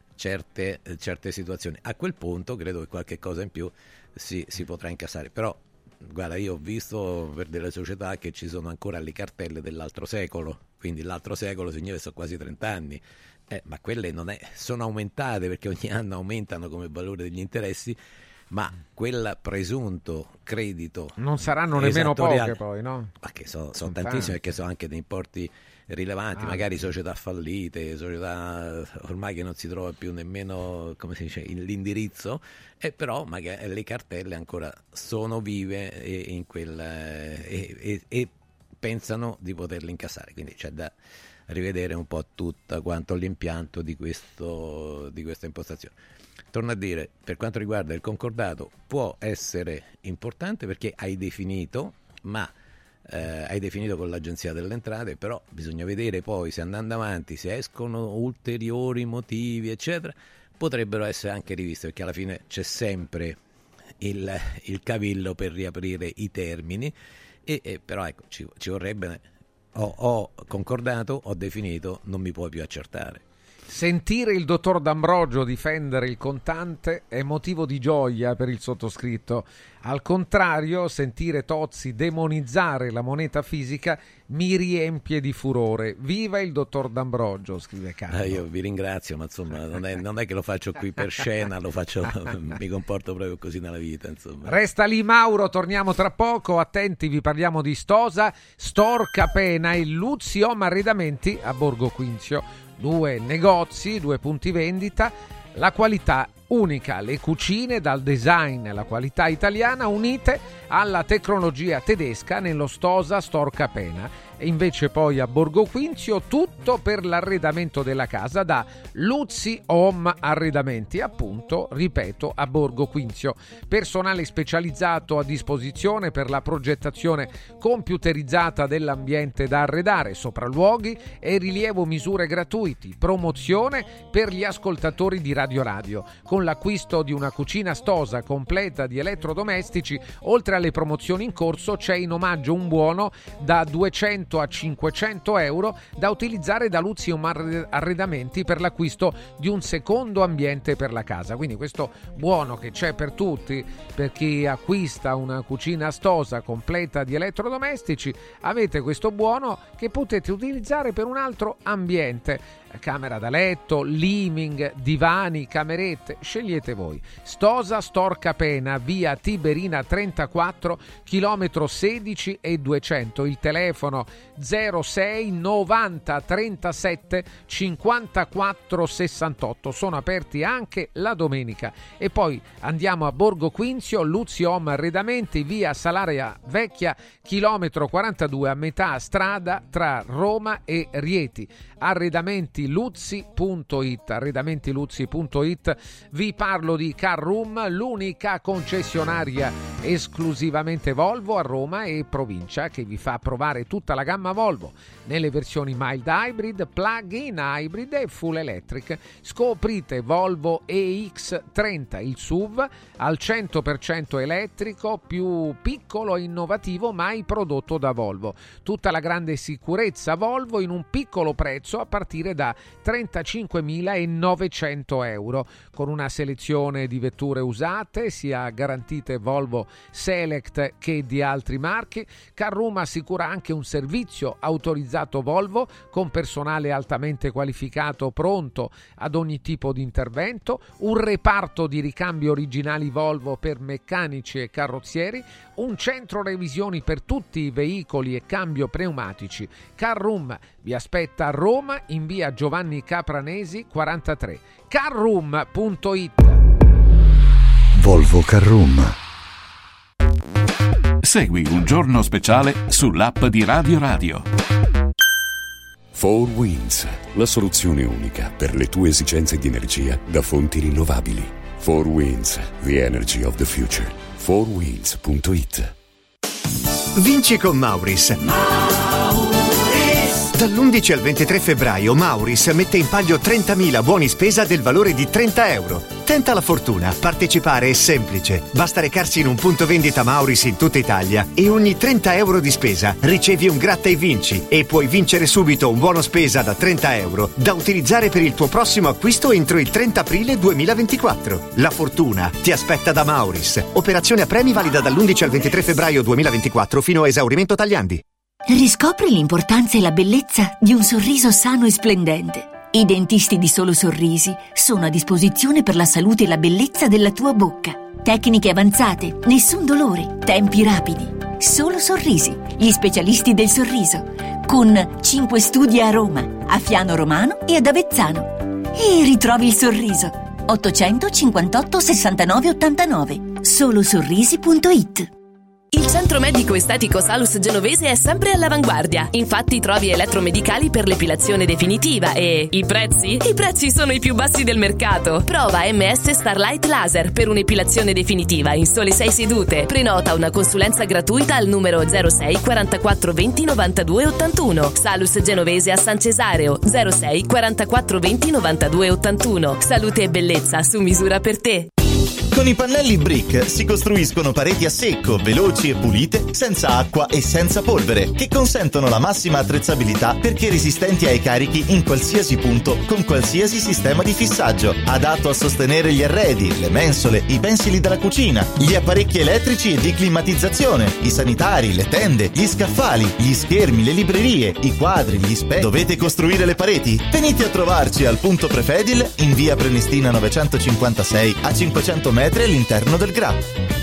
certe, certe situazioni. A quel punto credo che qualche cosa in più si, si potrà incassare, però guarda, io ho visto per delle società che ci sono ancora le cartelle dell'altro secolo, quindi l'altro secolo significa che sono quasi trenta anni, eh, ma quelle non è, sono aumentate perché ogni anno aumentano come valore degli interessi, ma quel presunto credito non saranno nemmeno poche poi, no? Ma che so, sono tantissime, perché sono anche dei importi rilevanti, ah, magari società fallite, società ormai che non si trova più nemmeno, come si dice, l'indirizzo, e però magari le cartelle ancora sono vive e, in quel, e, e, e pensano di poterle incassare, quindi c'è da rivedere un po' tutta quanto l'impianto di, questo, di questa impostazione. Torno a dire, per quanto riguarda il concordato, può essere importante perché hai definito, ma eh, hai definito con l'Agenzia delle Entrate, però bisogna vedere poi se andando avanti, se escono ulteriori motivi, eccetera, potrebbero essere anche riviste, perché alla fine c'è sempre il, il cavillo per riaprire i termini, e, e però ecco, ci, ci vorrebbe, ho, ho concordato, ho definito, non mi puoi più accertare. Sentire il dottor D'Ambrogio difendere il contante è motivo di gioia per il sottoscritto. Al contrario, sentire Tozzi demonizzare la moneta fisica mi riempie di furore. Viva il dottor D'Ambrogio, scrive Carlo. Eh, io vi ringrazio, ma insomma non è, non è che lo faccio qui per scena, lo faccio, mi comporto proprio così nella vita, insomma. Resta lì Mauro, torniamo tra poco. Attenti, vi parliamo di Stosa, Storca Pena e Luzzi Home Arredamenti a Borgo Quinzio. Due negozi, due punti vendita, la qualità unica, le cucine dal design e la qualità italiana unite alla tecnologia tedesca nello Stosa Storca Pena. E invece poi a Borgo Quinzio tutto per l'arredamento della casa da Luzzi Home Arredamenti, appunto, ripeto, a Borgo Quinzio. Personale specializzato a disposizione per la progettazione computerizzata dell'ambiente da arredare, sopralluoghi e rilievo misure gratuiti, promozione per gli ascoltatori di Radio Radio. Con l'acquisto di una cucina Stosa completa di elettrodomestici, oltre alle promozioni in corso, c'è in omaggio un buono da duecento a cinquecento euro da utilizzare da Luzzi Home Arredamenti per l'acquisto di un secondo ambiente per la casa. Quindi questo buono che c'è per tutti, per chi acquista una cucina Stosa completa di elettrodomestici, avete questo buono che potete utilizzare per un altro ambiente. Camera da letto, living, divani, camerette, scegliete voi. Stosa Storca Pena, via Tiberina trentaquattro, chilometro sedici e duecento. Il telefono zero sei novanta trentasette cinquantaquattro sessantotto. Sono aperti anche la domenica. E poi andiamo a Borgo Quinzio, Luzzi Home Arredamenti, via Salaria Vecchia, chilometro quarantadue, a metà strada tra Roma e Rieti. Arredamenti arredamenti luzzi punto it. arredamenti luzzi punto it. Vi parlo di Car Room, l'unica concessionaria esclusivamente Volvo a Roma e provincia che vi fa provare tutta la gamma Volvo nelle versioni mild hybrid, plug-in hybrid e full electric. Scoprite Volvo E X trenta, il S U V al cento per cento elettrico, più piccolo e innovativo mai prodotto da Volvo. Tutta la grande sicurezza Volvo in un piccolo prezzo a partire da trentacinquemilanovecento euro, con una selezione di vetture usate sia garantite Volvo Select che di altri marchi. Car Room assicura anche un servizio autorizzato Volvo con personale altamente qualificato pronto ad ogni tipo di intervento, un reparto di ricambi originali Volvo per meccanici e carrozzieri, un centro revisioni per tutti i veicoli e cambio pneumatici. Car Room vi aspetta a Roma in via Giovanni Capranesi quarantatré. carroom punto it. Volvo Car Room. Segui Un Giorno Speciale sull'app di Radio Radio. four Winds, la soluzione unica per le tue esigenze di energia da fonti rinnovabili. four Winds, the energy of the future. four winds punto it. Vinci con Mauris. Dall'undici al ventitré febbraio Mauris mette in palio trentamila buoni spesa del valore di trenta euro. Tenta la fortuna, partecipare è semplice. Basta recarsi in un punto vendita Mauris in tutta Italia e ogni trenta euro di spesa ricevi un gratta e vinci e puoi vincere subito un buono spesa da trenta euro da utilizzare per il tuo prossimo acquisto entro il trenta aprile duemilaventiquattro. La fortuna ti aspetta da Mauris. Operazione a premi valida dall'undici al ventitré febbraio duemilaventiquattro fino a esaurimento tagliandi. Riscopri l'importanza e la bellezza di un sorriso sano e splendente. I dentisti di Solo Sorrisi sono a disposizione per la salute e la bellezza della tua bocca. Tecniche avanzate, nessun dolore, tempi rapidi. Solo Sorrisi, gli specialisti del sorriso, con cinque studi a Roma, a Fiano Romano e ad Avezzano. E ritrovi il sorriso. ottocentocinquantotto sessantanove ottantanove. solo sorrisi punto it. Il centro medico estetico Salus Genovese è sempre all'avanguardia. Infatti trovi elettromedicali per l'epilazione definitiva e i prezzi? I prezzi sono i più bassi del mercato. Prova M S Starlight Laser per un'epilazione definitiva in sole sei sedute. Prenota una consulenza gratuita al numero zero sei quarantaquattro venti novantadue ottantuno. Salus Genovese a San Cesareo zero sei quarantaquattro venti novantadue ottantuno. Salute e bellezza su misura per te. Con i pannelli Brick si costruiscono pareti a secco, veloci e pulite, senza acqua e senza polvere, che consentono la massima attrezzabilità perché resistenti ai carichi in qualsiasi punto, con qualsiasi sistema di fissaggio, adatto a sostenere gli arredi, le mensole, i pensili della cucina, gli apparecchi elettrici e di climatizzazione, i sanitari, le tende, gli scaffali, gli schermi, le librerie, i quadri, gli specchi. Dovete costruire le pareti? Venite a trovarci al punto Prefedil in via Prenestina novecentocinquantasei a cinquecento metri all'interno del G R A.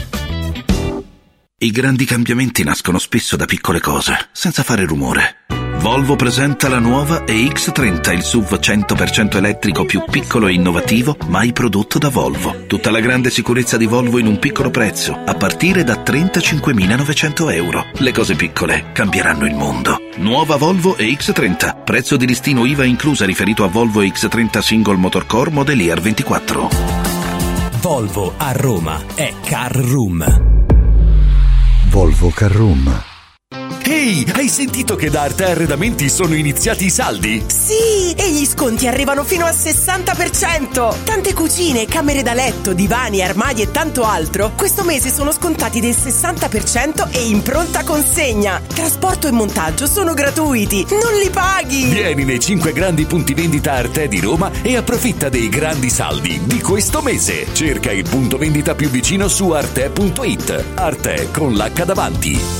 I grandi cambiamenti nascono spesso da piccole cose, senza fare rumore. Volvo presenta la nuova E X trenta, il S U V cento per cento elettrico più piccolo e innovativo mai prodotto da Volvo. Tutta la grande sicurezza di Volvo in un piccolo prezzo, a partire da trentacinquemilanovecento euro. Le cose piccole cambieranno il mondo. Nuova Volvo E X trenta, prezzo di listino I V A inclusa riferito a Volvo E X trenta Single Motor Core Model ventiquattro. Volvo a Roma è Car Room. Volvo Car Room. Ehi, hai sentito che da Arte Arredamenti sono iniziati i saldi? Sì, e gli sconti arrivano fino al sessanta per cento. Tante cucine, camere da letto, divani, armadi e tanto altro questo mese sono scontati del sessanta per cento e in pronta consegna. Trasporto e montaggio sono gratuiti, non li paghi. Vieni nei cinque grandi punti vendita Arte di Roma e approfitta dei grandi saldi di questo mese. Cerca il punto vendita più vicino su arte punto it. Arte con l'H davanti.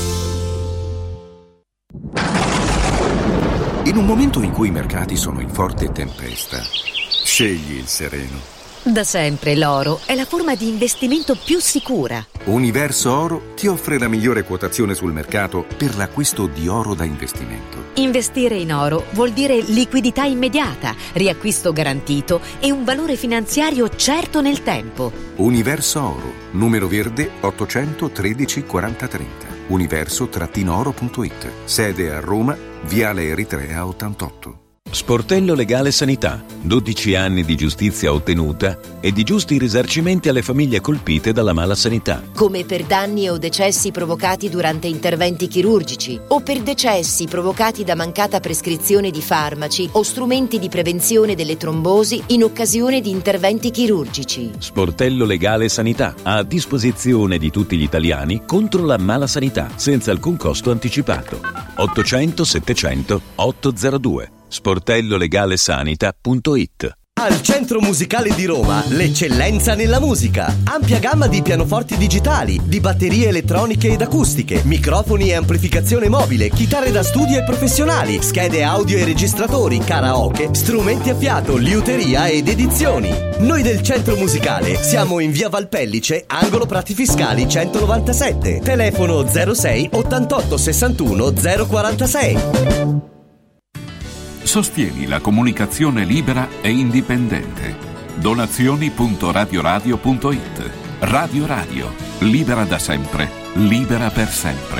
In un momento in cui i mercati sono in forte tempesta, scegli il sereno. Da sempre l'oro è la forma di investimento più sicura. Universo Oro ti offre la migliore quotazione sul mercato per l'acquisto di oro da investimento. Investire in oro vuol dire liquidità immediata, riacquisto garantito e un valore finanziario certo nel tempo. Universo Oro, numero verde ottocentotredici quaranta trenta. universo oro punto it. Sede a Roma, Viale Eritrea ottantotto. Sportello Legale Sanità, dodici anni di giustizia ottenuta e di giusti risarcimenti alle famiglie colpite dalla mala sanità. Come per danni o decessi provocati durante interventi chirurgici o per decessi provocati da mancata prescrizione di farmaci o strumenti di prevenzione delle trombosi in occasione di interventi chirurgici. Sportello Legale Sanità, a disposizione di tutti gli italiani contro la mala sanità, senza alcun costo anticipato. ottocento settecento ottocentodue sportello legale sanità punto it. Al Centro Musicale di Roma, l'eccellenza nella musica. Ampia gamma di pianoforti digitali, di batterie elettroniche ed acustiche, microfoni e amplificazione mobile, chitarre da studio e professionali, schede audio e registratori, karaoke, strumenti a fiato, liuteria ed edizioni. Noi del Centro Musicale siamo in via Valpellice, angolo Prati Fiscali centonovantasette. Telefono zero sei ottantotto sessantuno zero quarantasei. Sostieni la comunicazione libera e indipendente. Donazioni punto radioradio punto it. Radio Radio, libera da sempre, libera per sempre.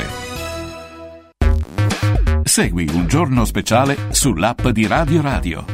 Segui Un Giorno Speciale sull'app di Radio Radio.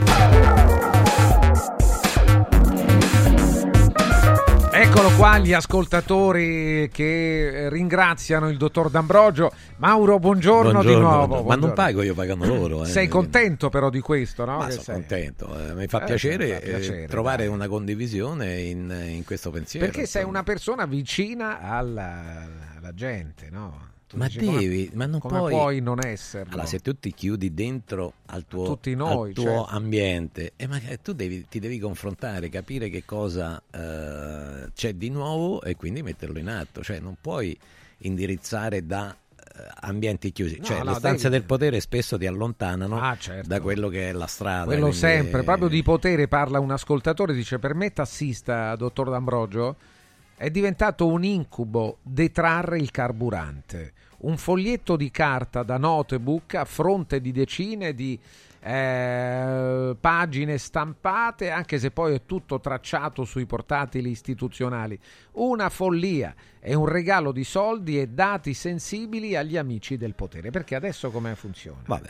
Eccolo qua gli ascoltatori che ringraziano il dottor D'Ambrogio. Mauro, buongiorno, buongiorno di nuovo. Buongiorno. Ma non pago io, pagano loro. Eh. Sei contento però di questo, no? Ma che sono sei? contento, eh, mi fa eh, piacere, fa piacere eh, trovare dai. una condivisione in, in questo pensiero. Perché sei una persona vicina alla, alla gente, no? Tu Ma dici, devi, come, ma non come puoi, puoi non esserlo? Allora, se tu ti chiudi dentro al tuo, tutti noi, al tuo certo. ambiente, eh, ma tu devi, ti devi confrontare, capire che cosa eh, c'è di nuovo e quindi metterlo in atto. Cioè non puoi indirizzare da eh, ambienti chiusi. No, cioè no, le stanze devi... del potere spesso ti allontanano ah, certo. da quello che è la strada. Quello quindi... sempre, proprio di potere parla un ascoltatore, dice: per me tassista, dottor D'Ambrogio, è diventato un incubo detrarre il carburante. Un foglietto di carta da notebook a fronte di decine di eh, pagine stampate, anche se poi è tutto tracciato sui portatili istituzionali. Una follia, è un regalo di soldi e dati sensibili agli amici del potere. Perché adesso come funziona? Vabbè,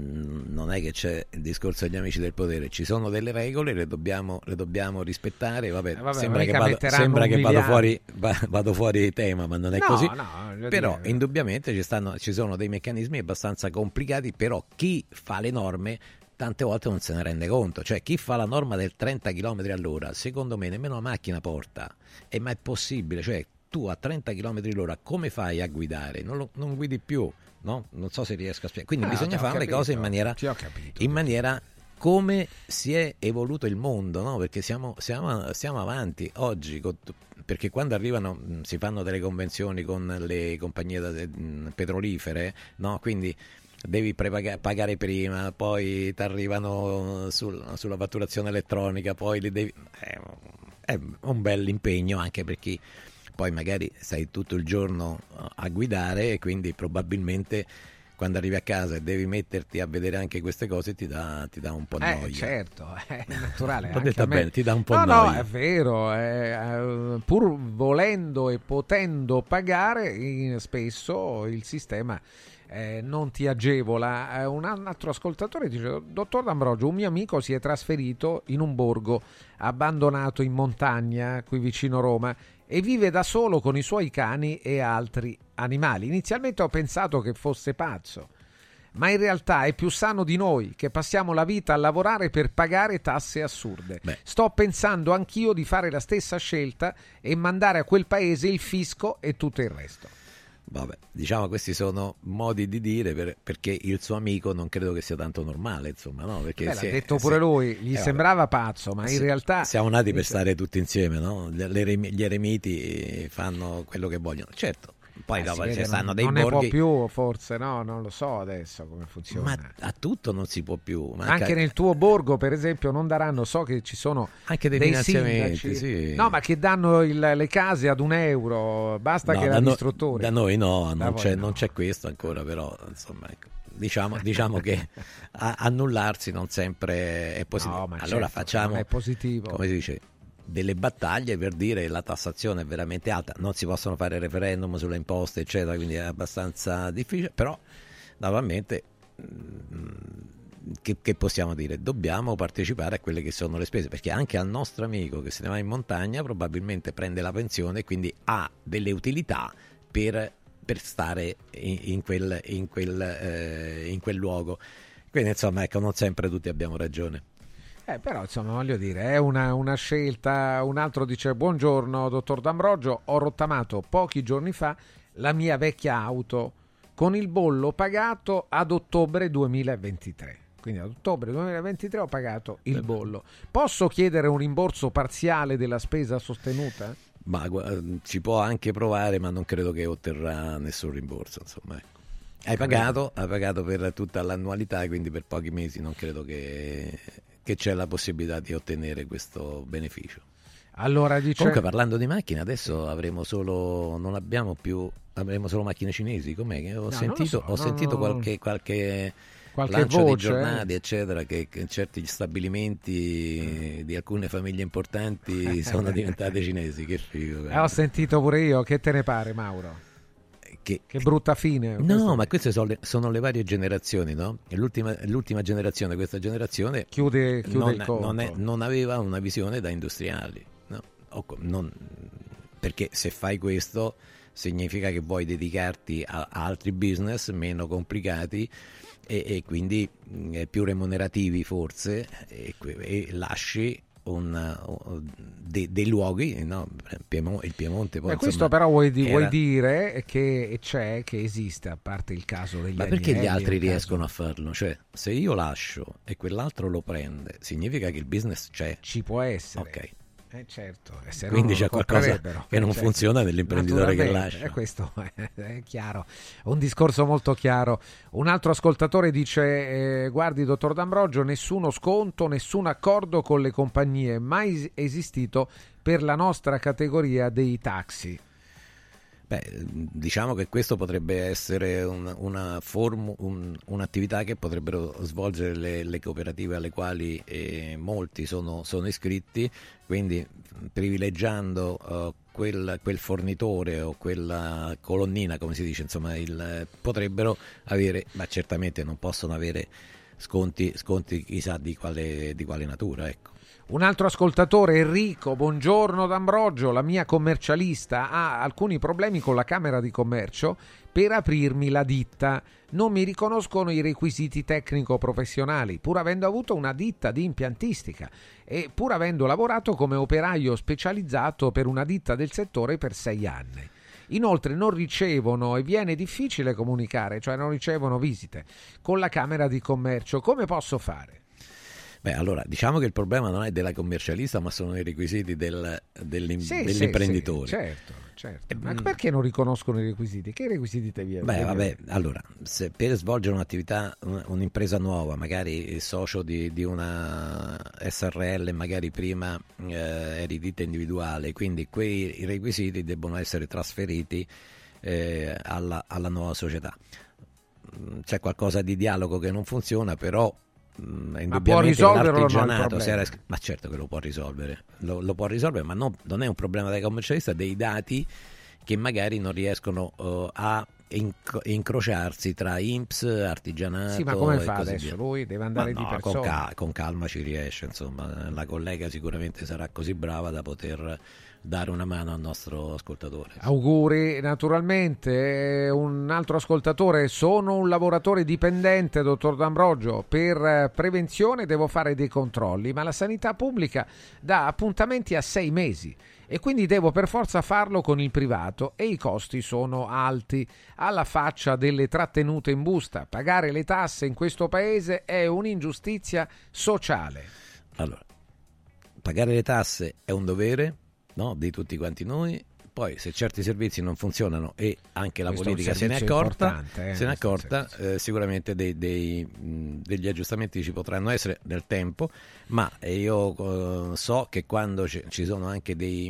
non è che c'è il discorso agli amici del potere, ci sono delle regole, le dobbiamo, le dobbiamo rispettare. Vabbè, eh vabbè, sembra che, vado, sembra che vado, fuori, vado fuori tema, ma non è no, così. No, però dire... indubbiamente ci, stanno, ci sono dei meccanismi abbastanza complicati, però chi fa le norme tante volte non se ne rende conto. Cioè chi fa la norma del trenta chilometri all'ora, secondo me nemmeno la macchina porta. E ma è possibile, cioè tu a trenta chilometri all'ora come fai a guidare? Non, lo, non guidi più, no? Non so se riesco a spiegare. Quindi ah, bisogna fare capito, le cose in maniera, in maniera come si è evoluto il mondo, no? Perché siamo, siamo, siamo avanti oggi, perché quando arrivano, si fanno delle convenzioni con le compagnie petrolifere, no? Quindi devi prepagare, pagare prima, poi ti arrivano sul, sulla fatturazione elettronica, poi li devi... È, è un bel impegno anche per chi poi magari stai tutto il giorno a guidare e quindi probabilmente quando arrivi a casa e devi metterti a vedere anche queste cose ti dà, ti dà un po' eh, noia. Certo, è naturale. L'ho detto bene, ti dà un po' no, noia. No, è vero, è, pur volendo e potendo pagare, spesso il sistema eh, non ti agevola. Eh, un altro ascoltatore dice: dottor D'Ambrogio, un mio amico si è trasferito in un borgo abbandonato in montagna qui vicino Roma e vive da solo con i suoi cani e altri animali. Inizialmente ho pensato che fosse pazzo, ma in realtà è più sano di noi che passiamo la vita a lavorare per pagare tasse assurde. Beh. Sto pensando anch'io di fare la stessa scelta e mandare a quel paese il fisco e tutto il resto. Vabbè, diciamo questi sono modi di dire per, perché il suo amico non credo che sia tanto normale, insomma, no? Perché Beh, si l'ha è, detto pure si, lui, gli eh, sembrava pazzo, ma in si, realtà siamo nati per stare tutti insieme, no? Gli eremiti fanno quello che vogliono, certo. Poi eh, dopo ci ci stanno non, dei non borghi. Ne può più, forse, no? Non lo so adesso come funziona. Ma a tutto non si può più. Ma anche ca- nel tuo borgo, per esempio, non daranno, so che ci sono anche dei, dei finanziamenti, sindaci, sì. No, ma che danno il, le case ad un euro, basta no, che da l'istruttore. No, da noi no, da non, c'è, no. non c'è questo ancora, però insomma, ecco. Diciamo, diciamo che a, annullarsi non sempre è positivo. No, ma allora certo, facciamo, è positivo. Come si dice, delle battaglie per dire la tassazione è veramente alta, non si possono fare referendum sulle imposte eccetera, quindi è abbastanza difficile, però naturalmente mh, che, che possiamo dire? Dobbiamo partecipare a quelle che sono le spese, perché anche al nostro amico che se ne va in montagna probabilmente prende la pensione e quindi ha delle utilità per, per stare in, in, quel, in, quel, eh, in quel luogo. Quindi insomma, ecco, non sempre tutti abbiamo ragione. Eh, però insomma voglio dire, è una, una scelta. Un altro dice: buongiorno dottor D'Ambrogio, ho rottamato pochi giorni fa la mia vecchia auto con il bollo pagato ad ottobre duemilaventitré. Quindi ad ottobre duemilaventitré ho pagato il bollo. Posso chiedere un rimborso parziale della spesa sostenuta? Ma ci può anche provare, ma non credo che otterrà nessun rimborso, insomma, ecco. Hai pagato, hai pagato per tutta l'annualità, quindi per pochi mesi non credo che che c'è la possibilità di ottenere questo beneficio. Allora dice... Comunque, parlando di macchine, adesso avremo solo non abbiamo più avremo solo macchine cinesi, com'è che ho No, sentito so, ho no, sentito no, qualche qualche, qualche lancio voce, di giornali eh. eccetera, che, che certi stabilimenti di alcune famiglie importanti sono diventate cinesi. Che figo, eh, ho sentito pure io. Che te ne pare, Mauro? Che, che brutta fine. No, questo... ma queste sono le, sono le varie generazioni, no? L'ultima, l'ultima generazione, questa generazione chiude, chiude non, il conto. Non, è, non aveva una visione da industriali, no? O, non, perché se fai questo significa che vuoi dedicarti a, a altri business meno complicati e, e quindi mh, più remunerativi forse, e, e lasci Un, de, dei luoghi, no? Il Piemonte poi, Beh, questo insomma, però vuoi, di, era... vuoi dire che c'è, che esiste, a parte il caso degli ma perché agnelli, gli altri caso... riescono a farlo? Cioè, se io lascio e quell'altro lo prende, significa che il business c'è. Ci può essere. Ok. Eh certo, e se quindi no c'è qualcosa che non certo. funziona nell'imprenditore che lascia. E questo è, è chiaro, un discorso molto chiaro. Un altro ascoltatore dice: eh, guardi dottor D'Ambrogio, nessuno sconto, nessun accordo con le compagnie mai esistito per la nostra categoria dei taxi. Beh, diciamo che questo potrebbe essere un, una form, un, un'attività che potrebbero svolgere le, le cooperative alle quali eh, molti sono, sono iscritti, quindi privilegiando uh, quel, quel fornitore o quella colonnina, come si dice, insomma, il, potrebbero avere, ma certamente non possono avere sconti, sconti chissà di quale, di quale natura, ecco. Un altro ascoltatore, Enrico: buongiorno D'Ambrogio, la mia commercialista ha alcuni problemi con la Camera di Commercio per aprirmi la ditta. Non mi riconoscono i requisiti tecnico-professionali, pur avendo avuto una ditta di impiantistica e pur avendo lavorato come operaio specializzato per una ditta del settore per sei anni. Inoltre non ricevono e viene difficile comunicare, cioè non ricevono visite con la Camera di Commercio. Come posso fare? Beh, allora, diciamo che il problema non è della commercialista, ma sono i requisiti del, dell'im, sì, dell'imprenditore. Sì, certo, certo. Ma perché non riconoscono i requisiti? Che requisiti te vi Beh, vabbè, allora, se per svolgere un'attività, un'impresa nuova, magari socio di, di una S R L, magari prima eh, eri ditta individuale, quindi quei requisiti debbono essere trasferiti eh, alla, alla nuova società. C'è qualcosa di dialogo che non funziona, però Mm, ma può risolverlo l'artigianato, no, se era, ma certo che lo può risolvere, lo, lo può risolvere, ma no, non è un problema del commercialista, dei dati che magari non riescono uh, a inc- incrociarsi tra I N P S, artigianato. Sì, ma come e fa così adesso? via. Lui deve andare ma di no, persona. con, cal- con calma ci riesce, insomma, la collega sicuramente sarà così brava da poter dare una mano al nostro ascoltatore. Auguri. Naturalmente un altro ascoltatore: sono un lavoratore dipendente, dottor D'Ambrogio, per prevenzione devo fare dei controlli, ma la sanità pubblica dà appuntamenti a sei mesi e quindi devo per forza farlo con il privato e i costi sono alti. Alla faccia delle trattenute in busta, pagare le tasse in questo paese è un'ingiustizia sociale. Allora, pagare le tasse è un dovere, no, di tutti quanti noi. Poi se certi servizi non funzionano e anche la Questo politica se ne è accorta, eh, se ne è accorta eh, sicuramente dei, dei, mh, degli aggiustamenti ci potranno essere nel tempo, ma io eh, so che quando c- ci sono anche dei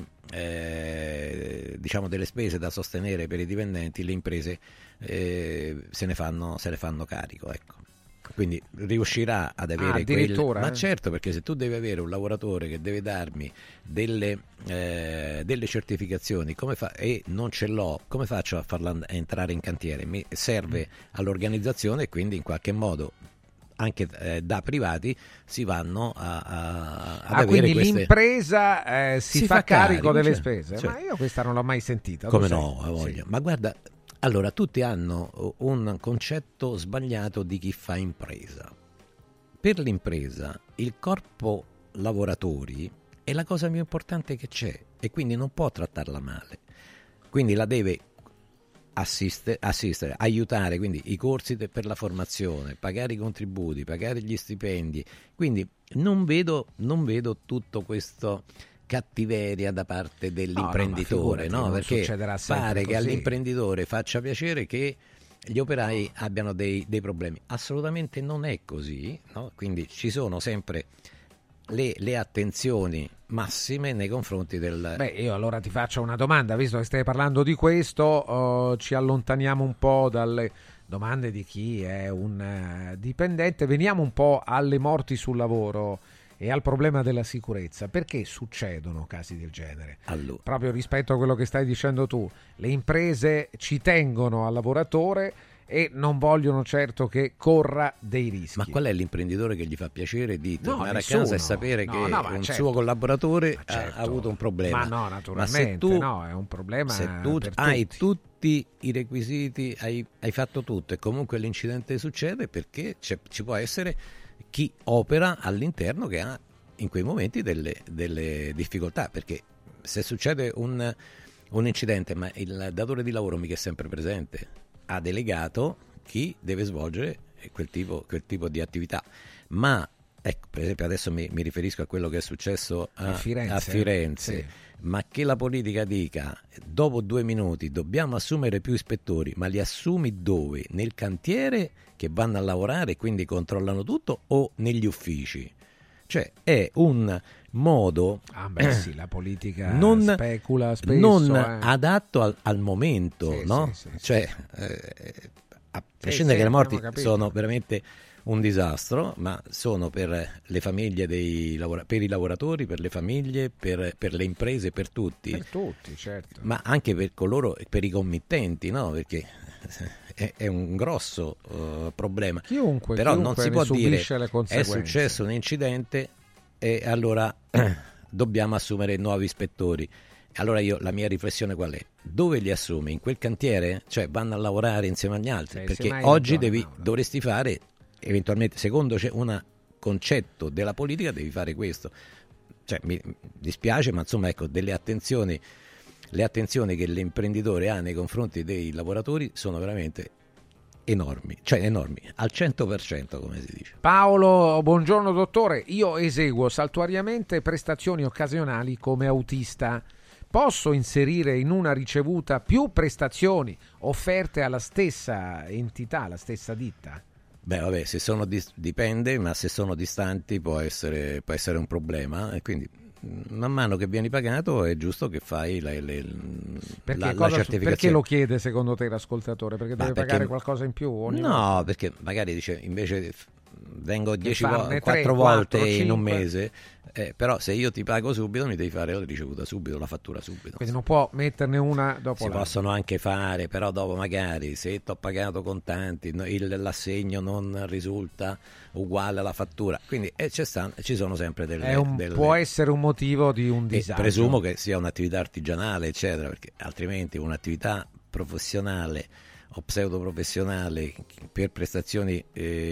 eh, diciamo delle spese da sostenere per i dipendenti, le imprese eh, se ne fanno se ne fanno carico, ecco. Quindi riuscirà ad avere ah, quel... ma eh? certo, perché se tu devi avere un lavoratore che deve darmi delle, eh, delle certificazioni, come fa... e non ce l'ho, come faccio a farla entrare in cantiere? Mi serve all'organizzazione e quindi in qualche modo anche eh, da privati si vanno a, a, ad ah, avere quindi queste... l'impresa eh, si, si fa, fa carico, carico delle cioè, spese, cioè, ma io questa non l'ho mai sentita. Come no, voglio. Sì. Ma guarda, allora tutti hanno un concetto sbagliato di chi fa impresa. Per l'impresa il corpo lavoratori è la cosa più importante che c'è e quindi non può trattarla male, quindi la deve assistere, assistere aiutare, quindi i corsi de, per la formazione, pagare i contributi, pagare gli stipendi, quindi non vedo, non vedo tutto questo cattiveria da parte dell'imprenditore, no, no, no? Perché pare così. Che all'imprenditore faccia piacere che gli operai abbiano dei, dei problemi. Assolutamente non è così, no? Quindi ci sono sempre le, le attenzioni massime nei confronti del... Beh, io allora ti faccio una domanda, visto che stai parlando di questo, uh, ci allontaniamo un po' dalle domande di chi è un uh, dipendente, veniamo un po' alle morti sul lavoro e al problema della sicurezza. Perché succedono casi del genere? Allora. Proprio rispetto a quello che stai dicendo tu, le imprese ci tengono al lavoratore e non vogliono certo che corra dei rischi. Ma qual è l'imprenditore che gli fa piacere di tornare no, a casa e sapere no, che no, un certo. suo collaboratore certo. ha avuto un problema? Ma no, naturalmente, ma se tu, no, è un problema se tu per hai tutti. tutti i requisiti, hai, hai fatto tutto e comunque l'incidente succede, perché c'è, ci può essere chi opera all'interno che ha in quei momenti delle, delle difficoltà, perché se succede un, un incidente ma il datore di lavoro mica è sempre presente, ha delegato chi deve svolgere quel tipo, quel tipo di attività. Ma ecco, per esempio adesso mi, mi riferisco a quello che è successo a, a Firenze, a Firenze. Sì. Ma che la politica dica dopo due minuti dobbiamo assumere più ispettori, ma li assumi dove? Nel cantiere che vanno a lavorare e quindi controllano tutto, o negli uffici? Cioè è un modo ah beh, eh, sì, la politica non, specula spesso, non eh. adatto al, al momento, sì, no? Sì, sì, cioè sì. Eh, a prescindere sì, che le morti sì, sono veramente un disastro, ma sono per le famiglie dei lavora- per i lavoratori, per le famiglie, per, per le imprese, per tutti. Per tutti, certo. Ma anche per coloro, per i committenti, no? Perché è, è un grosso uh, problema. Chiunque, però chiunque non si può dire le è successo un incidente e allora dobbiamo assumere nuovi ispettori. Allora io la mia riflessione qual è? Dove li assumi? In quel cantiere? Cioè vanno a lavorare insieme agli altri? Sì, perché oggi devi, no, no. dovresti fare eventualmente, secondo c'è un concetto della politica, devi fare questo. Cioè mi dispiace, ma insomma ecco, delle attenzioni le attenzioni che l'imprenditore ha nei confronti dei lavoratori sono veramente enormi, cioè enormi, al cento per cento come si dice. Paolo, buongiorno dottore, io eseguo saltuariamente prestazioni occasionali come autista. Posso inserire in una ricevuta più prestazioni offerte alla stessa entità, alla stessa ditta? Beh, vabbè, se sono dis- dipende, ma se sono distanti può essere, può essere un problema, e quindi man mano che vieni pagato è giusto che fai la, le, perché la, cosa, la certificazione. Perché lo chiede secondo te l'ascoltatore? Perché deve perché, pagare qualcosa in più ogni no, volta? Perché magari dice invece vengo dieci vo- quattro volte quattro, in un mese, eh, però se io ti pago subito mi devi fare la ricevuta subito, la fattura subito. Quindi non può metterne una dopo si l'altra. Possono anche fare, però dopo magari se ti ho pagato contanti il, l'assegno non risulta uguale alla fattura, quindi eh, c'è stanno, ci sono sempre delle, È un, delle... può essere un motivo di un disagio. E presumo che sia un'attività artigianale eccetera, perché altrimenti un'attività professionale o pseudoprofessionale per prestazioni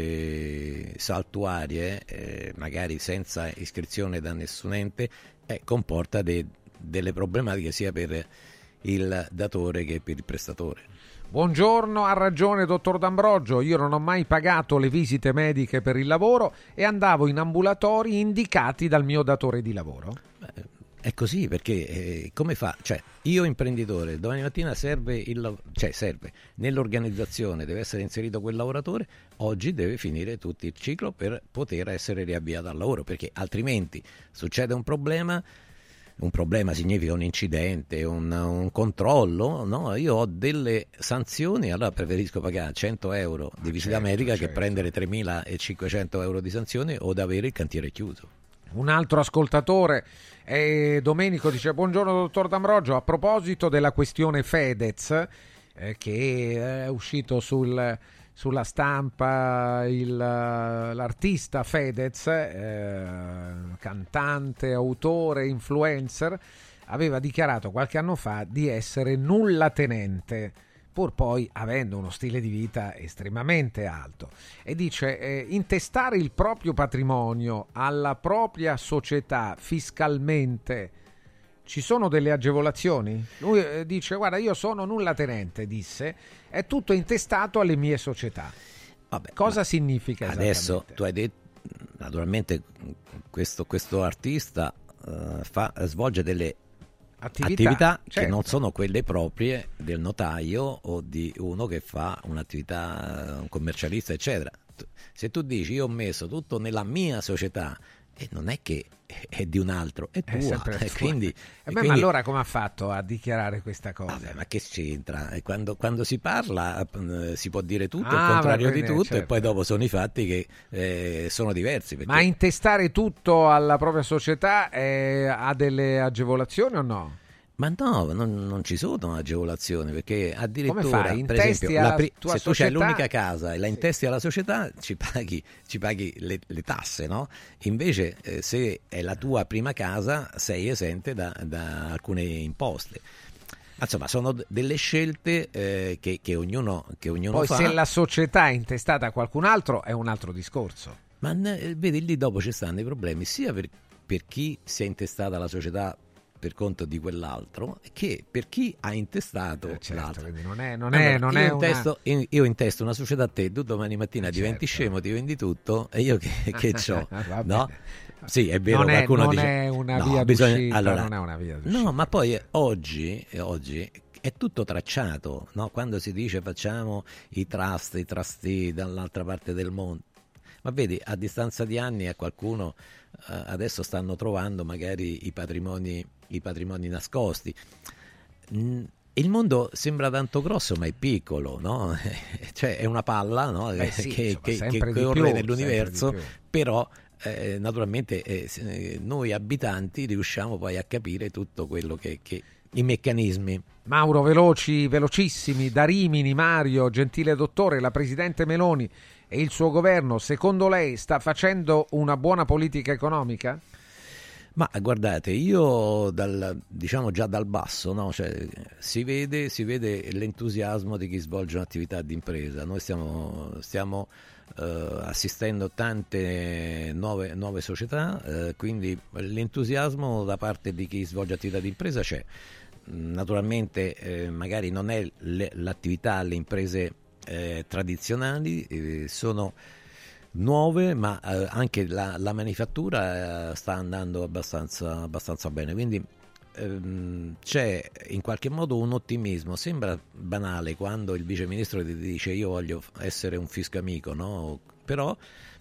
eh, saltuarie, eh, magari senza iscrizione da nessun ente, eh, comporta de- delle problematiche sia per il datore che per il prestatore. Buongiorno, ha ragione dottor D'Ambrogio, io non ho mai pagato le visite mediche per il lavoro e andavo in ambulatori indicati dal mio datore di lavoro. Beh, è così, perché eh, come fa? Cioè, io imprenditore, domani mattina serve il cioè serve nell'organizzazione, deve essere inserito quel lavoratore, oggi deve finire tutto il ciclo per poter essere riavviato al lavoro, perché altrimenti succede un problema, un problema significa un incidente, un, un controllo, no? Io ho delle sanzioni, allora preferisco pagare cento euro di visita certo, medica certo. che prendere tremilacinquecento euro di sanzioni o da avere il cantiere chiuso. Un altro ascoltatore, eh, Domenico, dice: buongiorno dottor D'Ambrogio, a proposito della questione Fedez eh, che è uscito sul, sulla stampa il, l'artista Fedez, eh, cantante, autore, influencer, aveva dichiarato qualche anno fa di essere nullatenente, pur poi avendo uno stile di vita estremamente alto, e dice eh, intestare il proprio patrimonio alla propria società fiscalmente, ci sono delle agevolazioni? Lui eh, dice guarda, io sono nullatenente, disse, è tutto intestato alle mie società. Vabbè, cosa significa adesso? Tu hai detto, naturalmente questo, questo artista uh, fa, svolge delle attività, attività certo, che non sono quelle proprie del notaio o di uno che fa un'attività, un commercialista, eccetera. Se tu dici io ho messo tutto nella mia società, e non è che è di un altro, è tua, è e quindi, e beh, quindi... ma allora come ha fatto a dichiarare questa cosa? Vabbè, ma che c'entra? Quando, quando si parla eh, si può dire tutto, ah, il contrario va bene, di tutto, certo. E poi dopo sono i fatti che eh, sono diversi. Perché... Ma intestare tutto alla propria società eh, ha delle agevolazioni o no? Ma no, non, non ci sono agevolazioni, perché addirittura, come fai? per Intesti esempio, la pri- tua se società... tu c'hai l'unica casa e la intesti alla società, ci paghi, ci paghi le, le tasse, no? Invece eh, se è la tua prima casa sei esente da, da alcune imposte. Insomma, sono delle scelte eh, che, che ognuno, che ognuno Poi fa. Se la società è intestata a qualcun altro è un altro discorso. Ma ne, vedi, lì dopo ci stanno i problemi, sia per, per chi si è intestata la società per conto di quell'altro, che per chi ha intestato eh certo, l'altro. Quindi non è, non allora, è, non io, è intesto, una... io intesto una società a te, tu domani mattina eh diventi certo. scemo, ti vendi tutto, e io che, che c'ho? No? Sì, è vero, non è, qualcuno non dice... è una no, via bisogna, d'uscita, allora, non è una via d'uscita. No, ma poi oggi, oggi è tutto tracciato, no? Quando si dice facciamo i trust, i trustee dall'altra parte del mondo. Ma vedi, a distanza di anni a qualcuno eh, adesso stanno trovando magari i patrimoni, i patrimoni nascosti. Mm, il mondo sembra tanto grosso, ma è piccolo, no? Cioè è una palla, no? Beh, sì, che, insomma, che, che più, corre nell'universo, più. però eh, naturalmente eh, noi abitanti riusciamo poi a capire tutto quello che... che i meccanismi. Mauro, veloci, velocissimi, da Rimini, Mario, gentile dottore, la Presidente Meloni e il suo governo, secondo lei, sta facendo una buona politica economica? Ma guardate, io dal, diciamo già dal basso, no? Cioè, si vede, si vede l'entusiasmo di chi svolge un'attività di impresa. Noi stiamo, stiamo eh, assistendo tante nuove, nuove società, eh, quindi l'entusiasmo da parte di chi svolge attività di impresa c'è. Naturalmente eh, magari non è le, l'attività, le imprese eh, tradizionali, eh, sono nuove, ma eh, anche la, la manifattura eh, sta andando abbastanza, abbastanza bene, quindi ehm, c'è in qualche modo un ottimismo. Sembra banale quando il vice ministro ti dice io voglio essere un fisco amico, no? Però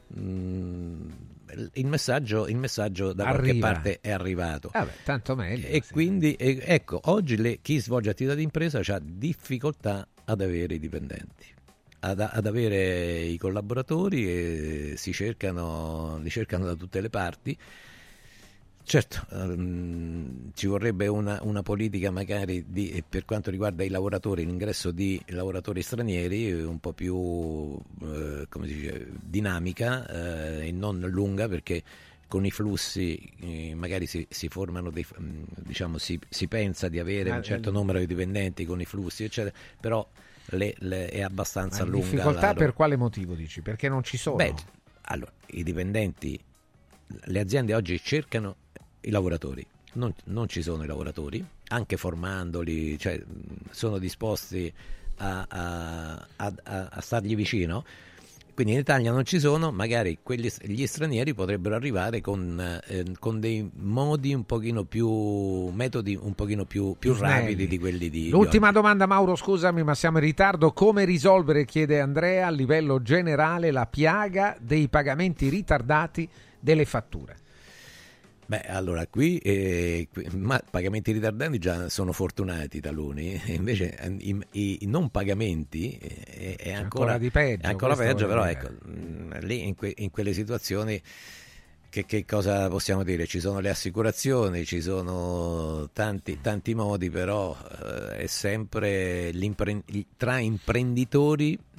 il messaggio, il messaggio da Arriva. qualche parte è arrivato. Ah beh, tanto meglio. E sì. quindi e, ecco, oggi le, chi svolge attività di impresa ha difficoltà ad avere i dipendenti, ad, ad avere i collaboratori, e si cercano, li cercano da tutte le parti. Certo, um, ci vorrebbe una, una politica magari di, per quanto riguarda i lavoratori, l'ingresso di lavoratori stranieri un po' più eh, come si dice, dinamica eh, e non lunga, perché con i flussi eh, magari si, si formano dei, diciamo si, si pensa di avere Ma un certo il... numero di dipendenti con i flussi eccetera, però le, le, è abbastanza Ma lunga. Difficoltà la... per quale motivo dici? Perché non ci sono? Beh, allora, i dipendenti, le aziende oggi cercano i lavoratori, non, non ci sono i lavoratori, anche formandoli, cioè sono disposti a, a, a, a stargli vicino, quindi in Italia non ci sono, magari quelli, gli stranieri potrebbero arrivare con, eh, con dei modi un pochino più, metodi un pochino più, più rapidi di quelli di L'ultima di domanda, Mauro, scusami ma siamo in ritardo, come risolvere, chiede Andrea, a livello generale la piaga dei pagamenti ritardati delle fatture? Beh, allora qui, eh, qui ma pagamenti ritardati già sono fortunati taluni, invece i, i, i non pagamenti eh, è, ancora, ancora di peggio, è ancora peggio, però dire. ecco, mh, lì in, que, in quelle situazioni che, che cosa possiamo dire? Ci sono le assicurazioni, ci sono tanti, tanti modi, però eh, è sempre l'impre- tra imprenditori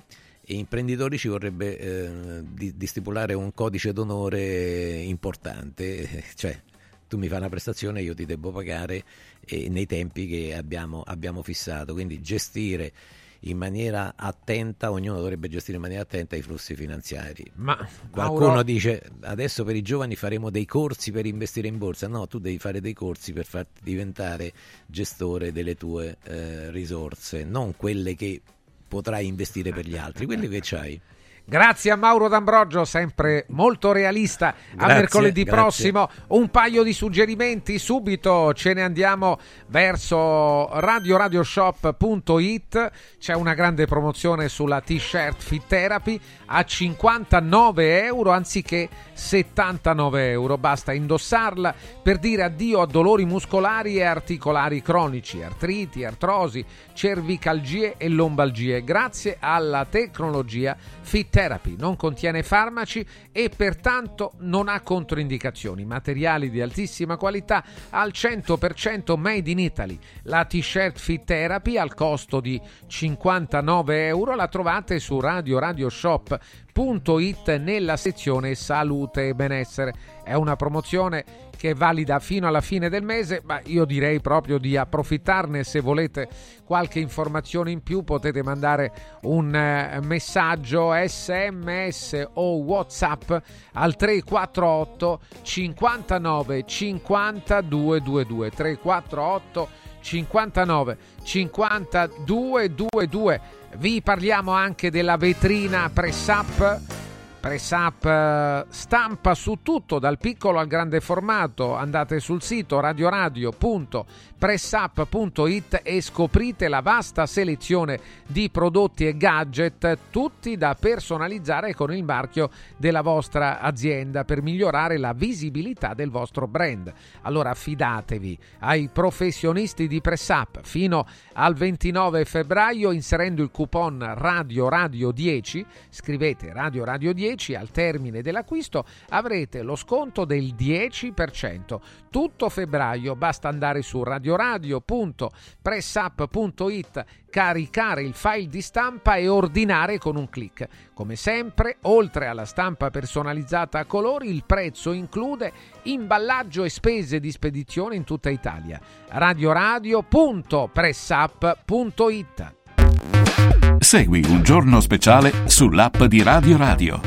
imprenditori ci vorrebbe eh, di, di stipulare un codice d'onore importante, cioè tu mi fai una prestazione, io ti devo pagare eh, nei tempi che abbiamo, abbiamo fissato, quindi gestire in maniera attenta, ognuno dovrebbe gestire in maniera attenta i flussi finanziari. Ma qualcuno Mauro... dice adesso per i giovani faremo dei corsi per investire in borsa. No, tu devi fare dei corsi per farti diventare gestore delle tue eh, risorse, non quelle che potrai investire per gli altri, quelle che c'hai. Grazie a Mauro D'Ambrogio, sempre molto realista. A Grazie, mercoledì grazie. prossimo un paio di suggerimenti, subito ce ne andiamo verso radio radio shop punto it. C'è una grande promozione sulla t-shirt Fit Therapy a cinquantanove euro anziché settantanove euro. Basta indossarla per dire addio a dolori muscolari e articolari cronici, artriti, artrosi, cervicalgie e lombalgie, grazie alla tecnologia Fit Therapy. Non contiene farmaci e pertanto non ha controindicazioni. Materiali di altissima qualità al cento per cento made in Italy. La t-shirt Fit Therapy al costo di cinquantanove euro la trovate su radio radio shop punto it nella sezione salute e benessere. È una promozione che è valida fino alla fine del mese, ma io direi proprio di approfittarne. Se volete qualche informazione in più potete mandare un eh, messaggio sms o WhatsApp al tre quattro otto cinquantanove cinquantadue ventidue tre quattro otto cinquantanove cinquantadue ventidue. Vi parliamo anche della vetrina Press Up. Press Up stampa su tutto, dal piccolo al grande formato. Andate sul sito radio radio punto pressup punto it e scoprite la vasta selezione di prodotti e gadget, tutti da personalizzare con il marchio della vostra azienda per migliorare la visibilità del vostro brand. Allora affidatevi ai professionisti di Press Up fino al ventinove febbraio inserendo il coupon Radio Radio dieci. Scrivete Radio Radio dieci, al termine dell'acquisto avrete lo sconto del dieci per cento. Tutto febbraio. Basta andare su radio radio punto pressup punto it, caricare il file di stampa e ordinare con un click. Come sempre, oltre alla stampa personalizzata a colori, il prezzo include imballaggio e spese di spedizione in tutta Italia. radio radio punto pressup punto it. Segui Un Giorno Speciale sull'app di Radio Radio.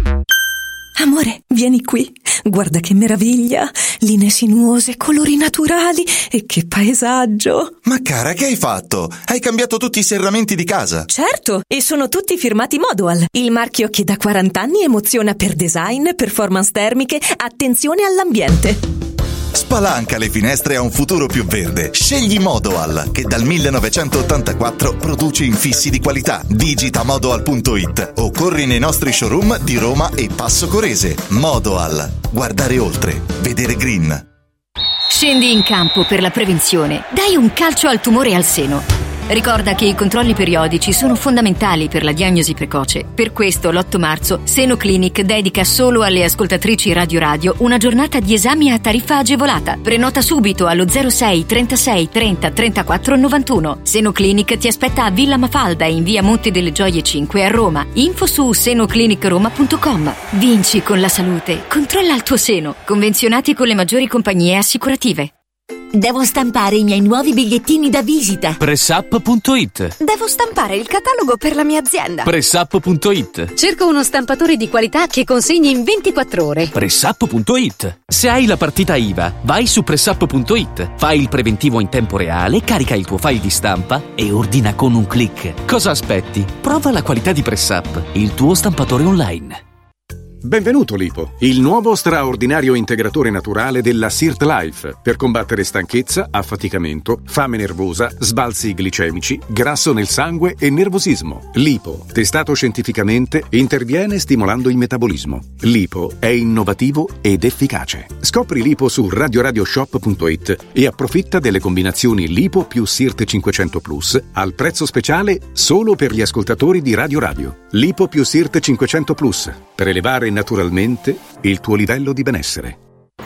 Amore, vieni qui. Guarda che meraviglia. Linee sinuose, colori naturali e che paesaggio. Ma cara, che hai fatto? Hai cambiato tutti i serramenti di casa? Certo, e sono tutti firmati Modoal, il marchio che da quaranta anni emoziona per design, performance termiche, attenzione all'ambiente. Spalanca le finestre a un futuro più verde. Scegli Modoal, che dal millenovecentottantaquattro produce infissi di qualità. Digita modoal punto it o corri nei nostri showroom di Roma e Passo Corese. Modoal. Guardare oltre. Vedere green. Scendi in campo per la prevenzione. Dai un calcio al tumore al seno. Ricorda che i controlli periodici sono fondamentali per la diagnosi precoce. Per questo l'otto marzo Seno Clinic dedica solo alle ascoltatrici Radio Radio una giornata di esami a tariffa agevolata. Prenota subito allo zero sei trentasei trenta trentaquattro novantuno. Seno Clinic ti aspetta a Villa Mafalda in via Monte delle Gioie cinque a Roma. Info su seno clinic roma punto com. Vinci con la salute. Controlla il tuo seno. Convenzionati con le maggiori compagnie assicurative. Devo stampare i miei nuovi bigliettini da visita. pressup punto it. Devo stampare il catalogo per la mia azienda. pressup punto it. Cerco uno stampatore di qualità che consegni in ventiquattro ore. pressup punto it. Se hai la partita I V A, vai su pressup punto it, fai il preventivo in tempo reale, carica il tuo file di stampa e ordina con un click. Cosa aspetti? Prova la qualità di Pressup, il tuo stampatore online. Benvenuto Lipo, il nuovo straordinario integratore naturale della Sirt Life per combattere stanchezza, affaticamento, fame nervosa, sbalzi glicemici, grasso nel sangue e nervosismo. Lipo, testato scientificamente, interviene stimolando il metabolismo. Lipo è innovativo ed efficace. Scopri Lipo su radio radio shop punto it e approfitta delle combinazioni Lipo più Sirt cinquecento Plus al prezzo speciale solo per gli ascoltatori di Radio Radio. Lipo più Sirt cinquecento Plus per elevare naturalmente il tuo livello di benessere. Guarda!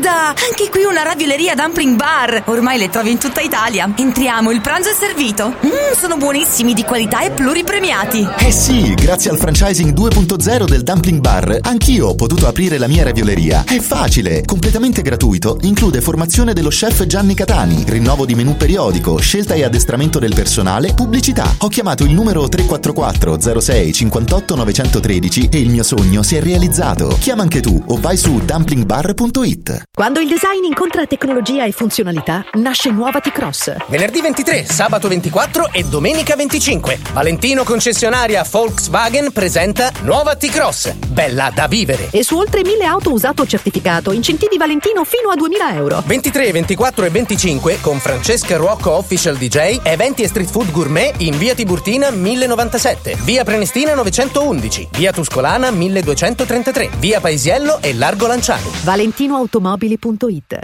Guarda, anche qui una ravioleria Dumpling Bar. Ormai le trovi in tutta Italia. Entriamo, il pranzo è servito. Mmm, sono buonissimi, di qualità e pluripremiati. Eh sì, grazie al franchising due punto zero del Dumpling Bar, anch'io ho potuto aprire la mia ravioleria. È facile, completamente gratuito, include formazione dello chef Gianni Catani, rinnovo di menù periodico, scelta e addestramento del personale, pubblicità. Ho chiamato il numero tre quattro quattro zero sei cinquantotto novecentotredici e il mio sogno si è realizzato. Chiama anche tu o vai su dumpling bar punto it. Quando il design incontra tecnologia e funzionalità, nasce Nuova T-Cross. Venerdì ventitré, sabato ventiquattro e domenica venticinque. Valentino concessionaria Volkswagen presenta Nuova T-Cross. Bella da vivere. E su oltre mille auto usato certificato, incentivi Valentino fino a duemila euro. ventitré, ventiquattro e venticinque con Francesca Rocco Official D J, eventi e street food gourmet in via Tiburtina mille novantasette, via Prenestina novecentoundici, via Tuscolana milleduecentotrentatré, via Paesiello e Largo Lanciani. valentinoautomobili punto it.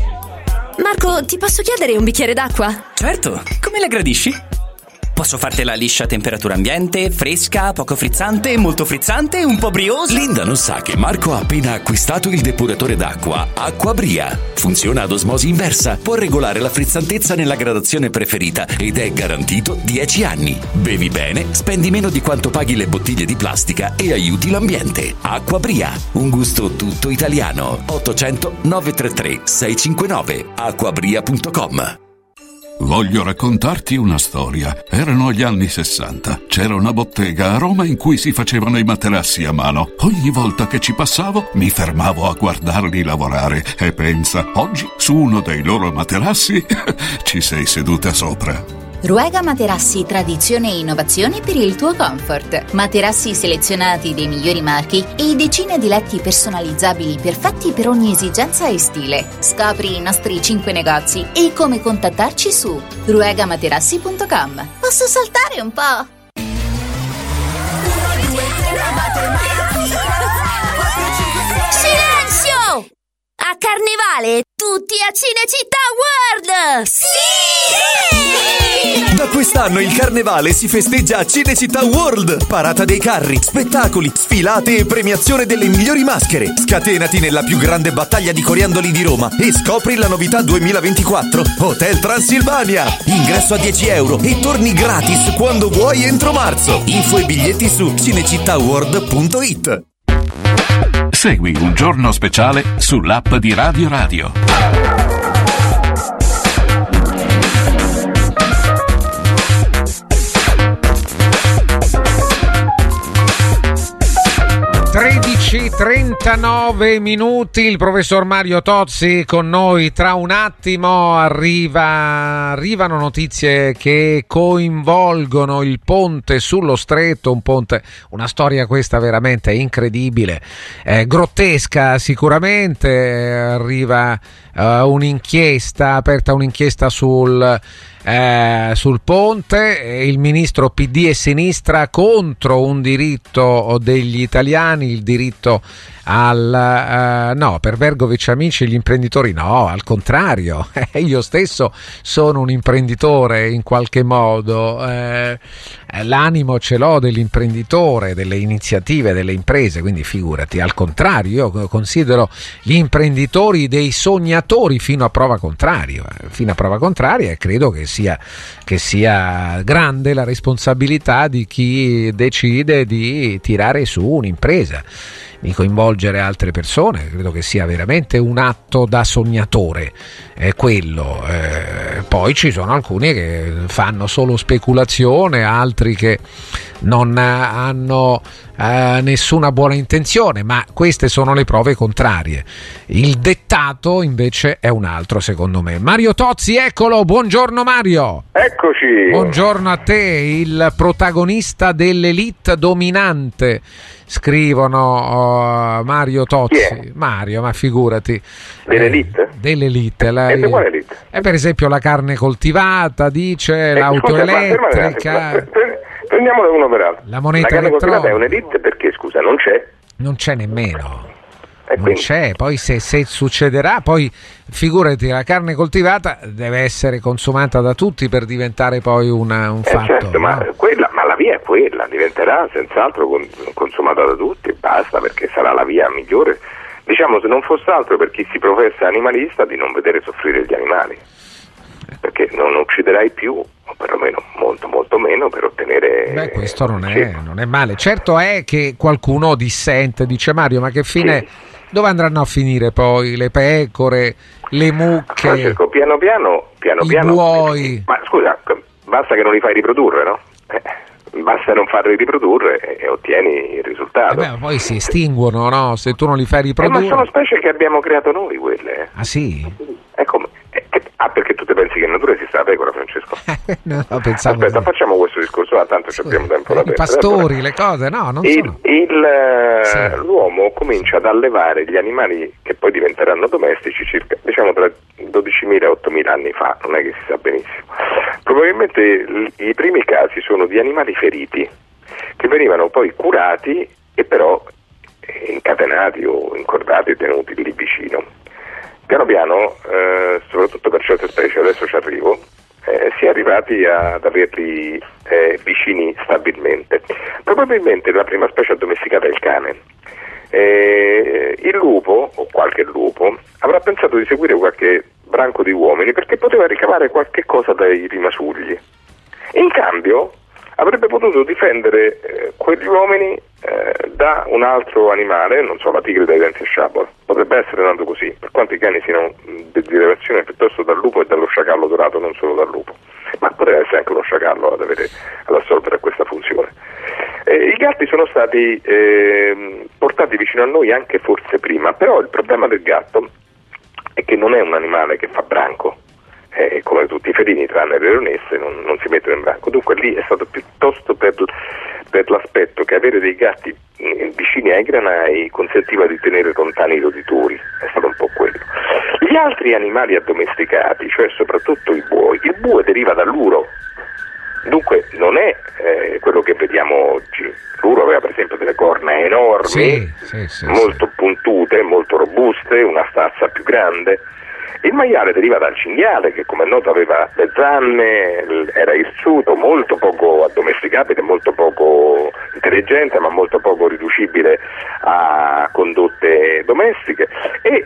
Marco, ti posso chiedere un bicchiere d'acqua? Certo, come la gradisci? Posso fartela liscia a temperatura ambiente, fresca, poco frizzante, molto frizzante, un po' briosa? Linda non sa che Marco ha appena acquistato il depuratore d'acqua Acquabria. Funziona ad osmosi inversa, può regolare la frizzantezza nella gradazione preferita ed è garantito dieci anni. Bevi bene, spendi meno di quanto paghi le bottiglie di plastica e aiuti l'ambiente. Acquabria, un gusto tutto italiano. ottocento nove tre tre sei cinque nove acquabria punto com. Voglio raccontarti una storia. Erano gli anni sessanta. C'era una bottega a Roma in cui si facevano i materassi a mano. Ogni volta che ci passavo mi fermavo a guardarli lavorare e pensa, oggi su uno dei loro materassi ci sei seduta sopra. Ruega Materassi, tradizione e innovazione per il tuo comfort. Materassi selezionati dei migliori marchi e decine di letti personalizzabili perfetti per ogni esigenza e stile. Scopri i nostri cinque negozi e come contattarci su ruega materassi punto com. Posso saltare un po'? Silenzio! A Carnevale tutti a Cinecittà World! Sì! Da quest'anno il Carnevale si festeggia a Cinecittà World. Parata dei carri, spettacoli, sfilate e premiazione delle migliori maschere. Scatenati nella più grande battaglia di coriandoli di Roma e scopri la novità duemilaventiquattro Hotel Transilvania. Ingresso a dieci euro e torni gratis quando vuoi entro marzo. Info e biglietti su cinecittà world punto it. Segui Un Giorno Speciale sull'app di Radio Radio. tredici e trentanove minuti, il professor Mario Tozzi con noi. Tra un attimo arriva, arrivano notizie che coinvolgono il ponte sullo Stretto, un ponte, una storia questa veramente incredibile, eh, grottesca sicuramente. Arriva uh, un'inchiesta, aperta un'inchiesta sul Eh, sul ponte, il ministro P D e sinistra contro un diritto degli italiani, il diritto al uh, no, per Vergovic amici gli imprenditori no, al contrario, io stesso sono un imprenditore in qualche modo, eh, l'animo ce l'ho dell'imprenditore, delle iniziative, delle imprese, quindi figurati, al contrario, io considero gli imprenditori dei sognatori fino a prova contraria, fino a prova contraria, e credo che sia, che sia grande la responsabilità di chi decide di tirare su un'impresa, di coinvolgere altre persone. Credo che sia veramente un atto da sognatore, è quello. Eh, poi ci sono alcuni che fanno solo speculazione, altri che non hanno eh, nessuna buona intenzione, ma queste sono le prove contrarie. Il dettato invece è un altro, secondo me. Mario Tozzi, eccolo, buongiorno Mario. Eccoci. Buongiorno a te, il protagonista dell'elite dominante, scrivono uh, Mario Tozzi. Mario, ma figurati. Dell'elite? Eh, dell'elite. La, e quale elite? Eh, per esempio la carne coltivata, dice, eh, l'auto scusa, elettrica. Ma, ma, prendiamole uno per altro. La moneta la carne elettronica coltivata è un'elite perché, scusa, non c'è? Non c'è nemmeno. E non quindi? C'è, poi se, se succederà, poi figurati, la carne coltivata deve essere consumata da tutti per diventare poi una, un eh fatto. Certo, no? ma, quella, ma la via è quella, diventerà senz'altro con, consumata da tutti, basta, perché sarà la via migliore diciamo, se non fosse altro per chi si professa animalista, di non vedere soffrire gli animali, perché non ucciderai più, o perlomeno molto molto meno, per ottenere... Beh, questo non è, non è male. Certo è che qualcuno dissente, dice Mario, ma che fine, sì. Dove andranno a finire poi le pecore, le mucche, Francesco, piano piano, piano i piano, buoi? Ma scusa, basta che non li fai riprodurre, no? Eh, basta non farli riprodurre e, e ottieni il risultato. Eh beh, poi si estinguono, no? Se tu non li fai Eh, riprodurre. ma sono specie che abbiamo creato noi quelle. Ah sì? È come... eh, eh, ah, perché tu te pensi che in natura esiste la pecora, Francesco? No, pensavo Aspetta, di- facciamo questo discorso, ma tanto ci abbiamo tempo da I perdere. pastori, le cose, no, non Il, sono. il, eh, Sì. L'uomo comincia ad allevare gli animali che poi diventeranno domestici circa, diciamo, tra dodicimila e ottomila anni fa, non è che si sa benissimo. Probabilmente l- i primi casi sono di animali feriti che venivano poi curati e però eh, incatenati o incordati e tenuti lì vicino. Piano piano, eh, soprattutto per certe specie, adesso ci arrivo, eh, si è arrivati ad averli eh, vicini stabilmente. Probabilmente la prima specie addomesticata è il cane. Eh, il lupo, o qualche lupo, avrà pensato di seguire qualche branco di uomini perché poteva ricavare qualche cosa dai rimasugli. In cambio avrebbe potuto difendere eh, quegli uomini eh, da un altro animale, non so, la tigre dai denti a sciabola. Potrebbe essere nato così, per quanto i cani siano di derivazione piuttosto dal lupo e dallo sciacallo dorato, non solo dal lupo, ma potrebbe essere anche lo sciacallo ad, avere, ad assolvere questa funzione. Eh, I gatti sono stati eh, portati vicino a noi anche forse prima, però il problema del gatto è che non è un animale che fa branco. Eh, come tutti i felini tranne le leonesse non, non si mettono in branco, dunque lì è stato piuttosto per, per l'aspetto che avere dei gatti eh, vicini ai granai consentiva di tenere lontani i roditori, è stato un po' quello. Gli altri animali addomesticati, cioè soprattutto i buoi, il bue deriva dall'uro, dunque non è eh, quello che vediamo oggi. L'uro aveva per esempio delle corna enormi, Sì, sì, sì, molto puntute, molto robuste, una stazza più grande. Il maiale deriva dal cinghiale che, come è noto, aveva le zanne, l- era irsuto, molto poco addomesticabile, molto poco intelligente, ma molto poco riducibile a condotte domestiche. E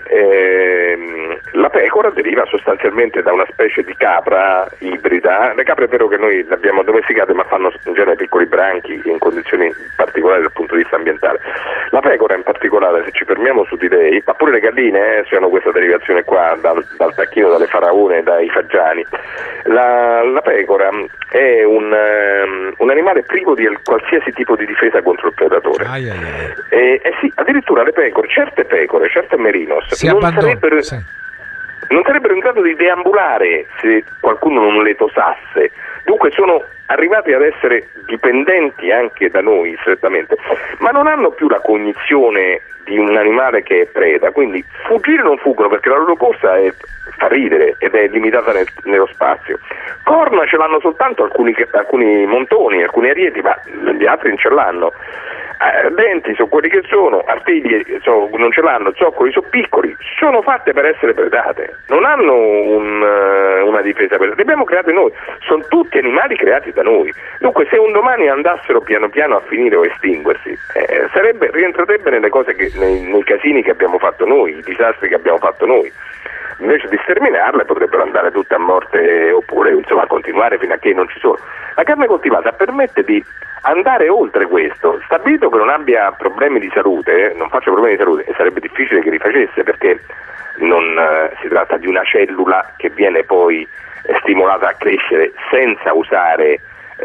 ehm, la pecora deriva sostanzialmente da una specie di capra ibrida. Le capre è vero che noi le abbiamo addomesticate, ma fanno in genere piccoli branchi in condizioni particolari dal punto di vista ambientale. La pecora in particolare, se ci fermiamo su di lei, ma pure le galline eh, hanno questa derivazione qua dal, dal tacchino, dalle faraone, dai fagiani. La, la pecora è un, um, un animale privo di qualsiasi tipo di difesa contro il predatore. Ai, ai, ai. E, e sì, addirittura le pecore, certe pecore, certe merinos, Si non abbandona- sarebbero, sì. non sarebbero in grado di deambulare se qualcuno non le tosasse. Dunque sono arrivati ad essere dipendenti anche da noi strettamente, ma non hanno più la cognizione di un animale che è preda, quindi fuggire non fuggono perché la loro corsa è, fa ridere ed è limitata nel, nello spazio. Corna ce l'hanno soltanto alcuni, alcuni montoni, alcuni arieti, ma gli altri non ce l'hanno. Eh, denti sono quelli che sono, artigli so, non ce l'hanno, zoccoli sono piccoli, sono fatte per essere predate, non hanno un, uh, una difesa per... le abbiamo create noi, sono tutti animali creati da noi. Dunque se un domani andassero piano piano a finire o estinguersi, eh, sarebbe, rientrerebbe nelle cose che, nei, nei casini che abbiamo fatto noi, i disastri che abbiamo fatto noi. Invece di sterminarle potrebbero andare tutte a morte oppure insomma continuare fino a che non ci sono. La carne coltivata permette di andare oltre questo, stabilito che non abbia problemi di salute, eh, non faccia problemi di salute, e sarebbe difficile che li facesse perché non eh, si tratta di una cellula che viene poi eh, stimolata a crescere senza usare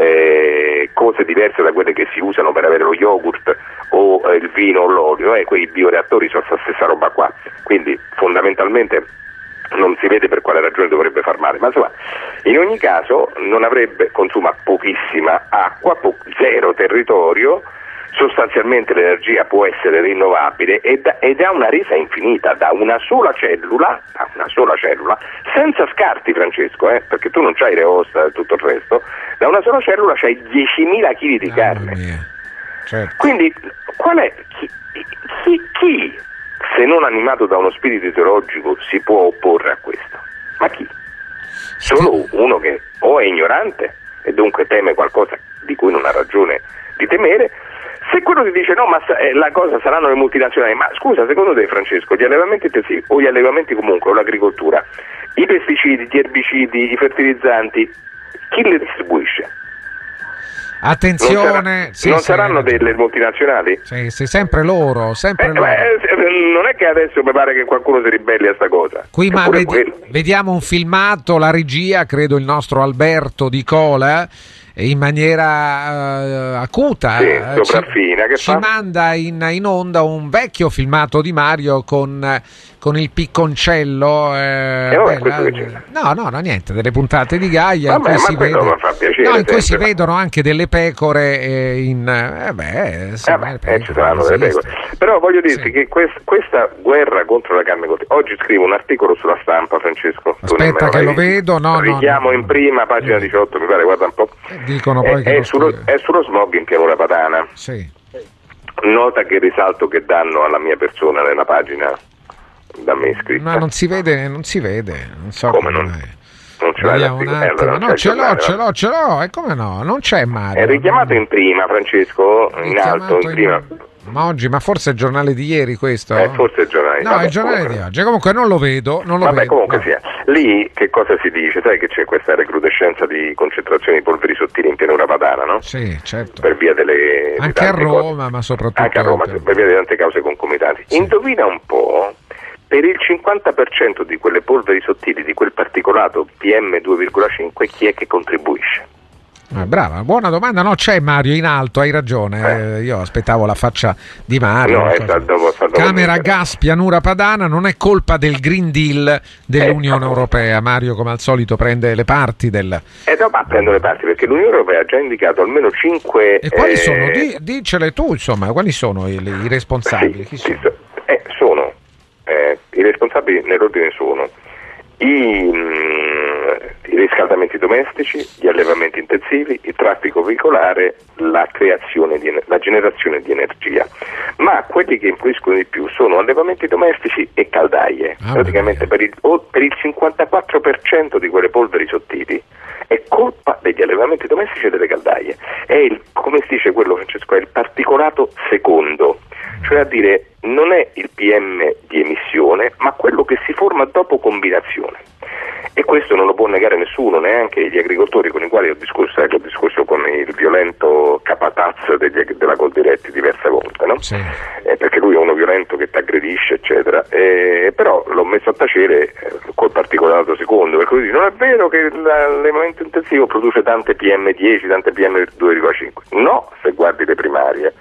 eh, cose diverse da quelle che si usano per avere lo yogurt o eh, il vino o l'olio, eh, quei bioreattori sono la stessa roba qua, quindi fondamentalmente non si vede per quale ragione dovrebbe far male, ma insomma in ogni caso non avrebbe, consuma pochissima acqua, po- zero territorio, sostanzialmente l'energia può essere rinnovabile ed, ed ha una resa infinita da una sola cellula, da una sola cellula, senza scarti, Francesco, eh, perché tu non c'hai le ossa e tutto il resto, da una sola cellula c'hai diecimila chili di carne. Certo. Quindi qual è chi, chi, chi se non animato da uno spirito ideologico si può opporre a questo? Ma chi? Solo uno che o è ignorante e dunque teme qualcosa di cui non ha ragione di temere, Se quello ti dice no, ma eh, la cosa saranno le multinazionali, ma scusa, secondo te, Francesco, gli allevamenti intensivi o gli allevamenti comunque o l'agricoltura, i pesticidi, gli erbicidi, i fertilizzanti, chi li distribuisce? Attenzione, non, sarà, sì, non sì, saranno delle multinazionali? Sì, sì, sempre loro, sempre eh, loro. Ma, eh, non è che adesso mi pare che qualcuno si ribelli a sta cosa. Qui ma vedi, vediamo un filmato, la regia, credo il nostro Alberto Di Cola, in maniera uh, acuta sì, eh, sopraffina, ci, che ci fa? manda in, in onda un vecchio filmato di Mario con, con il picconcello eh, e vabbè, bella, che c'è? no no no niente, delle puntate di Gaia vabbè, in cui, ma si, quello vede, mi fa piacere, no, in cui si sempre. vedono anche delle pecore eh, in eh, beh, sì, eh beh, pecore, eh, ci saranno delle pecore. Però voglio dirti sì. che quest, questa guerra contro la carne coltivata, oggi scrivo un articolo sulla Stampa, Francesco, aspetta che lo vedo, no, richiamo no, no, in prima, pagina no. diciotto, mi pare, guarda un po'. Dicono poi è, che è, sullo, è sullo smog in pianura padana. Sì. Nota che risalto che danno alla mia persona nella pagina da me scritta. Ma non si vede, non si vede, non so come, come non, non ce l'hai un attimo. Eh, allora no, ce l'ho, ce l'ho, ce l'ho, e come no? Non c'è Mario. È richiamato in prima, Francesco, in alto, in prima. In... Ma oggi, ma forse è il giornale di ieri questo? Eh, forse è il giornale. No, vabbè, è il giornale comunque. Di oggi. Comunque non lo vedo, non lo vabbè, vedo. comunque no. sia. Lì che cosa si dice? Sai che c'è questa recrudescenza di concentrazione di polveri sottili in pianura padana, no? Sì, certo. Per via delle anche a Roma, cose. ma soprattutto anche a Roma, per, per via di tante cause concomitanti. Sì. Indovina un po', per il cinquanta per cento di quelle polveri sottili, di quel particolato P M due virgola cinque, chi è che contribuisce? Ah, brava, buona domanda. No, c'è Mario in alto, hai ragione. Eh. Io aspettavo la faccia di Mario. No, è stato, stato Camera gas, pianura padana, non è colpa del Green Deal dell'Unione eh, Europea. Mario, come al solito, prende le parti del. Eh no, ma prendo le parti perché l'Unione Europea ha già indicato almeno cinque. E quali eh... sono? Di, dicele tu, insomma, quali sono i, i responsabili? Sì, Chi sì, sono? Eh, sono eh, i responsabili nell'ordine sono i. Mh, i riscaldamenti domestici, gli allevamenti intensivi, il traffico veicolare, la creazione di, la generazione di energia. Ma quelli che influiscono di più sono allevamenti domestici e caldaie. Ah, praticamente per il, per il cinquantaquattro per cento di quelle polveri sottili è colpa degli allevamenti domestici e delle caldaie. È il, come si dice quello, Francesco, è il particolato secondo, cioè a dire non è il P M di emissione, ma quello che si forma dopo combinazione. E questo non lo può negare nessuno, neanche gli agricoltori con i quali ho discusso, eh, ho discusso con il violento capataz degli, della Coldiretti diverse volte, no? Sì. Eh, perché lui è uno violento che ti aggredisce, eccetera. Eh, però l'ho messo a tacere eh, col particolato secondo, perché lui dice non è vero che l'allevamento intensivo produce tante P M dieci, tante P M due virgola cinque. No, se guardi le primarie.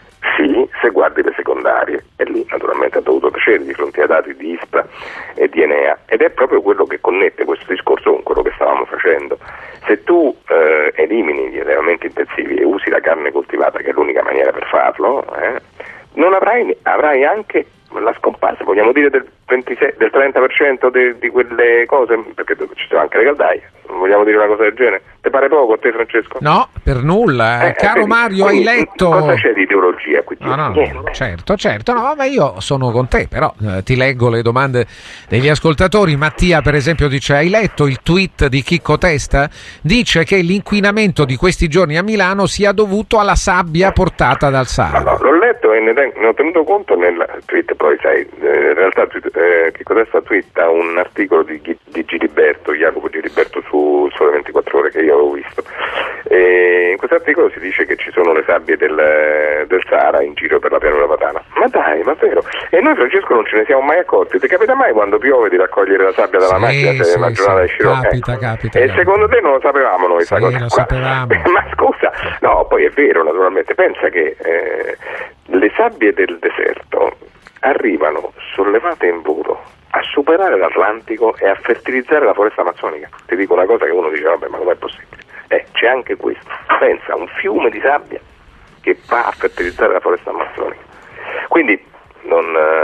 Sì, se guardi le secondarie, e lì naturalmente ha dovuto tacere di fronte ai dati di ISPRA e di Enea, ed è proprio quello che connette questo discorso con quello che stavamo facendo. Se tu eh, elimini gli allevamenti intensivi e usi la carne coltivata, che è l'unica maniera per farlo, eh, non avrai, avrai anche la scomparsa, vogliamo dire, del, ventisei, del trenta per cento de, di quelle cose, perché ci sono anche le caldaie, vogliamo dire una cosa del genere? Ti pare poco a te, Francesco? No, per nulla. Eh, Caro quindi, Mario, quindi, hai letto... Cosa c'è di ideologia qui? No, no, no, certo, certo, no, vabbè, io sono con te, però eh, ti leggo le domande degli ascoltatori. Mattia, per esempio, dice: hai letto il tweet di Chicco Testa? Dice che l'inquinamento di questi giorni a Milano sia dovuto alla sabbia portata dal Sahara. No, no, l'ho letto e ne, ne ho tenuto conto nel tweet, poi sai, in realtà eh, Chicco Testa twitta un articolo di, di Giliberto, Jacopo Giliberto, su Sole ventiquattro Ore, che io avevo visto. E in questo articolo si dice che ci sono le sabbie del, del Sahara in giro per la pianura padana. Ma dai, ma vero? E noi, Francesco, non ce ne siamo mai accorti. Ti capita mai quando piove di raccogliere la sabbia dalla sì, macchina se sì, una giornata sì, di scirocco? capita, ecco. capita, E capita. secondo te non lo sapevamo noi? Sì, cosa lo qua? sapevamo. Ma scusa, no, poi è vero, naturalmente. Pensa che eh, le sabbie del deserto arrivano sollevate in volo a superare l'Atlantico e a fertilizzare la foresta amazzonica. Ti dico una cosa che uno dice, vabbè, ma com'è possibile? Eh, c'è anche questo. Pensa, un fiume di sabbia che va a fertilizzare la foresta amazzonica. Quindi non,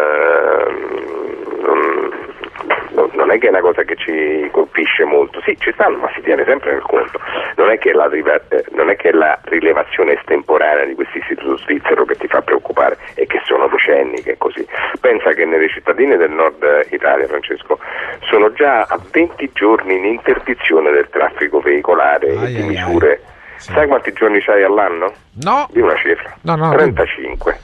eh, non, non è che è una cosa che ci colpisce molto. Sì, ci stanno, ma si tiene sempre nel conto. Non è che la, non è che la rilevazione estemporanea di questo istituto svizzero che ti fa preoccupare, e che sono decenni che è così. Pensa che nelle cittadine del nord Italia, Francesco, sono già a venti giorni in interdizione del traffico veicolare ai e di ai misure sì. Sai quanti giorni c'hai all'anno? No. Di una cifra. No, no. trentacinque.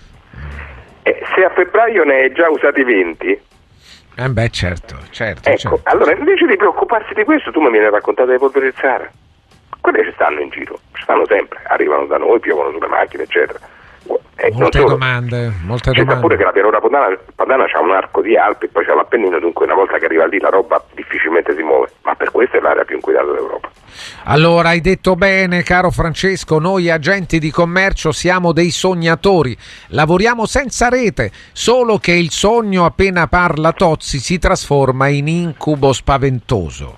E se a febbraio ne hai già usati venti... Eh beh, certo, certo. Ecco, certo. allora invece di preoccuparsi di questo, tu mi vieni a raccontare delle polveri di Zara. Quelle ci stanno in giro, ci stanno sempre, arrivano da noi, piovono sulle macchine, eccetera. Eh, molte domande, molte c'è domande. pure che la pianura padana, padana c'ha un arco di Alpi e poi c'ha l'Appennino, dunque una volta che arriva lì la roba difficilmente si muove, ma per questo è l'area più inquinata d'Europa. Allora, hai detto bene, caro Francesco, noi agenti di commercio siamo dei sognatori, lavoriamo senza rete, solo che il sogno appena parla Tozzi si trasforma in incubo spaventoso.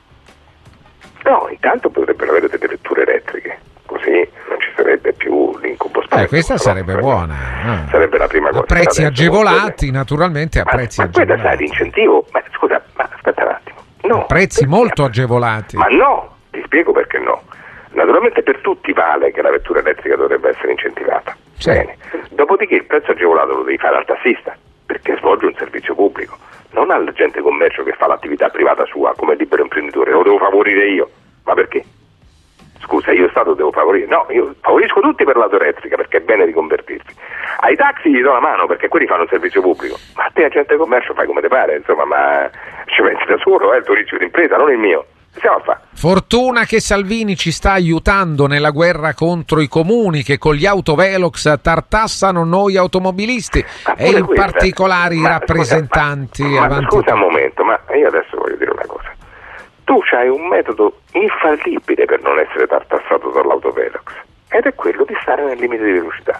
No, intanto potrebbero avere delle vetture elettriche, così non ci sarebbe più l'incubo spaventoso. Eh, questa sarebbe buona. Ah. Sarebbe la prima cosa. A prezzi agevolati, naturalmente a ma, prezzi ma agevolati. Ma sai, l'incentivo, ma scusa, ma aspetta un attimo. No, a prezzi molto agevolati. Ma no, ti spiego perché no. Naturalmente per tutti vale che la vettura elettrica dovrebbe essere incentivata. Sì. Bene. Dopodiché il prezzo agevolato lo devi fare al tassista, perché svolge un servizio pubblico, non all'agente commercio che fa l'attività privata sua come libero imprenditore. Lo devo favorire io. Ma perché? Scusa, io Stato devo favorire? No, io favorisco tutti per l'auto elettrica perché è bene riconvertirsi. Ai taxi gli do la mano perché quelli fanno un servizio pubblico. Ma a te agente commercio fai come te pare, insomma, ma ci pensi da solo, è eh, il tuo rischio d'impresa, non il mio. Stiamo a fare. Fortuna che Salvini ci sta aiutando nella guerra contro i comuni che con gli autovelox tartassano noi automobilisti e in questa, particolare i rappresentanti. Scusa, ma, ma, avanti. Ma scusa un momento, ma io adesso voglio dire una cosa. Tu c'hai un metodo infallibile per non essere tartassato dall'autovelox ed è quello di stare nel limite di velocità.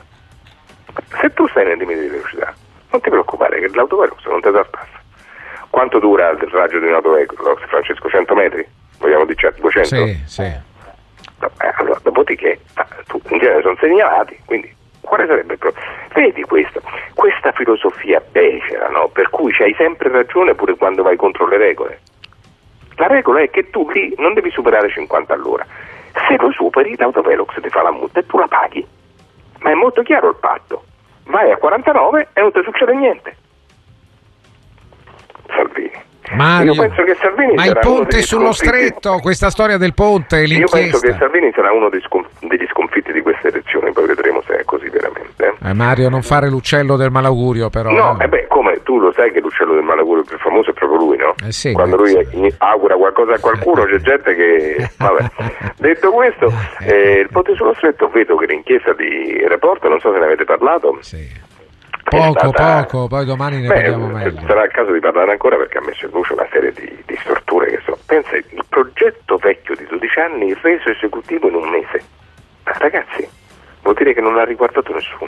Se tu stai nel limite di velocità non ti preoccupare che l'autovelox non ti tartassa. Quanto dura il raggio di un autovelox, Francesco? cento metri? Vogliamo dire duecento? Sì, sì. No, eh, allora, dopodiché ah, tu, in genere sono segnalati, quindi quale sarebbe il problema? Vedi questo, questa filosofia becera, no? Per cui c'hai sempre ragione pure quando vai contro le regole. La regola è che tu lì non devi superare cinquanta all'ora. Se lo superi, l'autovelox ti fa la multa e tu la paghi. Ma è molto chiaro il patto. Vai a quarantanove e non ti succede niente. Salvini. Mario, io penso che Salvini ma sarà il ponte uno sullo stretto, questa storia del ponte, l'inchiesta. Io penso che Salvini sarà uno dei, scon- degli sconfitti di queste elezioni, poi vedremo se è così veramente. Eh, Mario, non fare l'uccello del malaugurio, però. No, eh beh, come tu lo sai che l'uccello del malaugurio più famoso è proprio lui, no? Eh sì, Quando lui sì. augura qualcosa a qualcuno c'è gente che... Vabbè. Detto questo, eh, il ponte sullo stretto, vedo che l'inchiesta di Report, non so se ne avete parlato. Sì. Poco, stata... poco, poi domani ne Beh, parliamo meglio. Sarà il caso di parlare ancora perché ha messo in luce una serie di, di storture che sono. Pensa, il progetto vecchio di dodici anni reso esecutivo in un mese. Ma ragazzi, vuol dire che non ha riguardato nessuno.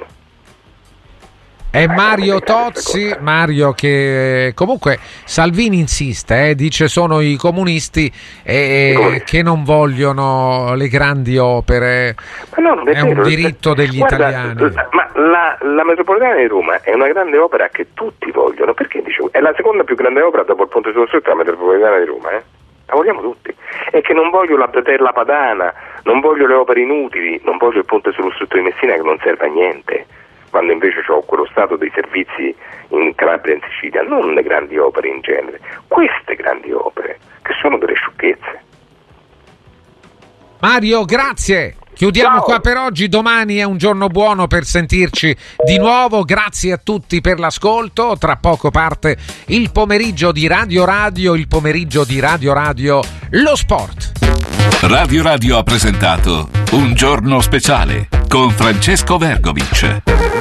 È Mario Tozzi, Mario che comunque Salvini insiste, eh, dice sono i comunisti, eh, I comunisti che non vogliono le grandi opere, ma no, non è, è vero, un diritto degli guarda, italiani. Ma la, la metropolitana di Roma è una grande opera che tutti vogliono, perché dicevo, è la seconda più grande opera dopo il ponte sullo stretto, la metropolitana di Roma, eh? La vogliamo tutti. È che non voglio la bretella padana, non voglio le opere inutili, non voglio il ponte sullo stretto di Messina che non serve a niente. Quando invece ho quello stato dei servizi in Calabria e in Sicilia, non le grandi opere in genere, queste grandi opere, che sono delle sciocchezze. Mario, grazie. Chiudiamo Ciao. Qua per oggi, domani è un giorno buono per sentirci di nuovo, grazie a tutti per l'ascolto, tra poco parte il pomeriggio di Radio Radio, il pomeriggio di Radio Radio, lo sport. Radio Radio ha presentato Un giorno speciale con Francesco Vergovic.